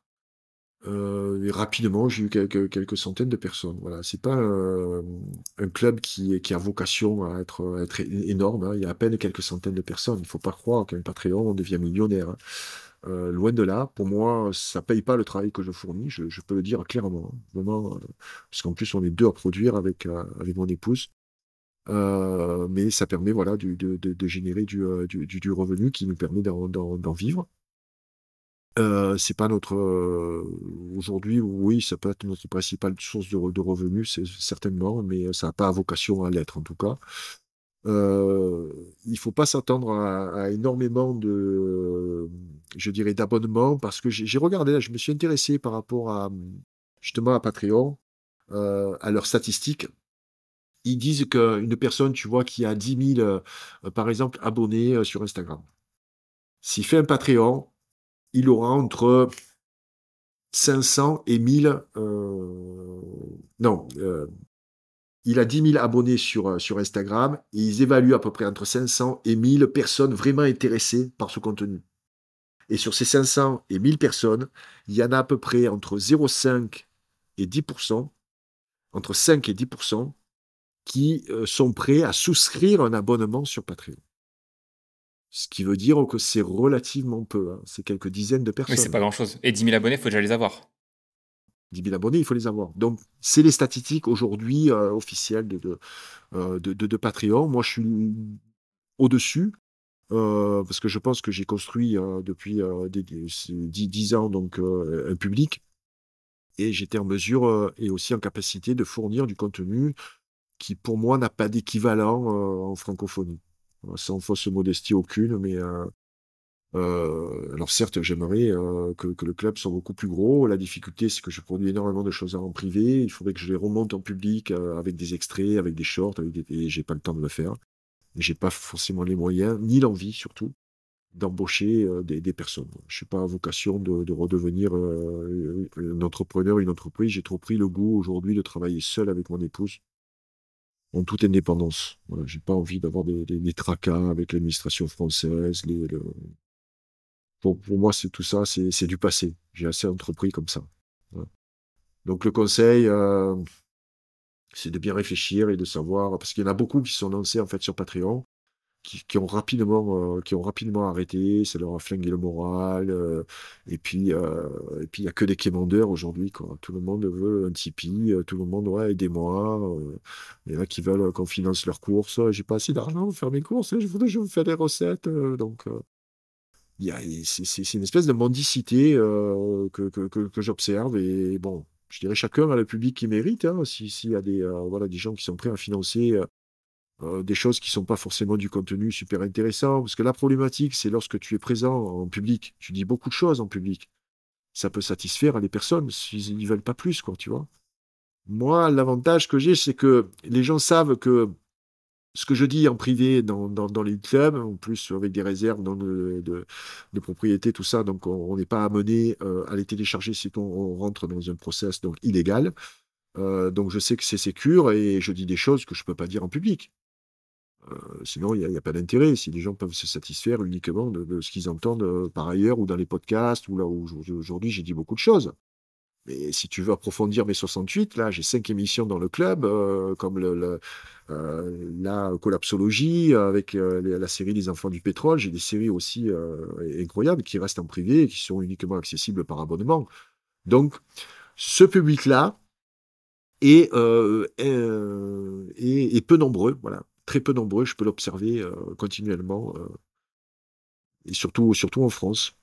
Euh, et rapidement, j'ai eu quelques, quelques centaines de personnes. Voilà, c'est pas un, un club qui, qui a vocation à être, à être é- énorme, hein. Il y a à peine quelques centaines de personnes. Il faut pas croire qu'un Patreon, on devient millionnaire, hein. Euh, loin de là, pour moi, ça paye pas le travail que je fournis, je, je peux le dire clairement, hein, vraiment, euh, parce qu'en plus on est deux à produire avec, euh, avec mon épouse. Euh, mais ça permet voilà du- de, de- de générer du, euh, du, du- du revenu qui nous permet d'en d'en- d'en vivre. Euh, c'est pas notre euh, aujourd'hui, oui, ça peut être notre principale source de, re- de revenus, c'est certainement, mais ça n'a pas vocation à l'être en tout cas. Euh, il faut pas s'attendre à, à énormément de, je dirais, d'abonnements parce que j'ai j'ai regardé, là, je me suis intéressé par rapport à justement à Patreon, euh, à leurs statistiques. Ils disent qu'une personne, tu vois, qui a dix mille, euh, par exemple, abonnés euh, sur Instagram, s'il fait un Patreon, il aura entre cinq cents et mille. euh, non, euh, il a dix mille abonnés sur, euh, sur Instagram et ils évaluent à peu près entre cinq cents et mille personnes vraiment intéressées par ce contenu. Et sur ces cinq cents et mille personnes, il y en a à peu près entre zéro virgule cinq et dix pour cent, entre cinq et dix pour cent, qui euh, sont prêts à souscrire un abonnement sur Patreon. Ce qui veut dire que c'est relativement peu, hein. C'est quelques dizaines de Oui, c'est personnes, pas hein. grand-chose. Et dix mille abonnés, faut déjà les avoir. dix mille abonnés, il faut les avoir. Donc, c'est les statistiques aujourd'hui euh, officielles de, de, euh, de, de- de Patreon. Moi, je suis au-dessus euh, parce que je pense que j'ai construit euh, depuis euh, des, des- dix 10 ans donc, euh, un public et j'étais en mesure euh, et aussi en capacité de fournir du contenu qui, pour moi, n'a pas d'équivalent euh, en francophonie. Euh, Sans fausse modestie aucune, mais euh, Euh, alors certes, j'aimerais euh, que, que le club soit beaucoup plus gros. La difficulté, c'est que je produis énormément de choses en privé. Il faudrait que je les remonte en public euh, avec des extraits, avec des shorts, avec des... et j'ai pas le temps de le faire. Et j'ai pas forcément les moyens, ni l'envie surtout, d'embaucher euh, des, des personnes. Je suis pas à vocation de, de redevenir euh, un entrepreneur, une entreprise. J'ai trop pris le goût aujourd'hui de travailler seul avec mon épouse en toute indépendance. Voilà, j'ai pas envie d'avoir des, des, des tracas avec l'administration française, les, le- Pour, pour moi, c'est tout ça, c'est c'est du passé. J'ai assez entrepris comme ça. Voilà. Donc le conseil, euh, c'est de bien réfléchir et de savoir, parce qu'il y en a beaucoup qui se sont lancés en fait sur Patreon, qui, qui ont rapidement, euh, qui ont rapidement arrêté, ça leur a flingué le moral. Euh, et puis, euh, et puis il y a que des quémandeurs aujourd'hui, quoi. Tout le monde veut un Tipeee, euh, tout le monde, ouais, aidez-moi. Euh, il y en a qui veulent qu'on finance leurs courses. J'ai pas assez d'argent pour faire mes courses, je voudrais, je veux faire des recettes. euh, donc euh, il y a, c'est c'est- c'est une espèce de mendicité euh, que, que, que, que j'observe. Et bon, je dirais chacun a le public qui mérite. Hein, si, s'il y a des, euh, voilà, des gens qui sont prêts à financer euh, euh, des choses qui sont pas forcément du contenu super intéressant. Parce que la problématique, c'est lorsque tu es présent en public, tu dis beaucoup de choses en public. Ça peut satisfaire les personnes s'ils ne veulent pas plus, quoi, tu vois. Moi, l'avantage que j'ai, c'est que les gens savent que ce que je dis en privé dans, dans, dans les clubs, en plus avec des réserves dans de, de, de propriété, tout ça, donc on n'est pas amené euh, à les télécharger si on, on rentre dans un process donc illégal. Euh, donc je sais que c'est sécure et je dis des choses que je peux pas dire en public. Euh, sinon, il n'y a, il y a pas d'intérêt. Si les gens peuvent se satisfaire uniquement de, de ce qu'ils entendent euh, par ailleurs ou dans les podcasts, ou là où aujourd'hui j'ai dit beaucoup de choses. Mais si tu veux approfondir mes soixante-huit, là, j'ai cinq émissions dans le club, euh, comme le, le- euh, la collapsologie, avec euh, les- la série des Enfants du pétrole. J'ai des séries aussi euh, incroyables qui restent en privé et qui sont uniquement accessibles par abonnement. Donc, ce public-là est, euh, est, euh, est- est peu nombreux, voilà, très peu nombreux. Je peux l'observer euh, continuellement, euh, et surtout, surtout en France.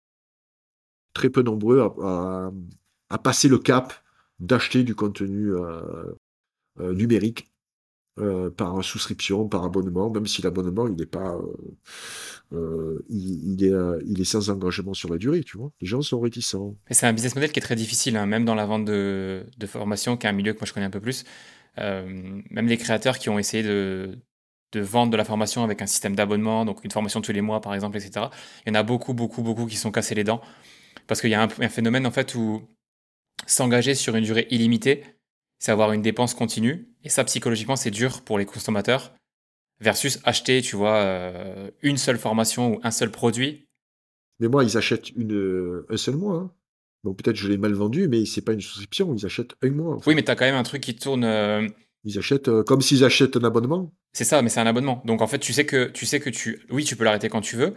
Très peu nombreux à, à- à passer le cap d'acheter du contenu euh, euh, numérique euh, par souscription, par abonnement, même si l'abonnement, il n'est pas, euh, euh, il, il est, euh, il est sans engagement sur la durée, tu vois. Les gens sont réticents. Et c'est un business model qui est très difficile, hein, même dans la vente de, de formation, qui est un milieu que moi je connais un peu plus. Euh, même les créateurs qui ont essayé de, de vendre de la formation avec un système d'abonnement, donc une formation tous les mois par exemple, et cetera. Il y en a beaucoup, beaucoup, beaucoup qui sont cassés les dents. Parce qu'il y a un, un phénomène en fait où s'engager sur une durée illimitée, c'est avoir une dépense continue. Et ça, psychologiquement, c'est dur pour les consommateurs. Versus acheter, tu vois, euh, une seule formation ou un seul produit. Mais moi, ils achètent une, euh, un seul mois, hein. Donc peut-être je l'ai mal vendu, mais c'est pas une souscription, ils achètent un mois en Oui, fait. mais tu as quand même un truc qui tourne. euh, Ils achètent euh, comme s'ils achètent un abonnement. C'est ça, mais c'est un abonnement. Donc en fait, tu sais que tu sais que tu, oui, tu peux l'arrêter quand tu veux,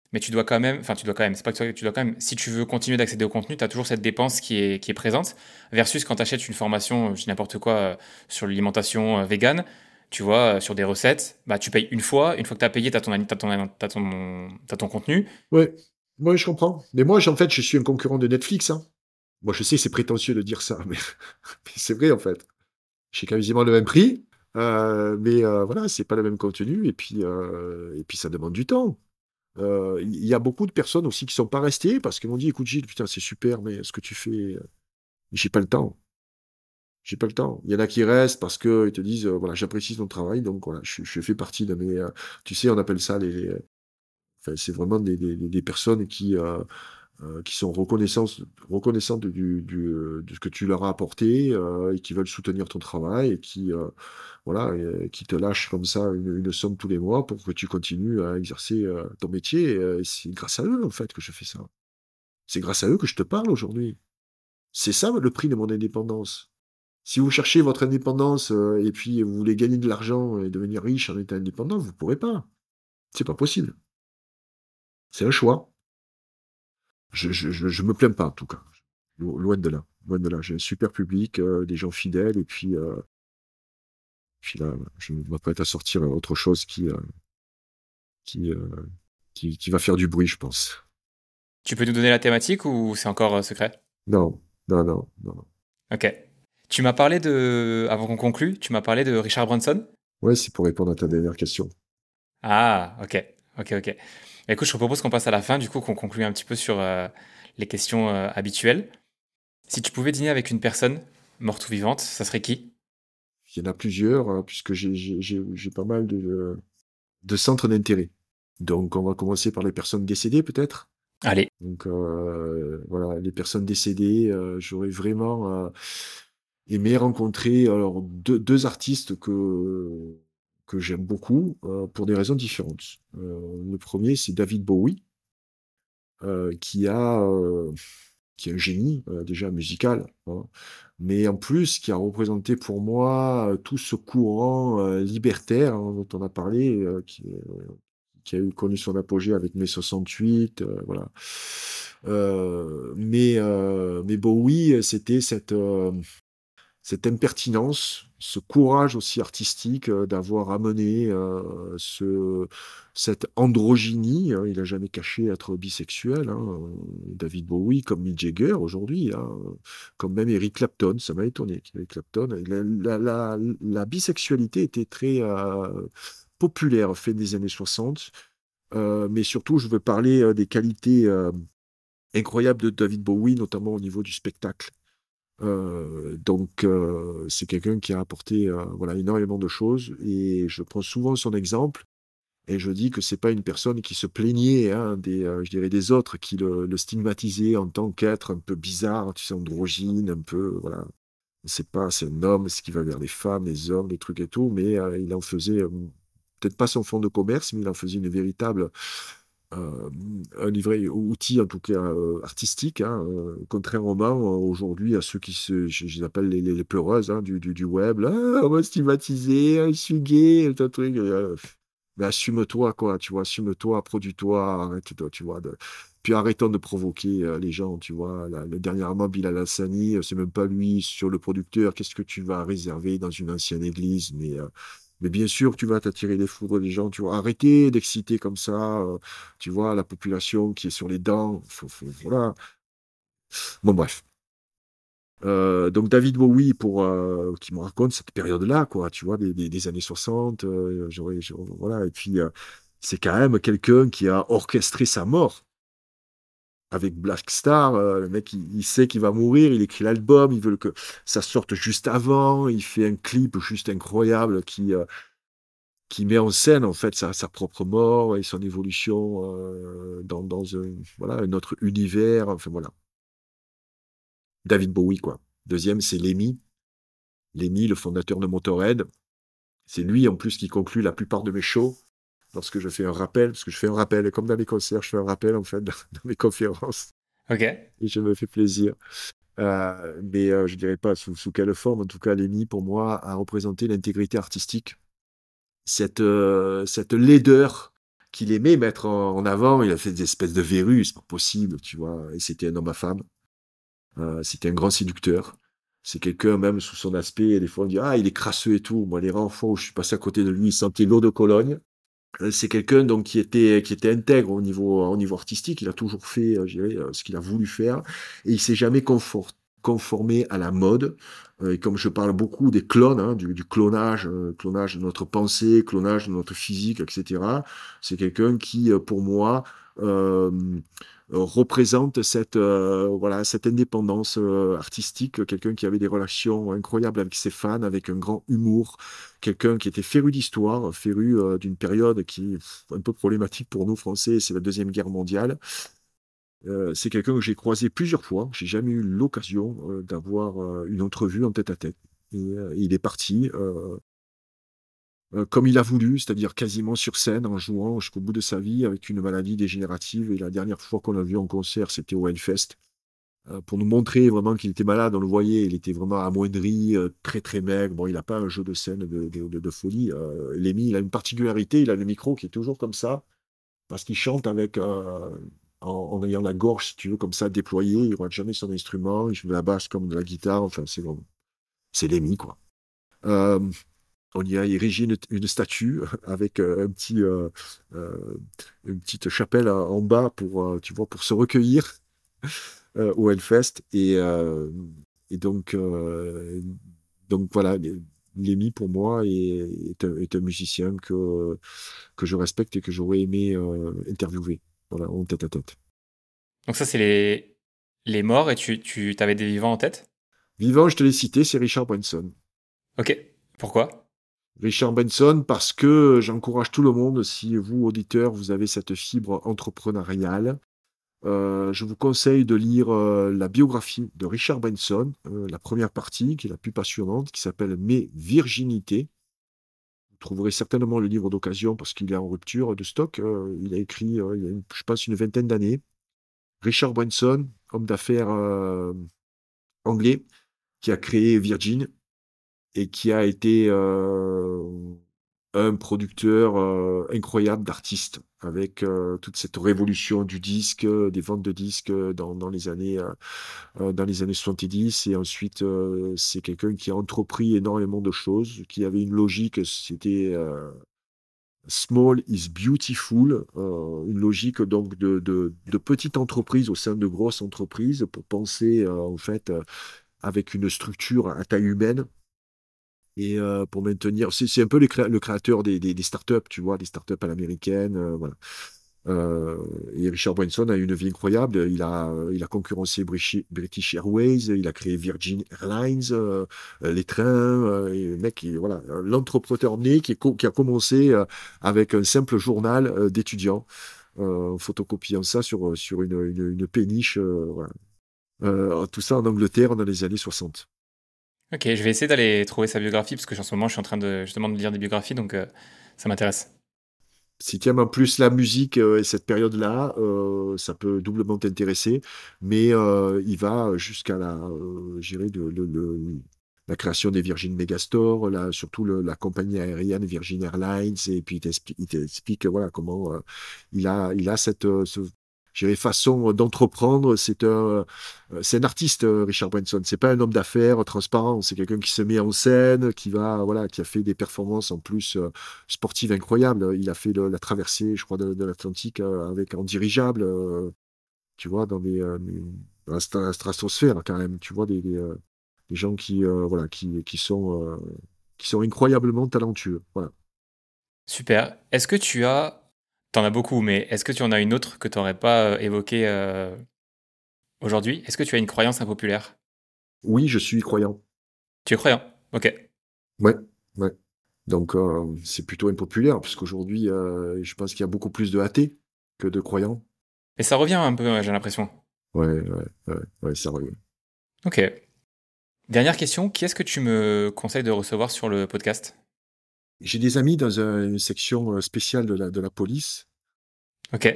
Mais tu dois quand même, enfin tu dois quand même, c'est pas que tu dois, tu dois quand même, si tu veux continuer d'accéder au contenu, tu as toujours cette dépense qui est, qui est présente, versus quand tu achètes une formation, je dis n'importe quoi, euh, sur l'alimentation euh, végane, tu vois, euh, sur des recettes, bah tu payes une fois, une fois que tu as payé, tu as ton, t'as ton, t'as ton, t'as ton contenu. Ouais, ouais, je comprends. Mais moi, j- en fait, je suis un concurrent de Netflix, hein. Moi, je sais, c'est prétentieux de dire ça, mais, mais c'est vrai, en fait. J'ai quasiment le même prix, euh, mais euh, voilà, c'est pas le même contenu, et puis, euh, et puis ça demande du temps. Euh, Il y a beaucoup de personnes aussi qui sont pas restées parce qu'ils m'ont dit, écoute Gilles, putain, c'est super, mais ce que tu fais, euh, j'ai pas le temps. J'ai pas le temps. Il y en a qui restent parce que ils te disent, euh, voilà, j'apprécie ton travail, donc voilà, je, je fais partie de mes, euh, tu sais, on appelle ça les, les- enfin, c'est vraiment des, des, des personnes qui, euh, euh, qui sont reconnaissantes, reconnaissantes du, du, euh, de ce que tu leur as apporté euh, et qui veulent soutenir ton travail et qui, euh, voilà, et, qui te lâchent comme ça une, une somme tous les mois pour que tu continues à exercer euh, ton métier. Et, euh, et c'est grâce à eux, en fait, que je fais ça. C'est grâce à eux que je te parle aujourd'hui. C'est ça le prix de mon indépendance. Si vous cherchez votre indépendance euh, et puis vous voulez gagner de l'argent et devenir riche en étant indépendant, vous ne pourrez pas. C'est pas possible. C'est un choix. Je, je, je, je me plains pas, en tout cas. Lo- Loin de là. Loin de là. J'ai un super public, euh, des gens fidèles, et puis, euh, puis là, je m'apprête à sortir autre chose qui, euh, qui, euh, qui, qui va faire du bruit, je pense. Tu peux nous donner la thématique ou c'est encore euh, secret? Non, non, non, non. Ok. Tu m'as parlé de, avant qu'on conclue, tu m'as parlé de Richard Branson? Ouais, c'est pour répondre à ta dernière question. Ah, ok, ok, ok. Bah, écoute, je te propose qu'on passe à la fin, du coup, qu'on conclue un petit peu sur euh, les questions euh, habituelles. Si tu pouvais dîner avec une personne, morte ou vivante, ça serait qui? Il y en a plusieurs, hein, puisque j'ai j'ai- j'ai- j'ai pas mal de, de centres d'intérêt. Donc, on va commencer par les personnes décédées, peut-être. Allez, Donc euh, voilà, les personnes décédées, euh, j'aurais vraiment euh, aimé rencontrer alors deux, deux artistes que que j'aime beaucoup euh, pour des raisons différentes. Euh, le premier, c'est David Bowie, euh, qui a euh, qui est un génie euh, déjà musical, hein, mais en plus qui a représenté pour moi euh, tout ce courant euh, libertaire hein, dont on a parlé, euh, qui, qui a eu connu son apogée avec mai soixante-huit, euh, voilà. Euh, mais, euh, mais Bowie, c'était cette, euh, cette impertinence, ce courage aussi artistique euh, d'avoir amené euh, ce, cette androgynie. Hein, il n'a jamais caché être bisexuel. Hein, euh, David Bowie, comme Mick Jagger aujourd'hui, hein, comme même Eric Clapton, ça m'a étonné. Eric Clapton, la, la, la, la bisexualité était très euh, populaire fin des années soixante. Euh, mais surtout, je veux parler euh, des qualités euh, incroyables de David Bowie, notamment au niveau du spectacle. Euh, donc, euh, c'est quelqu'un qui a apporté euh, voilà, énormément de choses et je prends souvent son exemple et je dis que c'est pas une personne qui se plaignait hein, des, euh, je dirais des autres qui le, le stigmatisaient en tant qu'être un peu bizarre, tu sais, androgyne, un peu, voilà. C'est pas, c'est un homme, ce qui va vers les femmes, les hommes, les trucs et tout, mais euh, il en faisait euh, peut-être pas son fond de commerce, mais il en faisait une véritable euh, un livret outil en tout cas euh, artistique, hein, euh, contrairement euh, aujourd'hui à ceux qui se, je, je les appelle les, les, les pleureuses hein, du, du, du web, là, ah, on va stigmatiser, ah, je suis gay, un truc. Euh, mais assume-toi, quoi, tu vois, assume-toi, produis-toi, arrête-toi, tu vois. De... Puis arrêtons de provoquer euh, les gens, tu vois. Là, le, dernièrement, Bilal Hassani, euh, c'est même pas lui sur le producteur, qu'est-ce que tu vas réserver dans une ancienne église, mais euh, mais bien sûr, que tu vas t'attirer les foudres des gens, tu vois. Arrêtez d'exciter comme ça, euh, tu vois, la population qui est sur les dents. Faut- faut- voilà. Bon, bref. Euh, donc David Bowie, pour, euh, qui me raconte cette période-là, quoi, tu vois, des, des- des années soixante, euh, j'aurais- j'aurais- voilà. Et puis, euh, c'est quand même quelqu'un qui a orchestré sa mort. Avec Black Star, euh, le mec, il, il sait qu'il va mourir, il écrit l'album, il veut que ça sorte juste avant, il fait un clip juste incroyable qui, euh, qui met en scène en fait sa, sa propre mort et son évolution euh, dans, dans un, voilà, un autre univers. Enfin voilà. David Bowie, quoi. Deuxième, c'est Lemmy. Lemmy, le fondateur de Motorhead. C'est lui en plus qui conclut la plupart de mes shows lorsque je fais un rappel, parce que je fais un rappel, et comme dans les concerts, je fais un rappel en fait dans, dans mes conférences ok. et je me fais plaisir. Euh, mais euh, je dirais pas sous, sous quelle forme, en tout cas, Lemmy, pour moi, a représenté l'intégrité artistique cette, euh, cette laideur qu'il aimait mettre en, en avant. Il a fait des espèces de verrues, c'est pas possible, tu vois. Et c'était un homme à femme. Euh, c'était un grand séducteur. C'est quelqu'un, même sous son aspect, des fois on dit, ah, il est crasseux et tout. Moi, les rares fois où je suis passé à côté de lui, il sentait l'eau de Cologne. Euh, C'est quelqu'un donc qui était qui était intègre au niveau au niveau artistique. Il a toujours fait, euh, je dirais, euh, ce qu'il a voulu faire, et il s'est jamais confort- conformé à la mode. Euh, et comme je parle beaucoup des clones, hein, du, du clonage, euh, clonage de notre pensée, clonage de notre physique, et cetera. C'est quelqu'un qui, euh, pour moi, euh, euh, représente cette euh, voilà cette indépendance euh, artistique. Quelqu'un qui avait des relations incroyables avec ses fans, avec un grand humour, quelqu'un qui était féru d'histoire, féru euh, d'une période qui est un peu problématique pour nous Français, c'est la Deuxième Guerre mondiale. Euh, c'est quelqu'un que j'ai croisé plusieurs fois, j'ai jamais eu l'occasion euh, d'avoir euh, une entrevue en tête-à-tête. Et euh, il est parti euh, euh, comme il a voulu, c'est-à-dire quasiment sur scène, en jouant jusqu'au bout de sa vie avec une maladie dégénérative. Et la dernière fois qu'on l'a vu en concert, c'était au Hellfest. Euh, pour nous montrer vraiment qu'il était malade, on le voyait, il était vraiment amoindri, euh, très très maigre. Bon, il n'a pas un jeu de scène de, de, de- de folie. Euh, Lémi, il a une particularité, il a le micro qui est toujours comme ça, parce qu'il chante avec, euh, en, en ayant la gorge, si tu veux, comme ça, déployée. Il ne rate jamais son instrument, il joue de la basse comme de la guitare. Enfin, c'est bon, c'est Lémi, quoi. Euh, on y a érigé une, une statue avec euh, un petit, euh, euh, une petite chapelle euh, en bas pour, euh, tu vois, pour se recueillir euh, au Hellfest. Et, euh, et donc, euh, donc voilà, Lémi pour moi est, est un, est un musicien que, que je respecte et que j'aurais aimé euh, interviewer, voilà, en tête à tête. Donc ça, c'est les, les morts et tu, tu avais des vivants en tête? Vivant, je te l'ai cité, c'est Richard Branson. Ok. Pourquoi? Richard Branson, parce que j'encourage tout le monde, si vous, auditeurs, vous avez cette fibre entrepreneuriale, Euh, je vous conseille de lire euh, la biographie de Richard Branson, euh, la première partie, qui est la plus passionnante, qui s'appelle Mes virginités. Vous trouverez certainement le livre d'occasion parce qu'il est en rupture de stock. Euh, il a écrit, euh, il y a, une- je pense, une vingtaine d'années. Richard Branson, homme d'affaires euh, anglais, qui a créé Virgin et qui a été euh, un producteur euh, incroyable d'artistes, avec euh, toute cette révolution du disque, euh, des ventes de disques euh, dans, dans les années, euh, euh, dans les années soixante-dix. Et ensuite, euh, c'est quelqu'un qui a entrepris énormément de choses, qui avait une logique, c'était euh, small is beautiful, euh, une logique donc de, de, de petite entreprise au sein de grosses entreprises pour penser euh, en fait euh, avec une structure à taille humaine. Et euh, pour maintenir, c'est c'est un peu les créa- le créateur des, des, des startups, tu vois, des startups à l'américaine, euh, voilà. Euh, et Richard Branson a eu une vie incroyable. Il a, il a concurrencé British British Airways, il a créé Virgin Airlines, euh, euh, les trains. Euh, et le mec, il- voilà, l'entrepreneur né qui, est co- qui a commencé euh, avec un simple journal euh, d'étudiant, euh, en photocopiant ça sur, sur une, une, une péniche. Euh, voilà. Euh, tout ça en Angleterre dans les années soixante. Ok, je vais essayer d'aller trouver sa biographie parce que en ce moment, je suis en train de justement de lire des biographies, donc euh, ça m'intéresse. Si tu aimes en plus la musique euh, et cette période-là, euh, ça peut doublement t'intéresser. Mais euh, il va jusqu'à la, euh, je dirais, de- le- le- la création des Virgin Megastore, là, surtout le- la compagnie aérienne Virgin Airlines. Et puis il t'explique, il t'explique, voilà, comment euh, il a, il a cette, euh, ce- je dirais, façon d'entreprendre. C'est un, euh, c'est un artiste, euh, Richard Branson. C'est pas un homme d'affaires transparent. C'est quelqu'un qui se met en scène, qui va, voilà, qui a fait des performances en plus. Euh, sportive incroyable. Il a fait le- la traversée, je crois, de, de l'Atlantique euh, avec en dirigeable, euh, tu vois, dans les, euh, dans la sta- stratosphère quand même. Tu vois, des, des, euh, des gens qui, euh, voilà, qui, qui sont, euh, qui sont incroyablement talentueux. Voilà. Super. Est-ce que tu as... T'en as beaucoup, mais est-ce que tu en as une autre que tu n'aurais pas euh, évoquée euh, aujourd'hui? Est-ce que tu as une croyance impopulaire? Oui, je suis croyant. Tu es croyant? Ok. Ouais, ouais. Donc, euh, c'est plutôt impopulaire, puisqu'aujourd'hui, euh, je pense qu'il y a beaucoup plus de athées que de croyants. Mais ça revient un peu, ouais, j'ai l'impression. Ouais, ouais, ouais, ouais, ça revient. Ok. Dernière question, qui est-ce que tu me conseilles de recevoir sur le podcast? J'ai des amis dans un- une section euh, spéciale de la, de la police. Ok.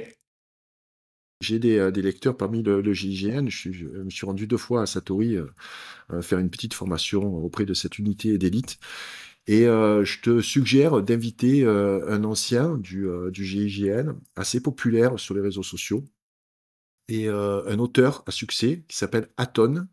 J'ai des, euh, des lecteurs parmi le, le G I G N. Je, suis- je me suis rendu deux fois à Satori euh, euh, faire une petite formation auprès de cette unité d'élite. Et euh, je te suggère d'inviter euh, un ancien du, euh, du G I G N, assez populaire sur les réseaux sociaux, et euh, un auteur à succès qui s'appelle Aton.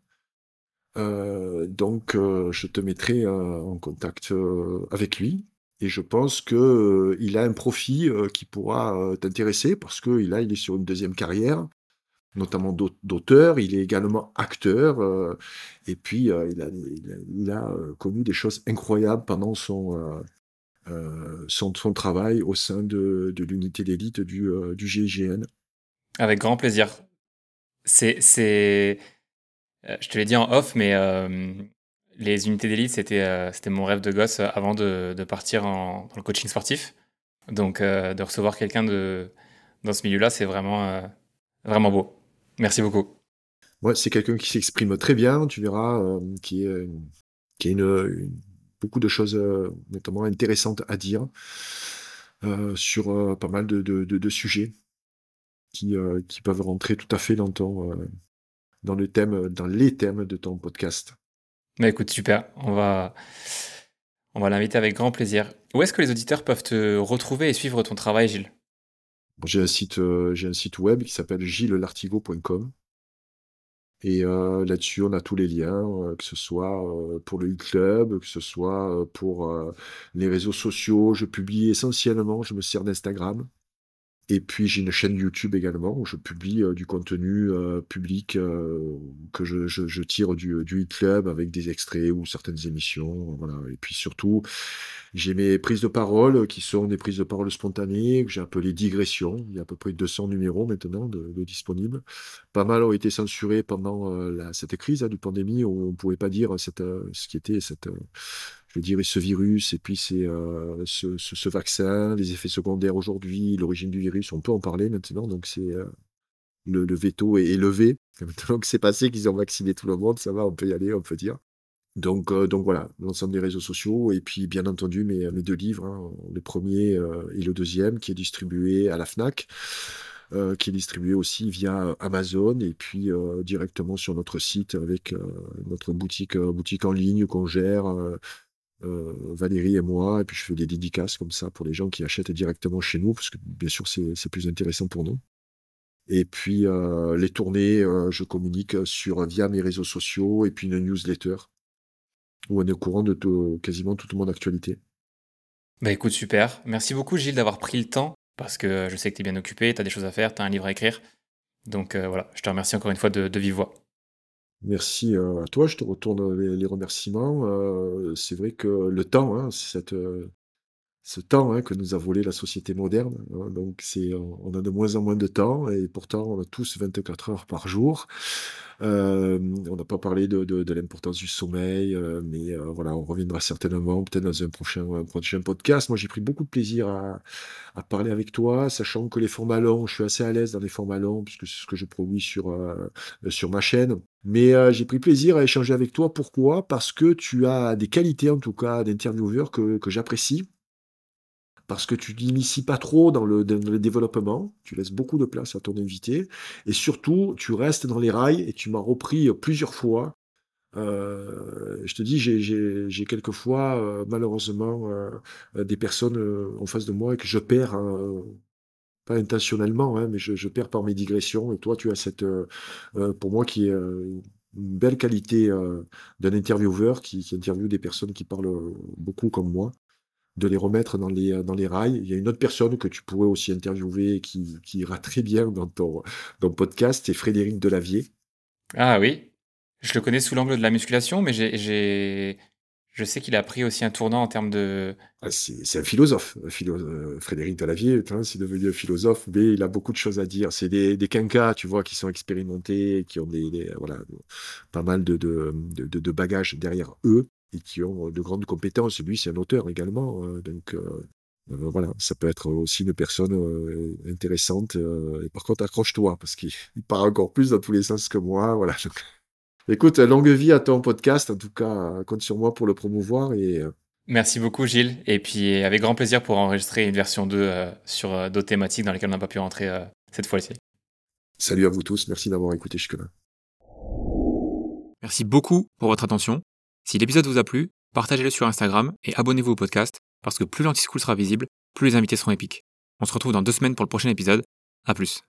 Euh, donc, euh, je te mettrai euh, en contact euh, avec lui. Et je pense que euh, il a un profil euh, qui pourra euh, t'intéresser parce que là, il est sur une deuxième carrière, notamment d'aut- d'auteur. Il est également acteur. Euh, et puis, euh, il a, il a, il a, euh, connu des choses incroyables pendant son, euh, euh, son, son travail au sein de, de l'unité d'élite du, euh, du G I G N. Avec grand plaisir. C'est, c'est, euh, je te l'ai dit en off, mais euh, les unités d'élite, c'était, euh, c'était mon rêve de gosse euh, avant de, de partir en, dans le coaching sportif. Donc, euh, de recevoir quelqu'un de, dans ce milieu-là, c'est vraiment, euh, vraiment beau. Merci beaucoup. Ouais, c'est quelqu'un qui s'exprime très bien, tu verras, euh, qui, est, qui a une, une- beaucoup de choses, euh, notamment intéressantes à dire euh, sur euh, pas mal de, de- de- de sujets qui, euh, qui peuvent rentrer tout à fait dans ton, euh, dans le thème, dans les thèmes de ton podcast. Bah écoute, super. On va, on va l'inviter avec grand plaisir. Où est-ce que les auditeurs peuvent te retrouver et suivre ton travail, Gilles? J'ai un site, euh, j'ai un site web qui s'appelle gilles lartigot point com. Et euh, là-dessus, on a tous les liens, euh, que ce soit euh, pour le e-club, que ce soit euh, pour euh, les réseaux sociaux. Je publie essentiellement, je me sers d'Instagram. Et puis j'ai une chaîne YouTube également où je publie euh, du contenu euh, public euh, que je, je- je tire du, du e-club avec des extraits ou certaines émissions. Voilà. Et puis surtout, j'ai mes prises de parole qui sont des prises de parole spontanées que j'ai appelées digressions. Il y a à peu près deux cents numéros maintenant de, de disponibles. Pas mal ont été censurés pendant euh, la- cette crise hein, du pandémie où on ne pouvait pas dire cette, euh, ce qui était cette, euh, je dirais, ce virus et puis c'est euh, ce, ce- ce vaccin, les effets secondaires aujourd'hui, l'origine du virus, on peut en parler maintenant, donc c'est euh, le, le veto est, est levé. Maintenant que c'est passé, qu'ils ont vacciné tout le monde, ça va, on peut y aller, on peut dire. Donc, euh, donc voilà, l'ensemble des réseaux sociaux et puis bien entendu mes, mes deux livres, hein, le premier euh, et le deuxième qui est distribué à la Fnac, euh, qui est distribué aussi via Amazon et puis euh, directement sur notre site avec euh, notre boutique, euh, boutique en ligne qu'on gère. euh, euh, Valérie et moi, et puis je fais des dédicaces comme ça pour les gens qui achètent directement chez nous, parce que bien sûr c'est c'est plus intéressant pour nous. Et puis euh, les tournées, euh, je communique sur via mes réseaux sociaux et puis une newsletter où on est au courant de tout- quasiment toute mon actualité. Bah écoute, super. Merci beaucoup, Gilles, d'avoir pris le temps, parce que je sais que tu es bien occupé, tu as des choses à faire, tu as un livre à écrire. Donc euh, voilà, je te remercie encore une fois de, de vive voix. Merci euh, à toi, je te retourne les, les remerciements. Euh, c'est vrai que le temps, hein, c'est cette, euh, ce temps hein, que nous a volé la société moderne. Hein. Donc, c'est, on a de moins en moins de temps et pourtant, on a tous vingt-quatre heures par jour. Euh, on n'a pas parlé de, de- de l'importance du sommeil, euh, mais euh, voilà, on reviendra certainement peut-être dans un prochain, un prochain podcast. Moi, j'ai pris beaucoup de plaisir à, à parler avec toi, sachant que les formats longs, je suis assez à l'aise dans les formats longs, puisque c'est ce que je produis sur, euh, sur ma chaîne. Mais euh, j'ai pris plaisir à échanger avec toi. Pourquoi? Parce que tu as des qualités, en tout cas, d'intervieweur que, que j'apprécie parce que tu t'inities pas trop dans le, dans le développement, tu laisses beaucoup de place à ton invité, et surtout, tu restes dans les rails, et tu m'as repris plusieurs fois. Euh, je te dis, j'ai j'ai- j'ai quelquefois, euh, malheureusement, euh, euh, des personnes euh, en face de moi que je perds, hein, pas intentionnellement, hein, mais je, je perds par mes digressions, et toi, tu as cette, euh, euh, pour moi, qui est euh, une belle qualité euh, d'un intervieweur qui, qui interviewe des personnes qui parlent beaucoup comme moi de les remettre dans les, dans les rails. Il y a une autre personne que tu pourrais aussi interviewer et qui, qui ira très bien dans ton, dans ton podcast, c'est Frédéric Delavier. Ah oui, je le connais sous l'angle de la musculation, mais j'ai, j'ai... je sais qu'il a pris aussi un tournant en termes de... Ah, C'est c'est un philosophe, un philo- euh, Frédéric Delavier, hein, c'est devenu un philosophe, mais il a beaucoup de choses à dire. C'est des, des quinquas, tu vois, qui sont expérimentés, qui ont des, des- voilà, pas mal de, de, de, de- de bagages derrière eux et qui ont de grandes compétences. Lui, c'est un auteur également, euh, donc euh, Euh, voilà, ça peut être aussi une personne euh, intéressante. Euh, et par contre, accroche-toi, parce qu'il il part encore plus dans tous les sens que moi. Voilà. Donc, écoute, longue vie à ton podcast. En tout cas, compte sur moi pour le promouvoir. Et euh, Merci beaucoup, Gilles. Et puis avec grand plaisir pour enregistrer une version deux euh, sur euh, d'autres thématiques dans lesquelles on n'a pas pu rentrer euh, cette fois-ci. salut à vous tous. Merci d'avoir écouté jusque-là. Merci beaucoup pour votre attention. Si l'épisode vous a plu, partagez-le sur Instagram et abonnez-vous au podcast parce que plus l'Antischool sera visible, plus les invités seront épiques. On se retrouve dans deux semaines pour le prochain épisode. À plus.